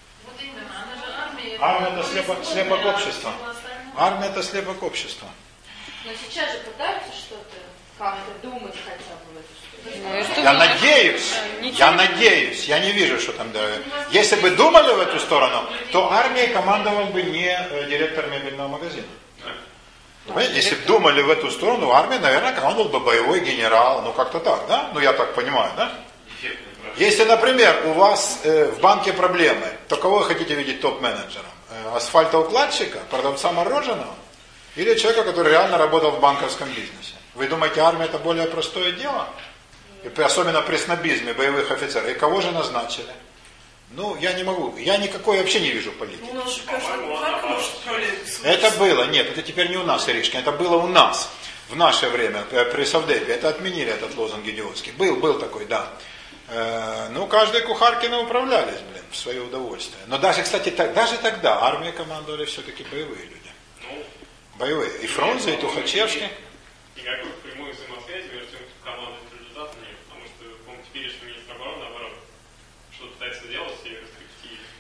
Армия это слепок, слепок общества. Армия это слепок общества. Но сейчас же пытаются что-то как-то думать хотя бы в эту сторону. Я надеюсь, я надеюсь, я не вижу, что там... Да. Если бы думали в эту сторону, то армией командовал бы не директор мебельного магазина. Понимаете, если бы думали в эту сторону, армия, наверное, командовал бы боевой генерал, ну как-то так, да? Ну я так понимаю, да? Если, например, у вас э, в банке проблемы, то кого вы хотите видеть топ-менеджером? Э, асфальтоукладчика, продавца мороженого? Или человека, который реально работал в банковском бизнесе? Вы думаете, армия это более простое дело? И особенно при снобизме боевых офицеров. И кого же назначили? Ну, я не могу. Я никакой вообще не вижу политики. У нас же каждый кухарка может управлять. Это было. Нет, это теперь не у нас, Иришкин. Это было у нас. В наше время, при Совдепе. Это отменили, этот лозунг идиотский. Был, был такой, да. Э, ну, каждой кухаркиной управлялись, блин, в свое удовольствие. Но даже, кстати, так, даже тогда армией командовали все-таки боевые люди. Ну, боевые. И Фрунзе, и Тухачевский. Никакой прямой взаимосвязи между тем, кто командует результатом нет. Потому что, по-моему, теперешний министр обороны, наоборот, что пытается делать, и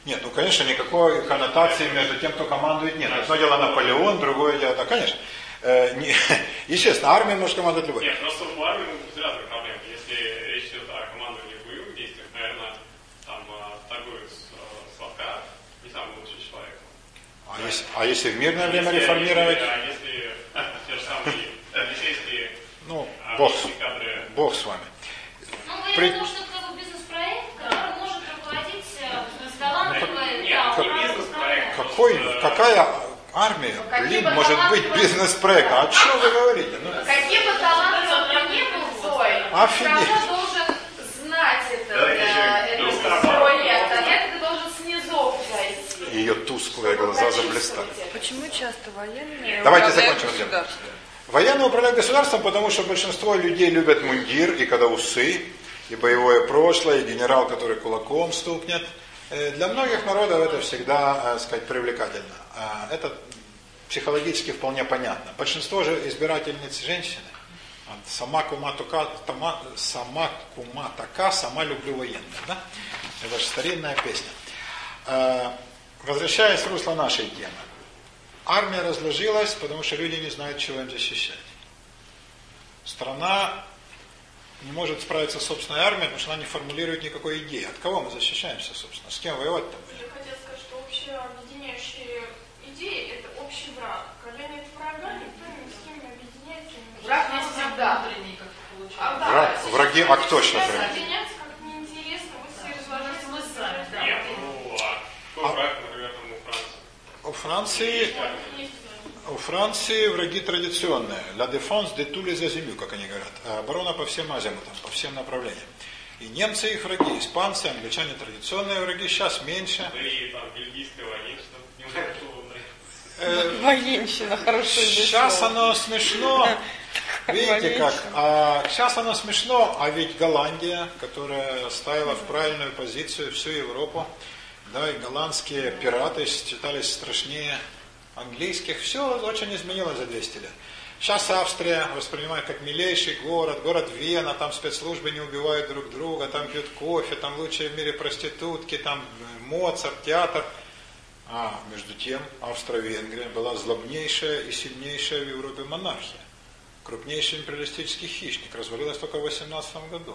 Нет, ну конечно, никакой коннотации между тем, кто командует, нет. Одно дело Наполеон, другое дело, да, конечно. Э, не, естественно, армия может командовать любой. Нет, просто в армии могут быть разные проблемы. Если речь идет о командовании в боевых действиях, наверное, там торговец Славка не самый лучший человек. А если, а если в мирное время если, реформировать? А если те же самые полицейские, ну, Бог, кадры... Бог с вами. Ну, вы При... думаете, что это как бы бизнес-проект, который может руководить талантливой... Нет, да, какой бизнес-проект? Какой, Просто... какая армия, блин, может быть бизнес-проект? А о чем вы говорите? Ну... Каким бы талантливым он ни был, Зой, Офигеть. кто должен знать это, да, этот проект, а нет, ты должен снизу зайти. Ее тусклые глаза заблистали. Почему часто военные Давайте управляют закончим государством? Военные управляют государством, потому что большинство людей любят мундир, и когда усы, и боевое прошлое, и генерал, который кулаком стукнет. Для многих народов это всегда, так сказать, привлекательно. Это психологически вполне понятно. Большинство же избирательниц женщины. Сама кума така, сама кума така, сама люблю военных. Да? Это же старинная песня. Возвращаясь в русло нашей темы. Армия разложилась, потому что люди не знают, чего им защищать. Страна не может справиться с собственной армией, потому что она не формулирует никакой идеи. От кого мы защищаемся, собственно? С кем воевать-то будем? Я хотела сказать, что общие объединяющие идеи – это общий враг. Когда нет врага, никто ни с кем не объединяется. Не Враг есть всегда внутренний, как получается. А, да, Враг, враги, а кто сейчас враги? Объединяться как-то неинтересно, вы все разложите Мы сами, да. Нет, ну, а какой враг, например, там у Франции? У Франции... У Франции враги традиционные. La défense de tous les azimuts, как они говорят. Оборона по всем азимутам, по всем направлениям. И немцы их враги, испанцы, англичане традиционные враги, сейчас меньше. Да и там бельгийская военщина, не знаю, что Э, Военщина, хорошо. Сейчас оно смешно. Видите как? А, сейчас оно смешно, а ведь Голландия, которая ставила в правильную позицию всю Европу, да, и голландские пираты считались страшнее английских, все очень изменилось за двести лет. Сейчас Австрия воспринимает как милейший город, город Вена, там спецслужбы не убивают друг друга, там пьют кофе, там лучшие в мире проститутки, там Моцарт, театр. А между тем Австро-Венгрия была злобнейшая и сильнейшая в Европе монархия. Крупнейший империалистический хищник, развалилась только в восемнадцатом году.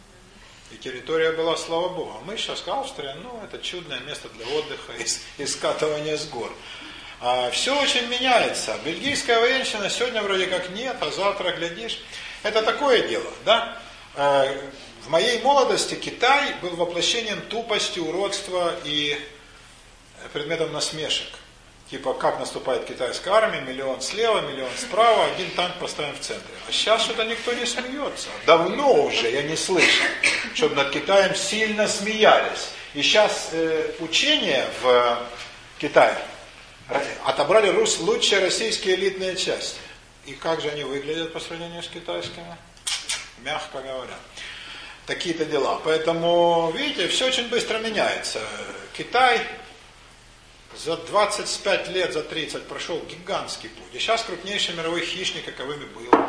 И территория была, слава Богу. А мы сейчас, Австрия, ну, это чудное место для отдыха и, и скатывания с гор. А, все очень меняется. Бельгийская военщина сегодня вроде как нет, а завтра, глядишь. Это такое дело, да? А, в моей молодости Китай был воплощением тупости, уродства и предметом насмешек. Типа, как наступает китайская армия, миллион слева, миллион справа, один танк поставим в центре. А сейчас что-то никто не смеется. Давно уже я не слышал, чтобы над Китаем сильно смеялись. И сейчас э, учения в Китае отобрали рус, лучшие российские элитные части. И как же они выглядят по сравнению с китайскими? Мягко говоря. Такие-то дела. Поэтому, видите, все очень быстро меняется. Китай за двадцать пять лет, за тридцать прошел гигантский путь. И сейчас крупнейший мировой хищник, каковыми был. Нет,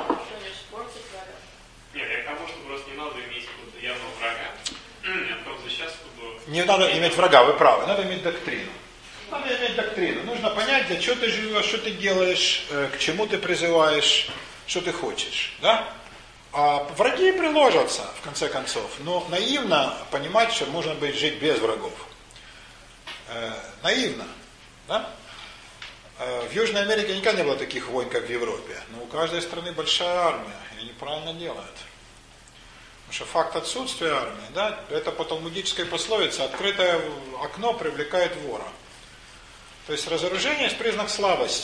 я к тому, что просто не надо иметь какого-то явного врага. Нет, просто сейчас, чтобы... Не надо иметь врага, вы правы. Надо иметь доктрину. Надо иметь доктрину. Нужно понять, для чего ты живешь, что ты делаешь, к чему ты призываешь, что ты хочешь. Да? А враги приложатся, в конце концов. Но наивно понимать, что можно быть жить без врагов. Э, наивно. Да? Э, в Южной Америке никогда не было таких войн, как в Европе. Но у каждой страны большая армия. И они правильно делают. Потому что факт отсутствия армии, да, это по талмудической пословице, открытое окно привлекает вора. То есть разоружение есть признак слабости.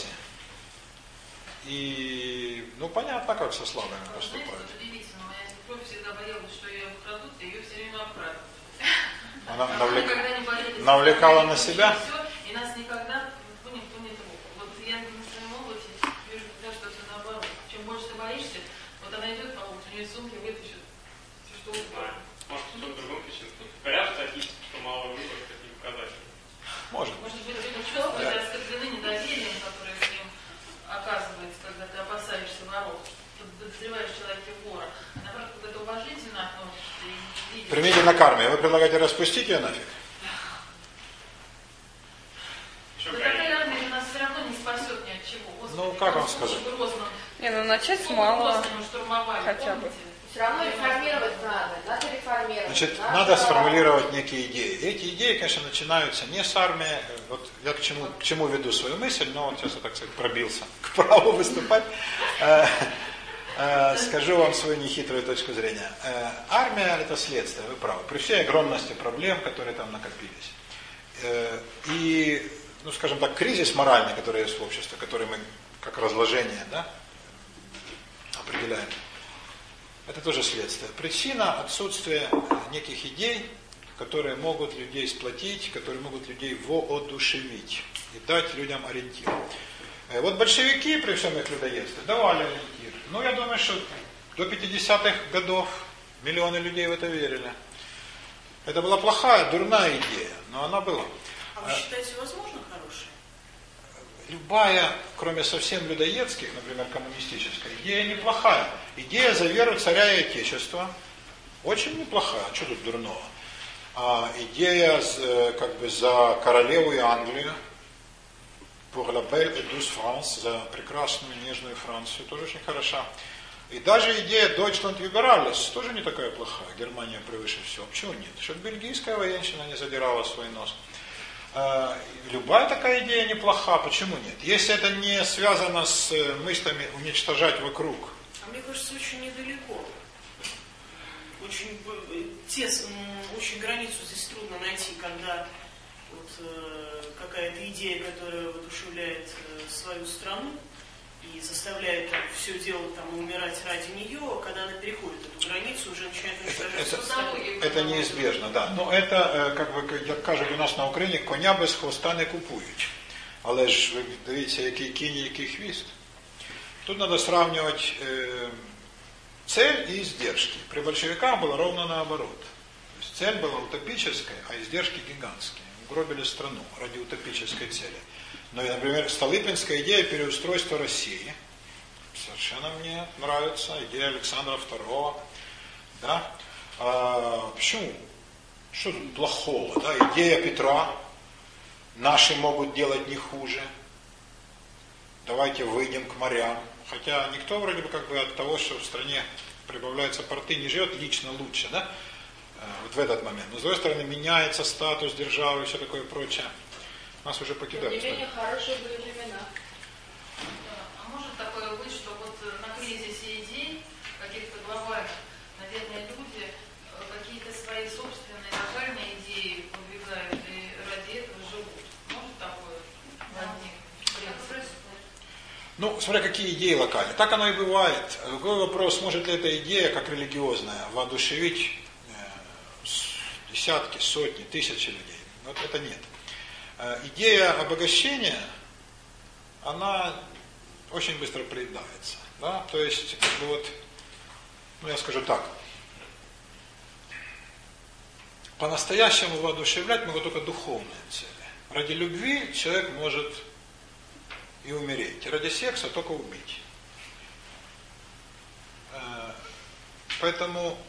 И, ну, понятно, как со слабыми поступают. Знаете, вот удивительно, моя свекровь всегда боялась, что ее украдут, и ее все время отправят. Она А навлек... никогда не боялись, навлекала что на себя. И, все, и нас никогда никто, никто не трогал. Вот я на своем опыте вижу, да, что все наоборот. Чем больше ты боишься, вот она идет по улице, у нее из сумки вытащит все, что угодно. Может, в том другом причине. Говорят статистику, что мало выборов, это не показатель. Может. Может быть, люди чувствуют, оскорблены недоверием, которое к ним оказывается, когда ты опасаешься воров, подозреваешь человека вора. А наоборот, когда ты уважительно относишься и видишь... Примите на карме. Вы предлагаете распустить ее нафиг? сказать. Не, ну начать с малого. Хотя бы. Все равно реформировать надо, надо реформировать. Значит, надо, надо сформулировать некие идеи. Эти идеи, конечно, начинаются не с армии. Вот я к чему, к чему веду свою мысль, но вот сейчас я, так сказать, пробился к праву выступать. Скажу вам свою нехитрую точку зрения. Армия – это следствие, вы правы. При всей огромности проблем, которые там накопились. И, ну, скажем так, кризис моральный, который есть в обществе, который мы как разложение, да, определяем, это тоже следствие. Причина – отсутствие неких идей, которые могут людей сплотить, которые могут людей воодушевить и дать людям ориентир. Вот большевики при всем их людоедстве давали ориентир. Ну, я думаю, что до пятидесятых годов миллионы людей в это верили. Это была плохая, дурная идея, но она была. А вы считаете, возможно, хорошая? Любая, кроме совсем людоедских, например, коммунистическая, идея неплохая. Идея за веру царя и отечества очень неплохая. А что тут дурного? А идея как бы за королеву и Англию, pour la belle et douce France, за прекрасную нежную Францию, тоже очень хороша. И даже идея Deutschland Liberales тоже не такая плохая. Германия превыше всего. Почему нет? Чтобы бельгийская военщина не задирала свой нос. Любая такая идея неплоха, почему нет? Если это не связано с мыслями уничтожать вокруг. А мне кажется, очень недалеко. Очень тесно, очень границу здесь трудно найти, когда вот, э, какая-то идея, которая воодушевляет э, свою страну и заставляет там, все делать там, и умирать ради нее, когда она переходит эту границу, уже начинает уничтожать это, это неизбежно, да. Но это, как бы, як кажуть у нас на Україні, коня без хвоста не купують. Але ж ви дивіться, який кінь, який хвіст. Тут надо сравнивать э, цель и издержки. При большевиках было ровно наоборот. То есть цель была утопическая, а издержки гигантские. Угробили страну ради утопической цели. Но, например, Столыпинская идея переустройства России совершенно мне нравится. Идея Александра Второго. Да? А, почему? Что тут плохого? Да? Идея Петра. Наши могут делать не хуже. Давайте выйдем к морям. Хотя никто вроде бы как бы от того, что в стране прибавляются порты, не живет лично лучше, да? Вот в этот момент. Но с другой стороны, меняется статус державы и все такое прочее. Нас уже покидают. Тем не менее, хорошие были времена. А может такое быть, что вот на кризисе идей, каких-то глобальных, наверное, люди какие-то свои собственные локальные идеи выдвигают и ради этого живут? Может такое возникнуть? Ну, смотря какие идеи локальные. Так оно и бывает. Другой вопрос, может ли эта идея, как религиозная, воодушевить десятки, сотни, тысячи людей. Вот это нет. Идея обогащения, она очень быстро приедается. Да? То есть, как бы вот, ну я скажу так, по-настоящему воодушевлять могут только духовные цели. Ради любви человек может и умереть. Ради секса только убить. Поэтому,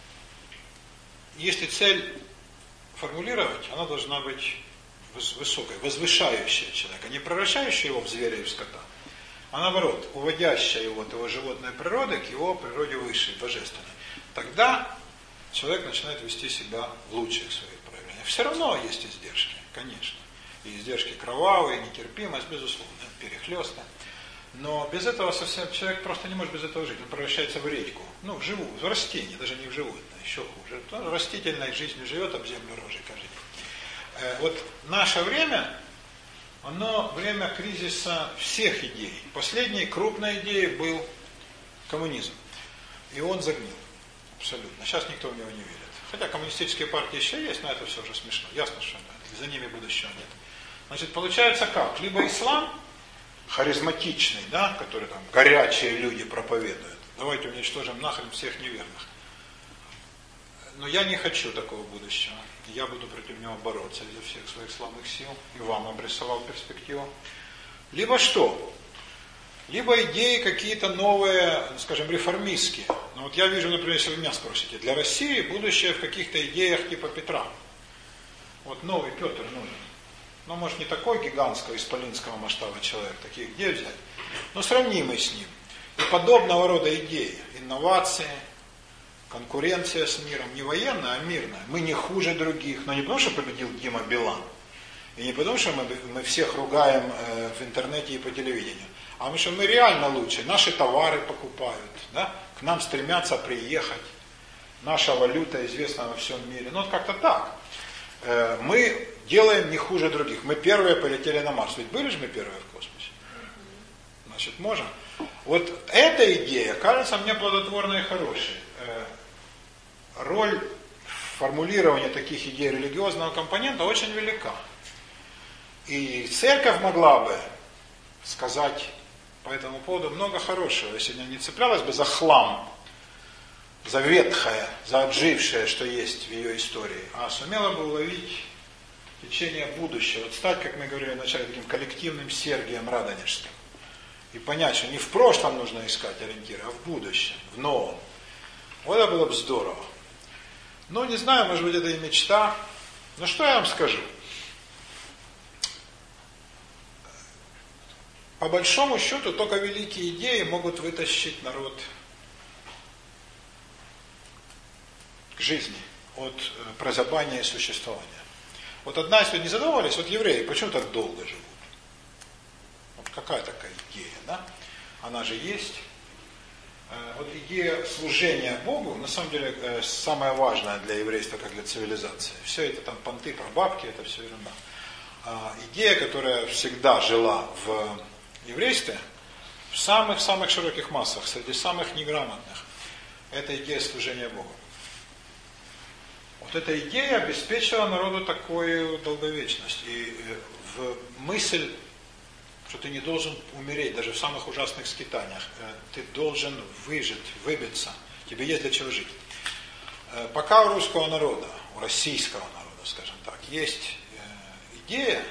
если цель формулировать, она должна быть высокой, возвышающая человека, не превращающая его в зверя и в скота, а наоборот, уводящая его от его животной природы к его природе высшей, божественной. Тогда человек начинает вести себя в лучших своих проявлениях. Все равно есть издержки, конечно. И издержки кровавые, нетерпимость, безусловно, перехлёсты. Но без этого совсем человек просто не может без этого жить. Он превращается в редьку. Ну, в живую, в растение, даже не в животное, еще хуже. Он растительной жизнью живет, об землю рожей каждый день. Вот наше время, оно время кризиса всех идей. Последней крупной идеей был коммунизм. И он загнил. Абсолютно. Сейчас никто в него не верит. Хотя коммунистические партии еще есть, но это все уже смешно. Ясно, что да, за ними будущего нет. Значит, получается как? Либо ислам харизматичный, да, который там горячие люди проповедуют. Давайте уничтожим нахрен всех неверных. Но я не хочу такого будущего. Я буду против него бороться изо всех своих слабых сил. И вам обрисовал перспективу. Либо что? Либо идеи какие-то новые, скажем, реформистские. Ну вот я вижу, например, если вы меня спросите, для России будущее в каких-то идеях типа Петра. Вот новый Петр нужен. ну, может, не такой гигантского, исполинского масштаба человек, таких где взять, но сравнимый с ним. И подобного рода идеи, инновации, конкуренция с миром, не военная, а мирная. Мы не хуже других, но не потому, что победил Дима Билан, и не потому, что мы, мы всех ругаем э, в интернете и по телевидению, а потому что мы реально лучше. Наши товары покупают, да? К нам стремятся приехать. Наша валюта известна во всем мире. Ну, вот как-то так. Э, мы делаем не хуже других. Мы первые полетели на Марс. Ведь были же мы первые в космосе? Значит, можем. Вот эта идея кажется мне плодотворной и хорошей. Э, роль формулирования таких идей религиозного компонента очень велика. И церковь могла бы сказать по этому поводу много хорошего, если она не цеплялась бы за хлам, за ветхое, за отжившее, что есть в ее истории, а сумела бы уловить течение будущего, вот стать, как мы говорили вначале, таким коллективным Сергием Радонежским. И понять, что не в прошлом нужно искать ориентиры, а в будущем, в новом. Вот это было бы здорово. Ну, не знаю, может быть, это и мечта. Но что я вам скажу? По большому счету, только великие идеи могут вытащить народ к жизни от прозябания и существования. Вот одна, если не задумывались, вот евреи, почему так долго живут? Вот какая такая идея, да? Она же есть. Вот идея служения Богу, на самом деле, самая важная для еврейства, как для цивилизации. Все это там понты про бабки, это все ерунда. Идея, которая всегда жила в еврействе, в самых-самых широких массах, среди самых неграмотных, это идея служения Богу. Вот эта идея обеспечила народу такую долговечность. И в мысль, что ты не должен умереть, даже в самых ужасных скитаниях, ты должен выжить, выбиться, тебе есть для чего жить. Пока у русского народа, у российского народа, скажем так, есть идея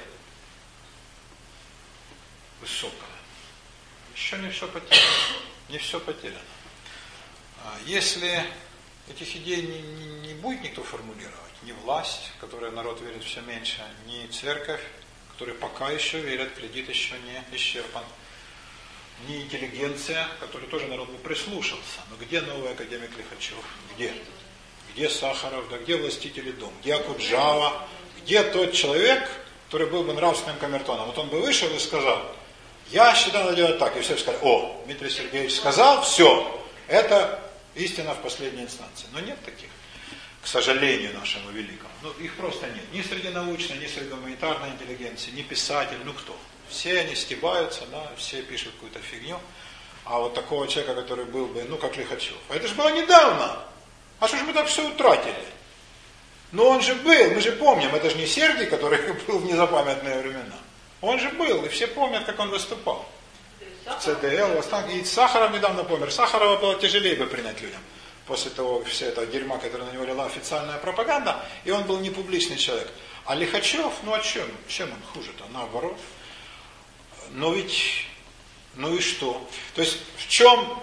высокая, еще не все потеряно. Не все потеряно. Если этих идей не, не, не будет никто формулировать, ни власть, в которой народ верит все меньше, ни церковь, которые пока еще верят, кредит еще не исчерпан, ни интеллигенция, которой тоже народ бы прислушался. Но где новый академик Лихачев? Где? Где Сахаров? Да где властители дом? Где Акуджава? Где тот человек, который был бы нравственным камертоном? Вот он бы вышел и сказал: я считаю, надо делать так. И все сказали: о, Дмитрий Сергеевич сказал, все, это истина в последней инстанции. Но нет таких, к сожалению нашему великому. Ну, их просто нет. Ни среди научной, ни среди гуманитарной интеллигенции, ни писатель, ну кто. Все они стебаются, да, все пишут какую-то фигню. А вот такого человека, который был бы, ну, как Лихачев. А это же было недавно. А что же мы так все утратили? Но он же был, мы же помним, это же не Сергий, который был в незапамятные времена. Он же был, и все помнят, как он выступал. В ЦДЛ, в Останке. И Сахаров недавно помер. Сахарова было тяжелее бы принять людям. После того, все этого дерьма, которое на него лила официальная пропаганда, и он был не публичный человек. А Лихачев, ну а чем? Чем он хуже-то? Наоборот. Но ведь, ну и что? То есть, в чем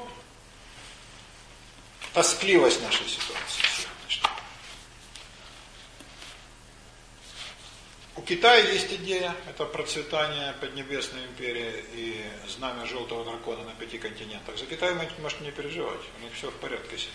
тоскливость нашей ситуации сегодняшней? У Китая есть идея, это процветание Поднебесной империи и знамя желтого дракона на пяти континентах. За Китай вы можете не переживать, у них все в порядке с ними.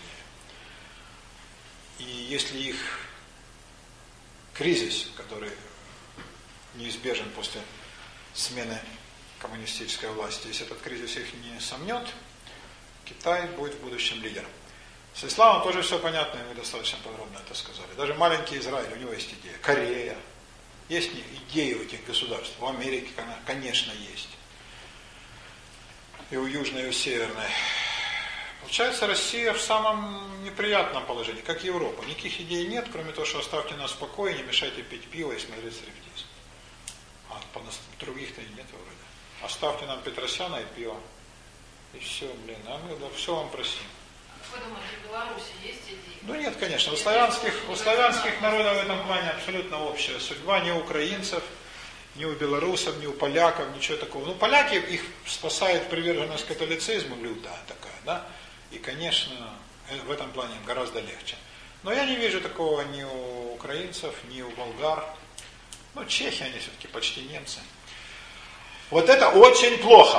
И если их кризис, который неизбежен после смены коммунистической власти, если этот кризис их не сомнет, Китай будет в будущем лидером. С исламом тоже все понятно, и мы достаточно подробно это сказали. Даже маленький Израиль, у него есть идея. Корея. Есть идеи у этих государств. У Америки, конечно, есть. И у Южной, и у Северной. Получается, Россия в самом неприятном положении, как Европа. Никаких идей нет, кроме того, что оставьте нас в покое, не мешайте пить пиво и смотреть стриптиз. А других-то и нет вроде. Оставьте нам Петросяна и пиво. И все, блин, а мы да, все вам просим. Вы думаете, в Беларуси есть идеи? Ну нет, конечно. У славянских, у славянских народов в этом плане абсолютно общая судьба. Ни у украинцев, ни у белорусов, ни у поляков, ничего такого. Ну, поляки, их спасает приверженность католицизму лютая такая, да? И, конечно, в этом плане им гораздо легче. Но я не вижу такого ни у украинцев, ни у болгар, Ну, чехи, они все-таки почти немцы. Вот это очень плохо.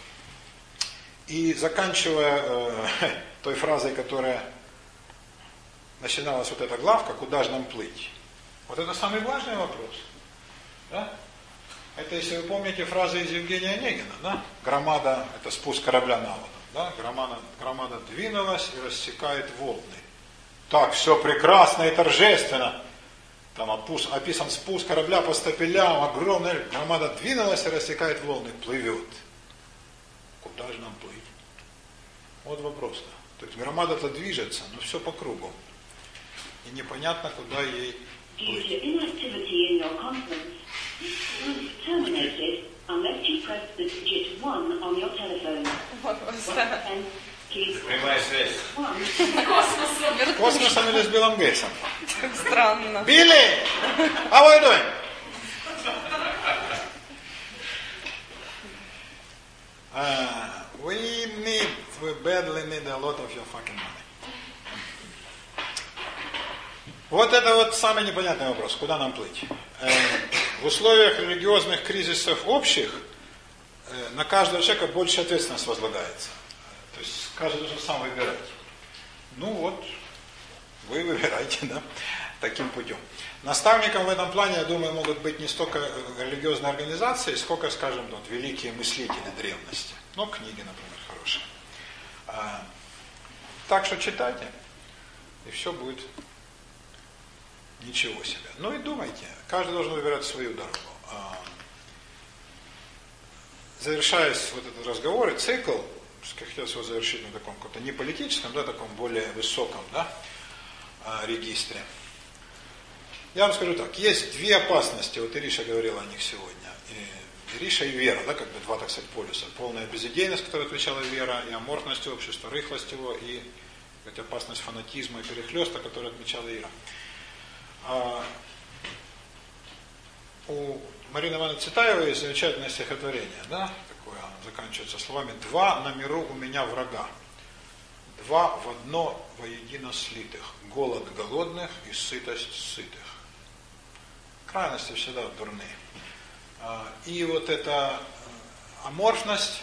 И заканчивая э, той фразой, которая начиналась вот эта главка, куда же нам плыть? Вот это самый важный вопрос. Да? Это, если вы помните, фраза из Евгения Онегина, да? Громада, это спуск корабля на воду. Да? Громада, громада двинулась и рассекает волны. Так, все прекрасно и торжественно. Там описан спуск корабля по стапелям, огромная громада двинулась и рассекает волны, плывет. Куда же нам плыть? Вот вопрос. Да. То есть громада-то движется, но все по кругу. И непонятно, куда ей плыть. Прямая связь. С космосом или с Биллом Гейтсом? Странно. Билли! How are you doing? Uh, we need, we badly need a lot of your fucking money. Вот это вот самый непонятный вопрос. Куда нам плыть? Э, в условиях религиозных кризисов общих э, на каждого человека больше ответственность возлагается. То есть каждый должен сам выбирать. Ну вот, вы выбираете, да, таким путем. Наставником в этом плане, я думаю, могут быть не столько религиозные организации, сколько, скажем, вот, великие мыслители древности. Ну, книги, например, хорошие. А, так что читайте, и все будет ничего себе. Ну и думайте, каждый должен выбирать свою дорогу. А, завершаясь вот этот разговор и цикл, хотелось его завершить на таком каком-то не политическом, да, таком более высоком, да, регистре. Я вам скажу так, есть две опасности, вот Ириша говорила о них сегодня. И Ириша и вера, да, как бы два, так сказать, полюса. Полная безидейность, которая отвечала вера, и аморфность общества, рыхлость его, и сказать, опасность фанатизма и перехлеста, которую отмечала Ира. А, у Марины Ивановны Цветаевой есть замечательное стихотворение, да, такое, оно заканчивается словами «Два на миру у меня врага, два в одно воедино слитых, голод голодных и сытость сытых». Крайности всегда дурны. И вот эта аморфность,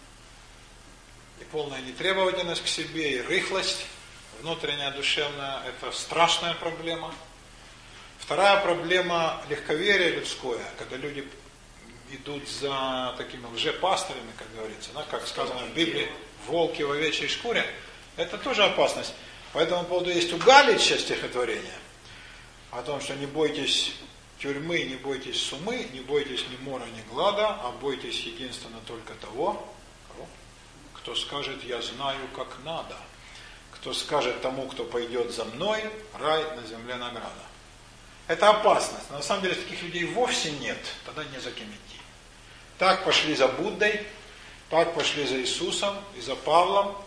и полная нетребовательность к себе, и рыхлость внутренняя, душевная, это страшная проблема. Вторая проблема – легковерие людское, когда люди идут за такими лжепастырями, как говорится, да, как сказано в Библии, волки в овечьей шкуре, это тоже опасность. По этому поводу есть у Галича стихотворение о том, что не бойтесь тюрьмы, не бойтесь сумы, не бойтесь ни мора, ни глада, а бойтесь единственно только того, кто скажет «я знаю, как надо», кто скажет тому, кто пойдет за мной, рай на земле награда. Это опасность. Но на самом деле таких людей вовсе нет, тогда не за кем идти. Так пошли за Буддой, так пошли за Иисусом и за Павлом,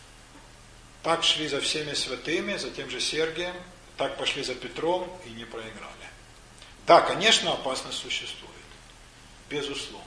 так шли за всеми святыми, за тем же Сергием, так пошли за Петром и не проиграли. Да, конечно, опасность существует. Безусловно.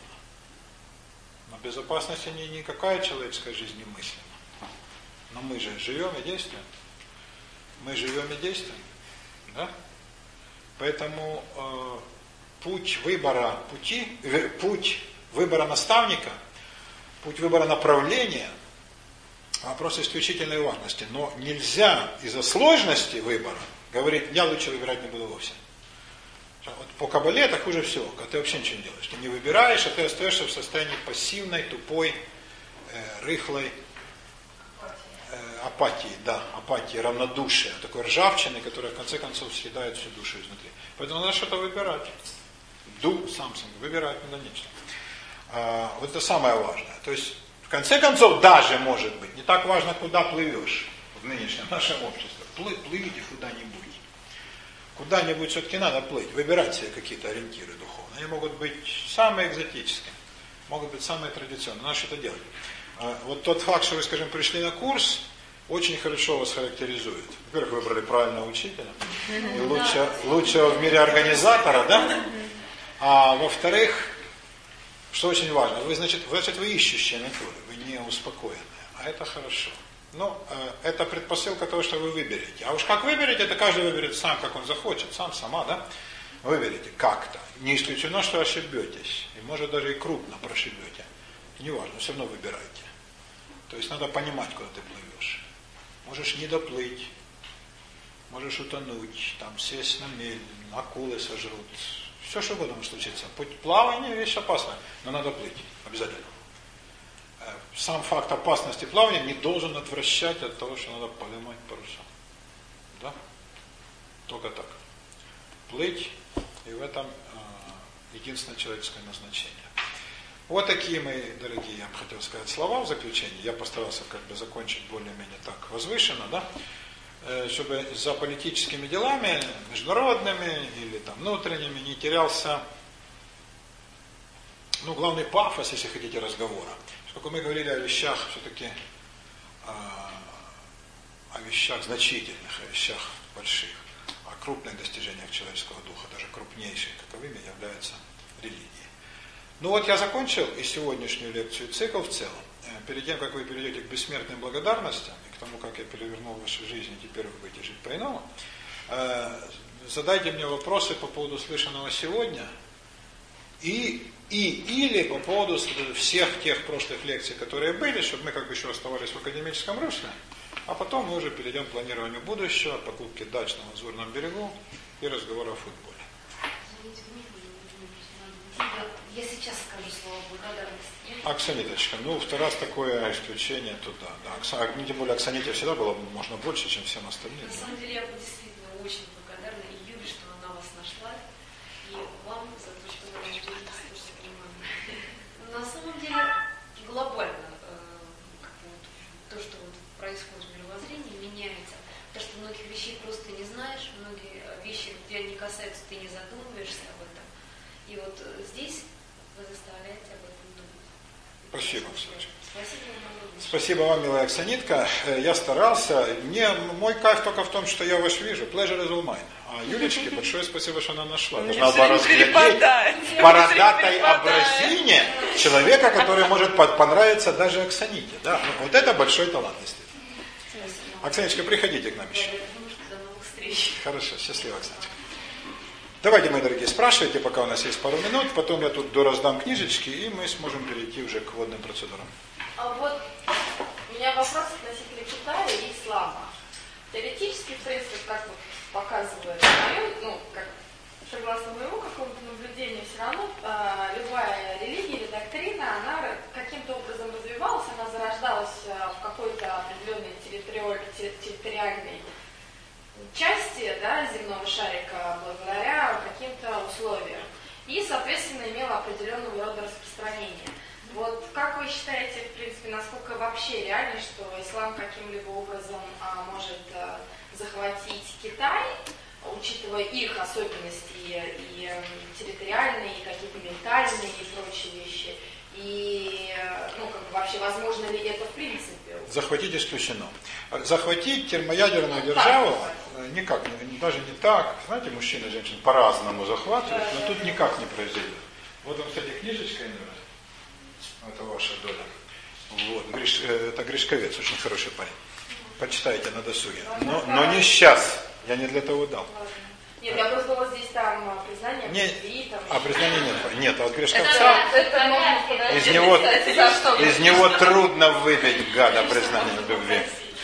Но без опасности ни, никакая человеческая жизнь не мыслима. Но мы же живем и действуем. Мы живем и действуем. Да? Поэтому э, путь выбора пути, э, путь выбора наставника, путь выбора направления – вопрос исключительной важности. Но нельзя из-за сложности выбора говорить, я лучше выбирать не буду вовсе. Вот по Кабале это хуже всего, когда ты вообще ничего не делаешь. Ты не выбираешь, а ты остаешься в состоянии пассивной, тупой, э, рыхлой э, апатии, да, апатии, равнодушия, такой ржавчины, которая в конце концов съедает всю душу изнутри. Поэтому надо что-то выбирать. Do something, выбирать надо нечто. А, вот это самое важное. То есть, в конце концов, даже может быть, не так важно, куда плывешь в нынешнем нашем обществе. Плы, плывите куда-нибудь. Куда-нибудь все-таки надо плыть, выбирать себе какие-то ориентиры духовные. Они могут быть самые экзотические, могут быть самые традиционные. Надо что-то делать. Вот тот факт, что вы, скажем, пришли на курс, очень хорошо вас характеризует. Во-первых, выбрали правильного учителя, и лучше, лучшего в мире организатора, да? А во-вторых, что очень важно, вы, значит, вы, значит, вы ищущие натуры, вы не успокоенные, а это хорошо. Ну, это предпосылка того, что вы выберете. А уж как выберете, это каждый выберет сам, как он захочет, сам, сама, да? Выберите как-то. Не исключено, что ошибетесь. И может даже и крупно прошибете. Неважно, все равно выбирайте. То есть надо понимать, куда ты плывешь. Можешь не доплыть. Можешь утонуть, там сесть на мель, акулы сожрут. Все, что угодно может случиться. Плавание вещь опасная, но надо плыть. Обязательно. Сам факт опасности плавания не должен отвращать от того, что надо поднимать паруса. Да? Только так. Плыть, и в этом э, единственное человеческое назначение. Вот такие мои дорогие, я бы хотел сказать, слова в заключение. Я постарался как бы закончить более-менее так возвышенно, да? Э, чтобы за политическими делами, международными или там внутренними не терялся, ну, главный пафос, если хотите, разговора. Поскольку мы говорили о вещах все-таки, э, о вещах значительных, о вещах больших, о крупных достижениях человеческого духа, даже крупнейшие, каковыми являются религии. Ну вот я закончил и сегодняшнюю лекцию, и цикл в целом. Перед тем, как вы перейдете к бессмертным благодарностям и к тому, как я перевернул вашу жизнь, и теперь вы будете жить по-иному, э, задайте мне вопросы по поводу слышанного сегодня и, и или по поводу всех тех прошлых лекций, которые были, чтобы мы как бы еще оставались в академическом русле, а потом мы уже перейдем к планированию будущего, покупке дач на Лазурном берегу и разговору о футболе. Я сейчас скажу слово благодарность. Оксаниточка, ну, в раз такое исключение, то да. да. Оксан... Тем более Оксаните всегда было можно больше, чем всем остальным. На самом деле я действительно очень благодарна и Юле, что она вас нашла, и вам за то, что вы нам уделили столько внимания. На самом деле глобально как бы, вот, то, что вот происходит в мировоззрении, меняется. Потому что многих вещей просто не знаешь, многие вещи тебя не касаются, ты не задумываешься об этом. И вот здесь вы заставляете об этом думать. Спасибо, Оксаночка. Спасибо вам. Спасибо вам, милая Оксанитка. Я старался. Мне, мой кайф только в том, что я вас вижу. Pleasure is all mine. А Юлечке большое спасибо, что она нашла. Должна была разглядеть в бородатой образине человека, который может понравиться даже Оксаните. Да? Вот это большой талант, действительно. Оксаночка, приходите к нам еще. До новых встреч. Хорошо, счастливо, Оксаночка. Давайте, мои дорогие, спрашивайте, пока у нас есть пару минут, потом я тут дораздам книжечки, и мы сможем перейти уже к вводным процедурам. А вот у меня вопрос относительно Китая и ислама. Теоретически, в принципе, как вот показывает мое, ну, как, согласно моему какому-то наблюдению, все равно э, любая религия или доктрина, она каким-то образом развивалась, она зарождалась э, в какой-то определенной территори- территориальной части, да, земного шарика благодаря каким-то условиям. И, соответственно, имела определенного рода распространение. Вот как вы считаете, в принципе, насколько вообще реально, что ислам каким-либо образом а, может а, захватить Китай, учитывая их особенности и, и территориальные, и какие-то ментальные и прочие вещи? И, ну, как бы вообще, возможно ли это в принципе? Захватить исключено. Захватить термоядерную державу никак, даже не так. Знаете, мужчины и женщины по-разному захватывают, но тут никак не произойдет. Вот вам, кстати, книжечка, это ваша доля. Вот, Гриш, это Гришковец, очень хороший парень. Почитайте на досуге. Но, но не сейчас. Я не для того дал. Нет, я просто была здесь там признание не, любви, там... А признание нет. Нет, от Гришковца это, это из, него, из него трудно выбить, гада, признание любви.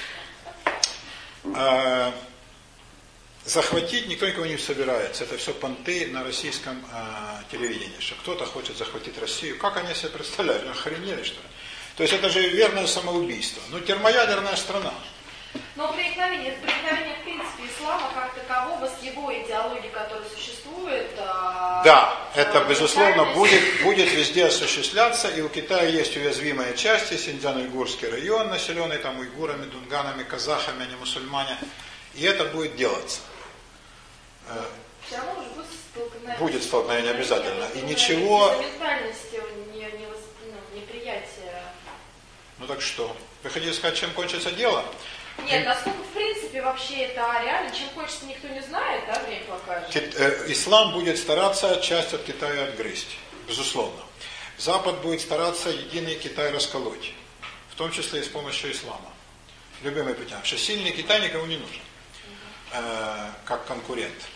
А, захватить никто никого не собирается. Это все понты на российском а, телевидении, что кто-то хочет захватить Россию. Как они себе представляют? Охренели, что ли? То есть это же верное самоубийство. Ну, термоядерная страна. Но проникновение, это проникновение, в принципе, ислама как такового с его идеологией, которая существует. А, да, это, безусловно, будет, будет везде осуществляться. И у Китая есть уязвимые части. Синьцзян-Уйгурский район, населенный там уйгурами, дунганами, казахами, они мусульмане. И это будет делаться. Все равно уже будет столкновение. Будет столкновение обязательно. И ничего... Ментальности, не, не, ну, неприятия. Ну так что? Вы хотите сказать, чем кончится дело? Нет, насколько в принципе вообще это реально, чем кончится, никто не знает, да, время покажет. Кит, э, ислам будет стараться часть от Китая отгрызть, безусловно. Запад будет стараться единый Китай расколоть, в том числе и с помощью ислама. Любыми путями. Что сильный Китай никому не нужен, э, как конкурент.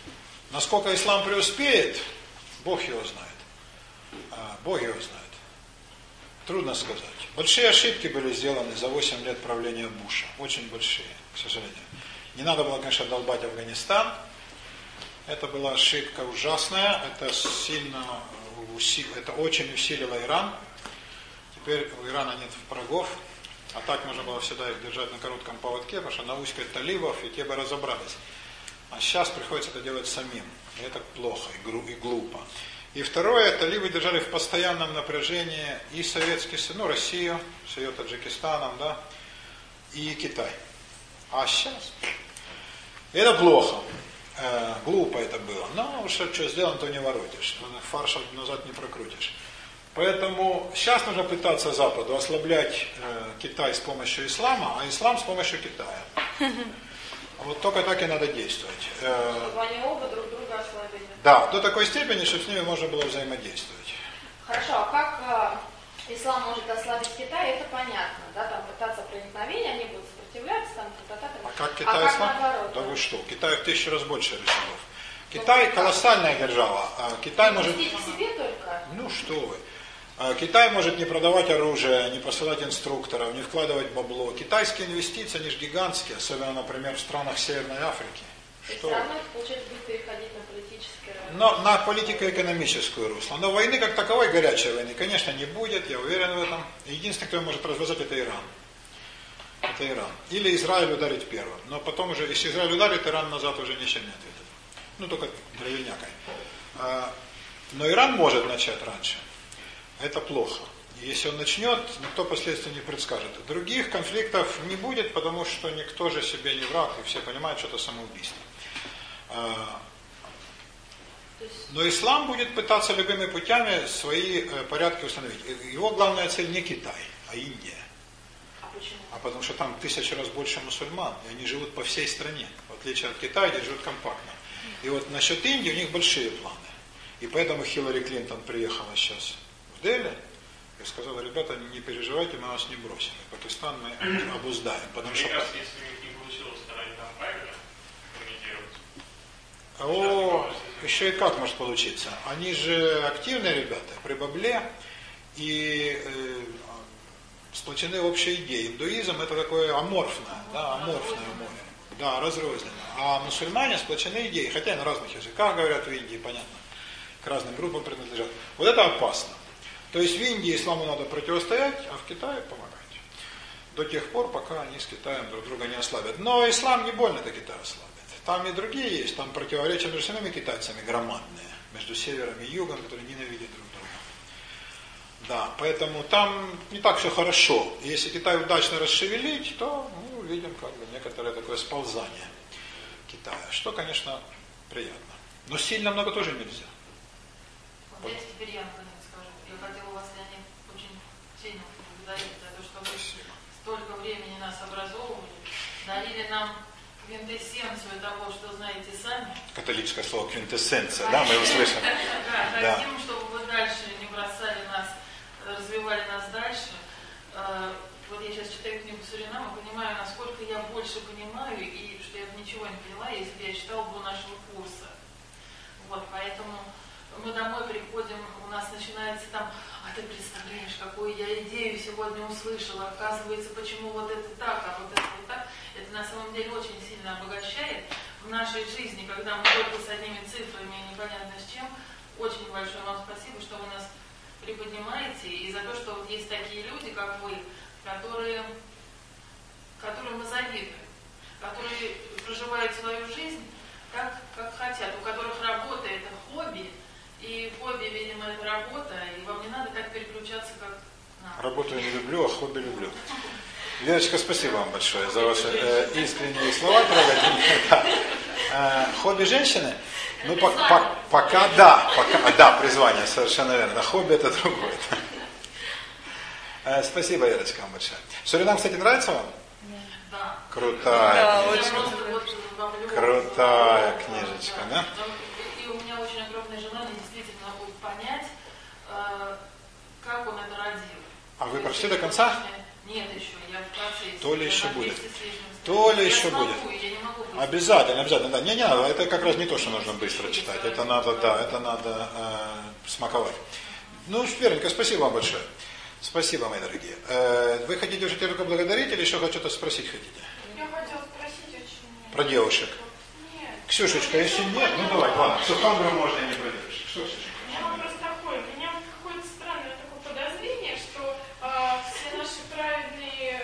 Насколько ислам преуспеет, Бог его знает. Бог его знает. Трудно сказать. Большие ошибки были сделаны за восемь лет правления Буша. Очень большие, к сожалению. Не надо было, конечно, долбать Афганистан. Это была ошибка ужасная. Это сильно усилило, это очень усилило Иран. Теперь у Ирана нет врагов. А так можно было всегда их держать на коротком поводке, потому что науськать талибов, и те бы разобрались. А сейчас приходится это делать самим. И это плохо и глупо. И второе, талибы держали в постоянном напряжении и Советский Союз, ну, Россию с ее Таджикистаном, да, и Китай. А сейчас? Это плохо. Э, глупо это было. Но что, что сделано, то не воротишь. Фарш назад не прокрутишь. Поэтому сейчас нужно пытаться Западу ослаблять э, Китай с помощью ислама, а ислам с помощью Китая. Вот только так и надо действовать. Чтобы они оба друг друга ослабили. Да, до такой степени, чтобы с ними можно было взаимодействовать. Хорошо, а как э, ислам может ослабить Китай, это понятно, да, там пытаться проникновения, они будут сопротивляться, там, та-та-та. А как Китай а как ислам? наоборот? Да вы что, Китай в тысячу раз больше рычагов. Китай колоссальная держава, а Китай может... Пустить к себе только? Ну что вы. Китай может не продавать оружие, не посылать инструкторов, не вкладывать бабло. Китайские инвестиции, они же гигантские, особенно, например, в странах Северной Африки. То есть все равно это получается будет переходить на политическое равенство? Но на политико-экономическую русло. Но войны как таковой, горячей войны, конечно, не будет, я уверен в этом. Единственный, кто может развязать, это Иран. Это Иран. Или Израиль ударит первым. Но потом уже, если Израиль ударит, Иран назад уже ничем не ответит. Ну, только дровянякой. Но Иран может начать раньше. Это плохо. Если он начнет, никто последствий не предскажет. Других конфликтов не будет, потому что никто же себе не враг, и все понимают, что это самоубийство. Но ислам будет пытаться любыми путями свои порядки установить. Его главная цель не Китай, а Индия. А почему? А потому что там тысячи раз больше мусульман, и они живут по всей стране. В отличие от Китая, где живут компактно. И вот насчет Индии у них большие планы. И поэтому Хиллари Клинтон приехала сейчас в Дели и сказала: ребята, не переживайте, мы вас не бросим. И Пакистан мы обуздаем. Потому что... Раз, если у них не получилось, тогда они там правильно комментировать. О, еще и как может получиться. Они же активные ребята, при бабле, и э, сплочены общей идеей. Индуизм это такое аморфное, да, аморфное море. Да, разрозненно. А мусульмане сплочены идеей, хотя и на разных языках говорят в Индии, понятно, к разным группам принадлежат. Вот это опасно. То есть в Индии исламу надо противостоять, а в Китае помогать. До тех пор, пока они с Китаем друг друга не ослабят. Но ислам не больно-то Китай ослабит. Там и другие есть, там противоречия между самими китайцами громадные, между севером и югом, которые ненавидят друг друга. Да, поэтому там не так все хорошо. Если Китай удачно расшевелить, то ну, видим как бы некоторое такое сползание Китая, что, конечно, приятно. Но сильно много тоже нельзя. Вот я теперь я наконец скажу. Я хотела вас, Леонид, очень сильно поблагодарить за то, что вы столько времени нас образовывали, дарили нам квинтэссенцию того, что знаете сами. Католическое слово квинтэссенция, да, мы его слышим. Да, хотим, чтобы вы дальше не бросали нас, развивали нас дальше. Вот я сейчас читаю книгу Суринама, понимаю, насколько я больше понимаю, и что я бы ничего не поняла, если бы я читала до нашего курса. Вот, поэтому мы домой приходим, у нас начинается там: а ты представляешь, какую я идею сегодня услышала, оказывается, почему вот это так, а вот это вот так. Это на самом деле очень сильно обогащает в нашей жизни, когда мы только с одними цифрами и непонятно с чем. Очень большое вам спасибо, что вы нас приподнимаете, и за то, что вот есть такие люди, как вы, которые, которым мы завидуем, которые проживают свою жизнь так, как хотят, у которых работа это хобби, и хобби, видимо, это работа, и вам не надо так переключаться, как нам. Работу я не люблю, а хобби люблю. Верочка, спасибо вам большое за ваши э, искренние слова. Да. Э, хобби женщины? Ну, по, по, пока да, пока, да, призвание, совершенно верно. Хобби это другое. Э, спасибо, Верочка, вам большое. Суринам, кстати, нравится вам? Да. Крутая да, книжечка. Очень Крутая книжечка, да? И у меня очень огромное желание действительно будет понять, как он это родил. А вы прочли до конца? Нет еще, я в процессе. То ли еще будет. двести с лишним То ли я еще смогу, будет. Я не могу быстро. Обязательно, обязательно, да. Не, не, это как раз не то, что нужно быстро читать. Это надо, да, это надо э, смаковать. Ну, верненько, спасибо вам большое. Спасибо, мои дорогие. Э, вы хотите уже только благодарить или еще что-то спросить хотите? Я хотела спросить очень... Про девушек. Нет. Ксюшечка, если нет, ну давай, ладно. Сухандру можно и не про девушек. Что, Ксюшечка? У меня вопрос такой. У меня какое-то странное такое подозрение, что э, все наши праведные э,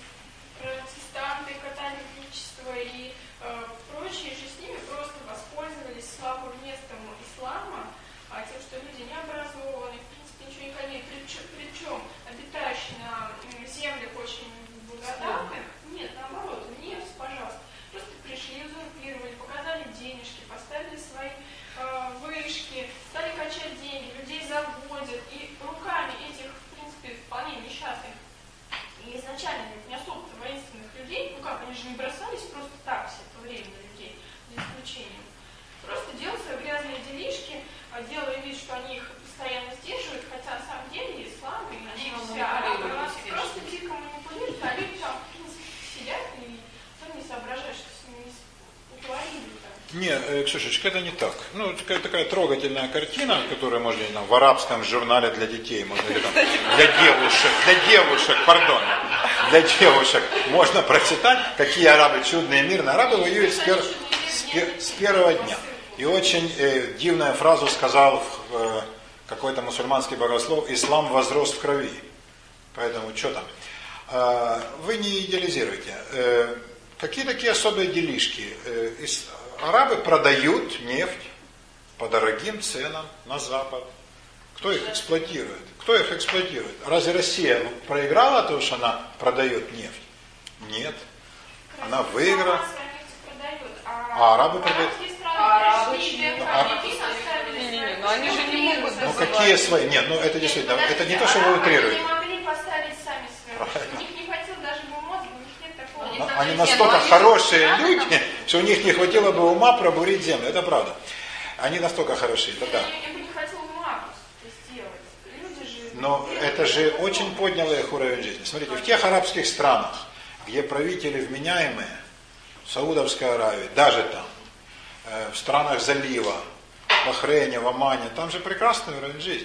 протестанты, католичество и э, прочие же с ними просто воспользовались слабым местом ислама, а тем, что люди не образованы, в принципе, ничего не ходили, причем обитающие на землях очень благодатных, нет, наоборот, нет, пожалуйста, просто пришли, узурпировали, показали денежки, поставили свои э, вышки, стали качать деньги, людей заводят, и руками этих, в принципе, вполне несчастных и изначально не особо воинственных людей, ну как, они же не бросались просто так все это время на людей, за исключением. Просто делают свои грязные делишки, делая вид, что они их постоянно сдерживают, хотя на самом деле ислам и Они все манипулируют, арабы естественно. просто дико манипулируют, а люди там, в принципе, сидят и кто не соображает, что с ними утворили-то. Не, э, Ксюшечка, это не так. Ну, такая, такая трогательная картина, которую можно там, в арабском журнале для детей, можно или там, для девушек, для девушек, пардон, для девушек можно прочитать, какие арабы чудные, мирные. Арабы воюют с, пер, с, пер, с первого дня. И очень э, дивную фразу сказал э, какой-то мусульманский богослов: ислам возрос в крови. Поэтому что там? Э, вы не идеализируйте. Э, какие такие особые делишки? Э, из, арабы продают нефть по дорогим ценам на Запад. Кто их эксплуатирует? Кто их эксплуатирует? Разве Россия проиграла то, что она продает нефть? Нет. Она выиграла. А арабы продают. А арабы чьи? Не-не-не, но они же не могут Ну называть. какие свои? Нет, ну это действительно, это не то, что вы утрируете. Они не могли поставить сами свои. У них не хватило даже бы мозга, у них нет такого. Но они настолько хорошие люди, что у них не хватило бы ума пробурить землю. Это правда. Они настолько хорошие, это да. Им бы не хватило ума просто сделать. Люди же... Но это же очень подняло их уровень жизни. Смотрите, в тех арабских странах, где правители вменяемые, в Саудовской Аравии, даже там, э, в странах залива, в Бахрейне, в Омане, там же прекрасный уровень жизни.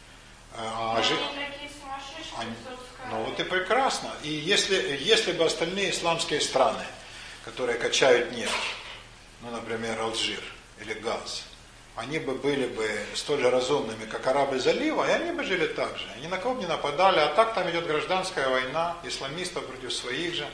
А, Они жи... такие сумасшедшие, Они... высокая. Ну вот и прекрасно. И если, если бы остальные исламские страны, которые качают нефть, ну, например, Алжир или газ, они бы были бы столь же разумными, как арабы залива, и они бы жили так же. Они на кого бы не нападали, а так там идет гражданская война, исламистов против своих же.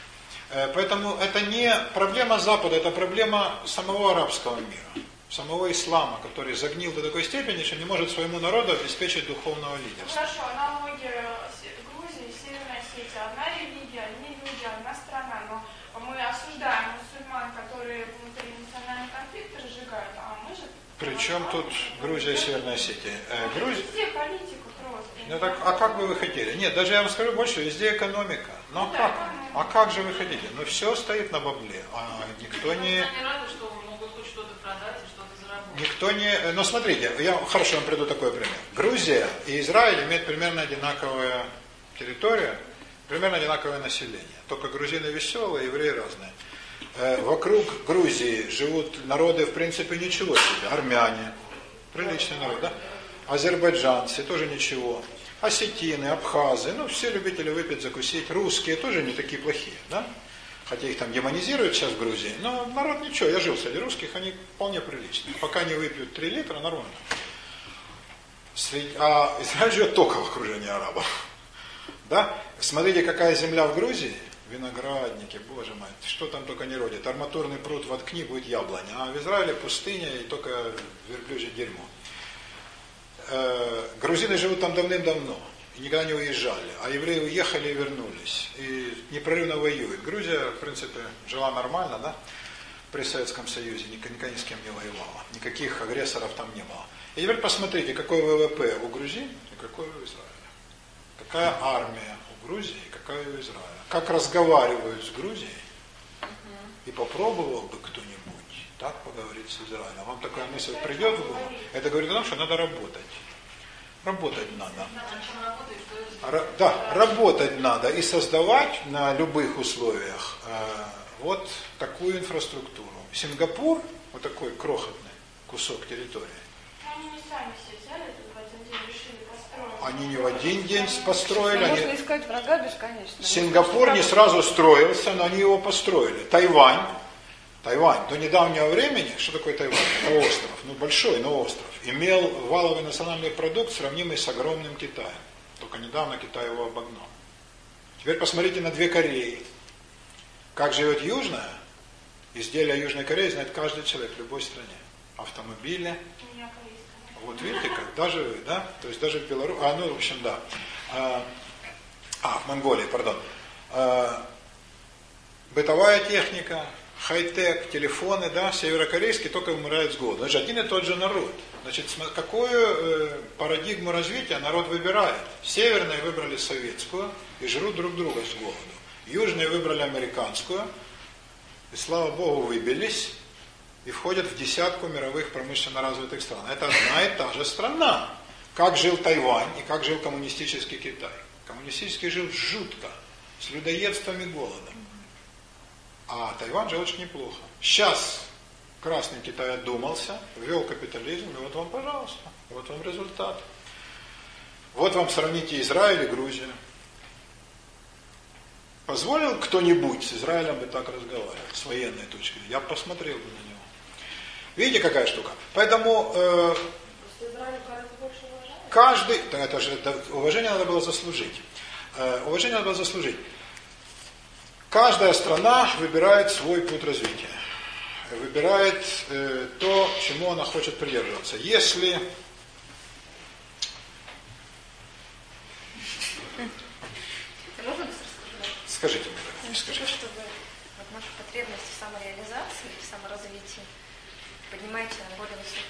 Поэтому это не проблема Запада, это проблема самого арабского мира, самого ислама, который загнил до такой степени, что не может своему народу обеспечить духовного лидерства. Хорошо, аналогия Грузии, Северной Осетии. Одна религия, одни люди, одна страна, но мы осуждаем мусульман, которые внутри национальный конфликт разжигают, а мы же... Причем тут Грузия и Северная Осетия? Э, Грузия... Везде политику просто. Ну так, а как бы вы хотели? Нет, даже я вам скажу больше, везде экономика. Ну а Ну да, как? экономика. А как же вы хотите? Ну все стоит на бабле, а никто не... Они рады, что могут хоть что-то продать и что-то заработать. Никто не... Ну смотрите, я хорошо вам приду такой пример. Грузия и Израиль имеют примерно одинаковую территорию, примерно одинаковое население. Только грузины веселые, евреи разные. Э, вокруг Грузии живут народы, в принципе, ничего себе. Армяне, приличный народ, да? Азербайджанцы, тоже ничего. Осетины, абхазы, ну все любители выпить, закусить. Русские тоже не такие плохие, да? Хотя их там демонизируют сейчас в Грузии. Но народ ничего, я жил среди русских, они вполне приличные. Пока не выпьют три литра, нормально. А Израиль живет только в окружении арабов. Да? Смотрите, какая земля в Грузии. Виноградники, боже мой, что там только не родит. Арматурный пруд воткни, будет яблоня. А в Израиле пустыня и только верблюжье дерьмо. Э, грузины живут там давным-давно. И никогда не уезжали. А евреи уехали и вернулись. И непрерывно воюют. Грузия, в принципе, жила нормально, да? При Советском Союзе никогда ни с кем не воевала. Никаких агрессоров там не было. И теперь посмотрите, какой ВВП у Грузии и какой у Израиля. Какая армия у Грузии и какая у Израиля. Как разговаривают с Грузией. И попробовал бы кто-нибудь так поговорить с Израилем. Вам такая мысль придет в голову? Это говорит о том, что надо работать. Работать надо. На чем работаешь, то и сделаешь. Ра- да, работать надо и создавать на любых условиях э, вот такую инфраструктуру. Сингапур, вот такой крохотный кусок территории, Они не сами все взяли, тут в один день решили построить. они не в один день построили. Можно Они... искать врага бесконечно. Сингапур не сразу строился, но они его построили. Тайвань, Тайвань до недавнего времени, что такое Тайвань? Это остров, ну большой, но остров, имел валовый национальный продукт, сравнимый с огромным Китаем. Только недавно Китай его обогнал. Теперь посмотрите на две Кореи. Как живет Южная? Изделия Южной Кореи знает каждый человек в любой стране. Автомобили. У меня корейская. Вот видите как, даже вы, да? То есть даже в Беларуси, а, ну, в общем, да. А, а в Монголии, пардон. А, бытовая техника, хай-тек, телефоны, да, северокорейские только умирают с голоду. Значит, один и тот же народ. Значит, какую э, парадигму развития народ выбирает? Северные выбрали советскую и жрут друг друга с голоду. Южные выбрали американскую и, слава богу, выбились и входят в десятку мировых промышленно развитых стран. Это одна и та же страна. Как жил Тайвань и как жил коммунистический Китай. Коммунистический жил жутко, с людоедством и голодом. А Тайвань жил очень неплохо. Сейчас Красный Китай одумался, ввел капитализм, и вот вам, пожалуйста, вот вам результат. Вот вам сравните Израиль и Грузию. Позволил кто-нибудь с Израилем бы так разговаривать, с военной точки зрения? Я бы посмотрел бы на него. Видите, какая штука? Поэтому э, каждый, да, это же это, уважение надо было заслужить. Э, уважение надо было заслужить. Каждая страна выбирает свой путь развития. Выбирает э, то, чему она хочет придерживаться. Если скажите мне, скажите. Чтобы вот нашу потребность в самореализации, в саморазвитии поднимаете на более высокий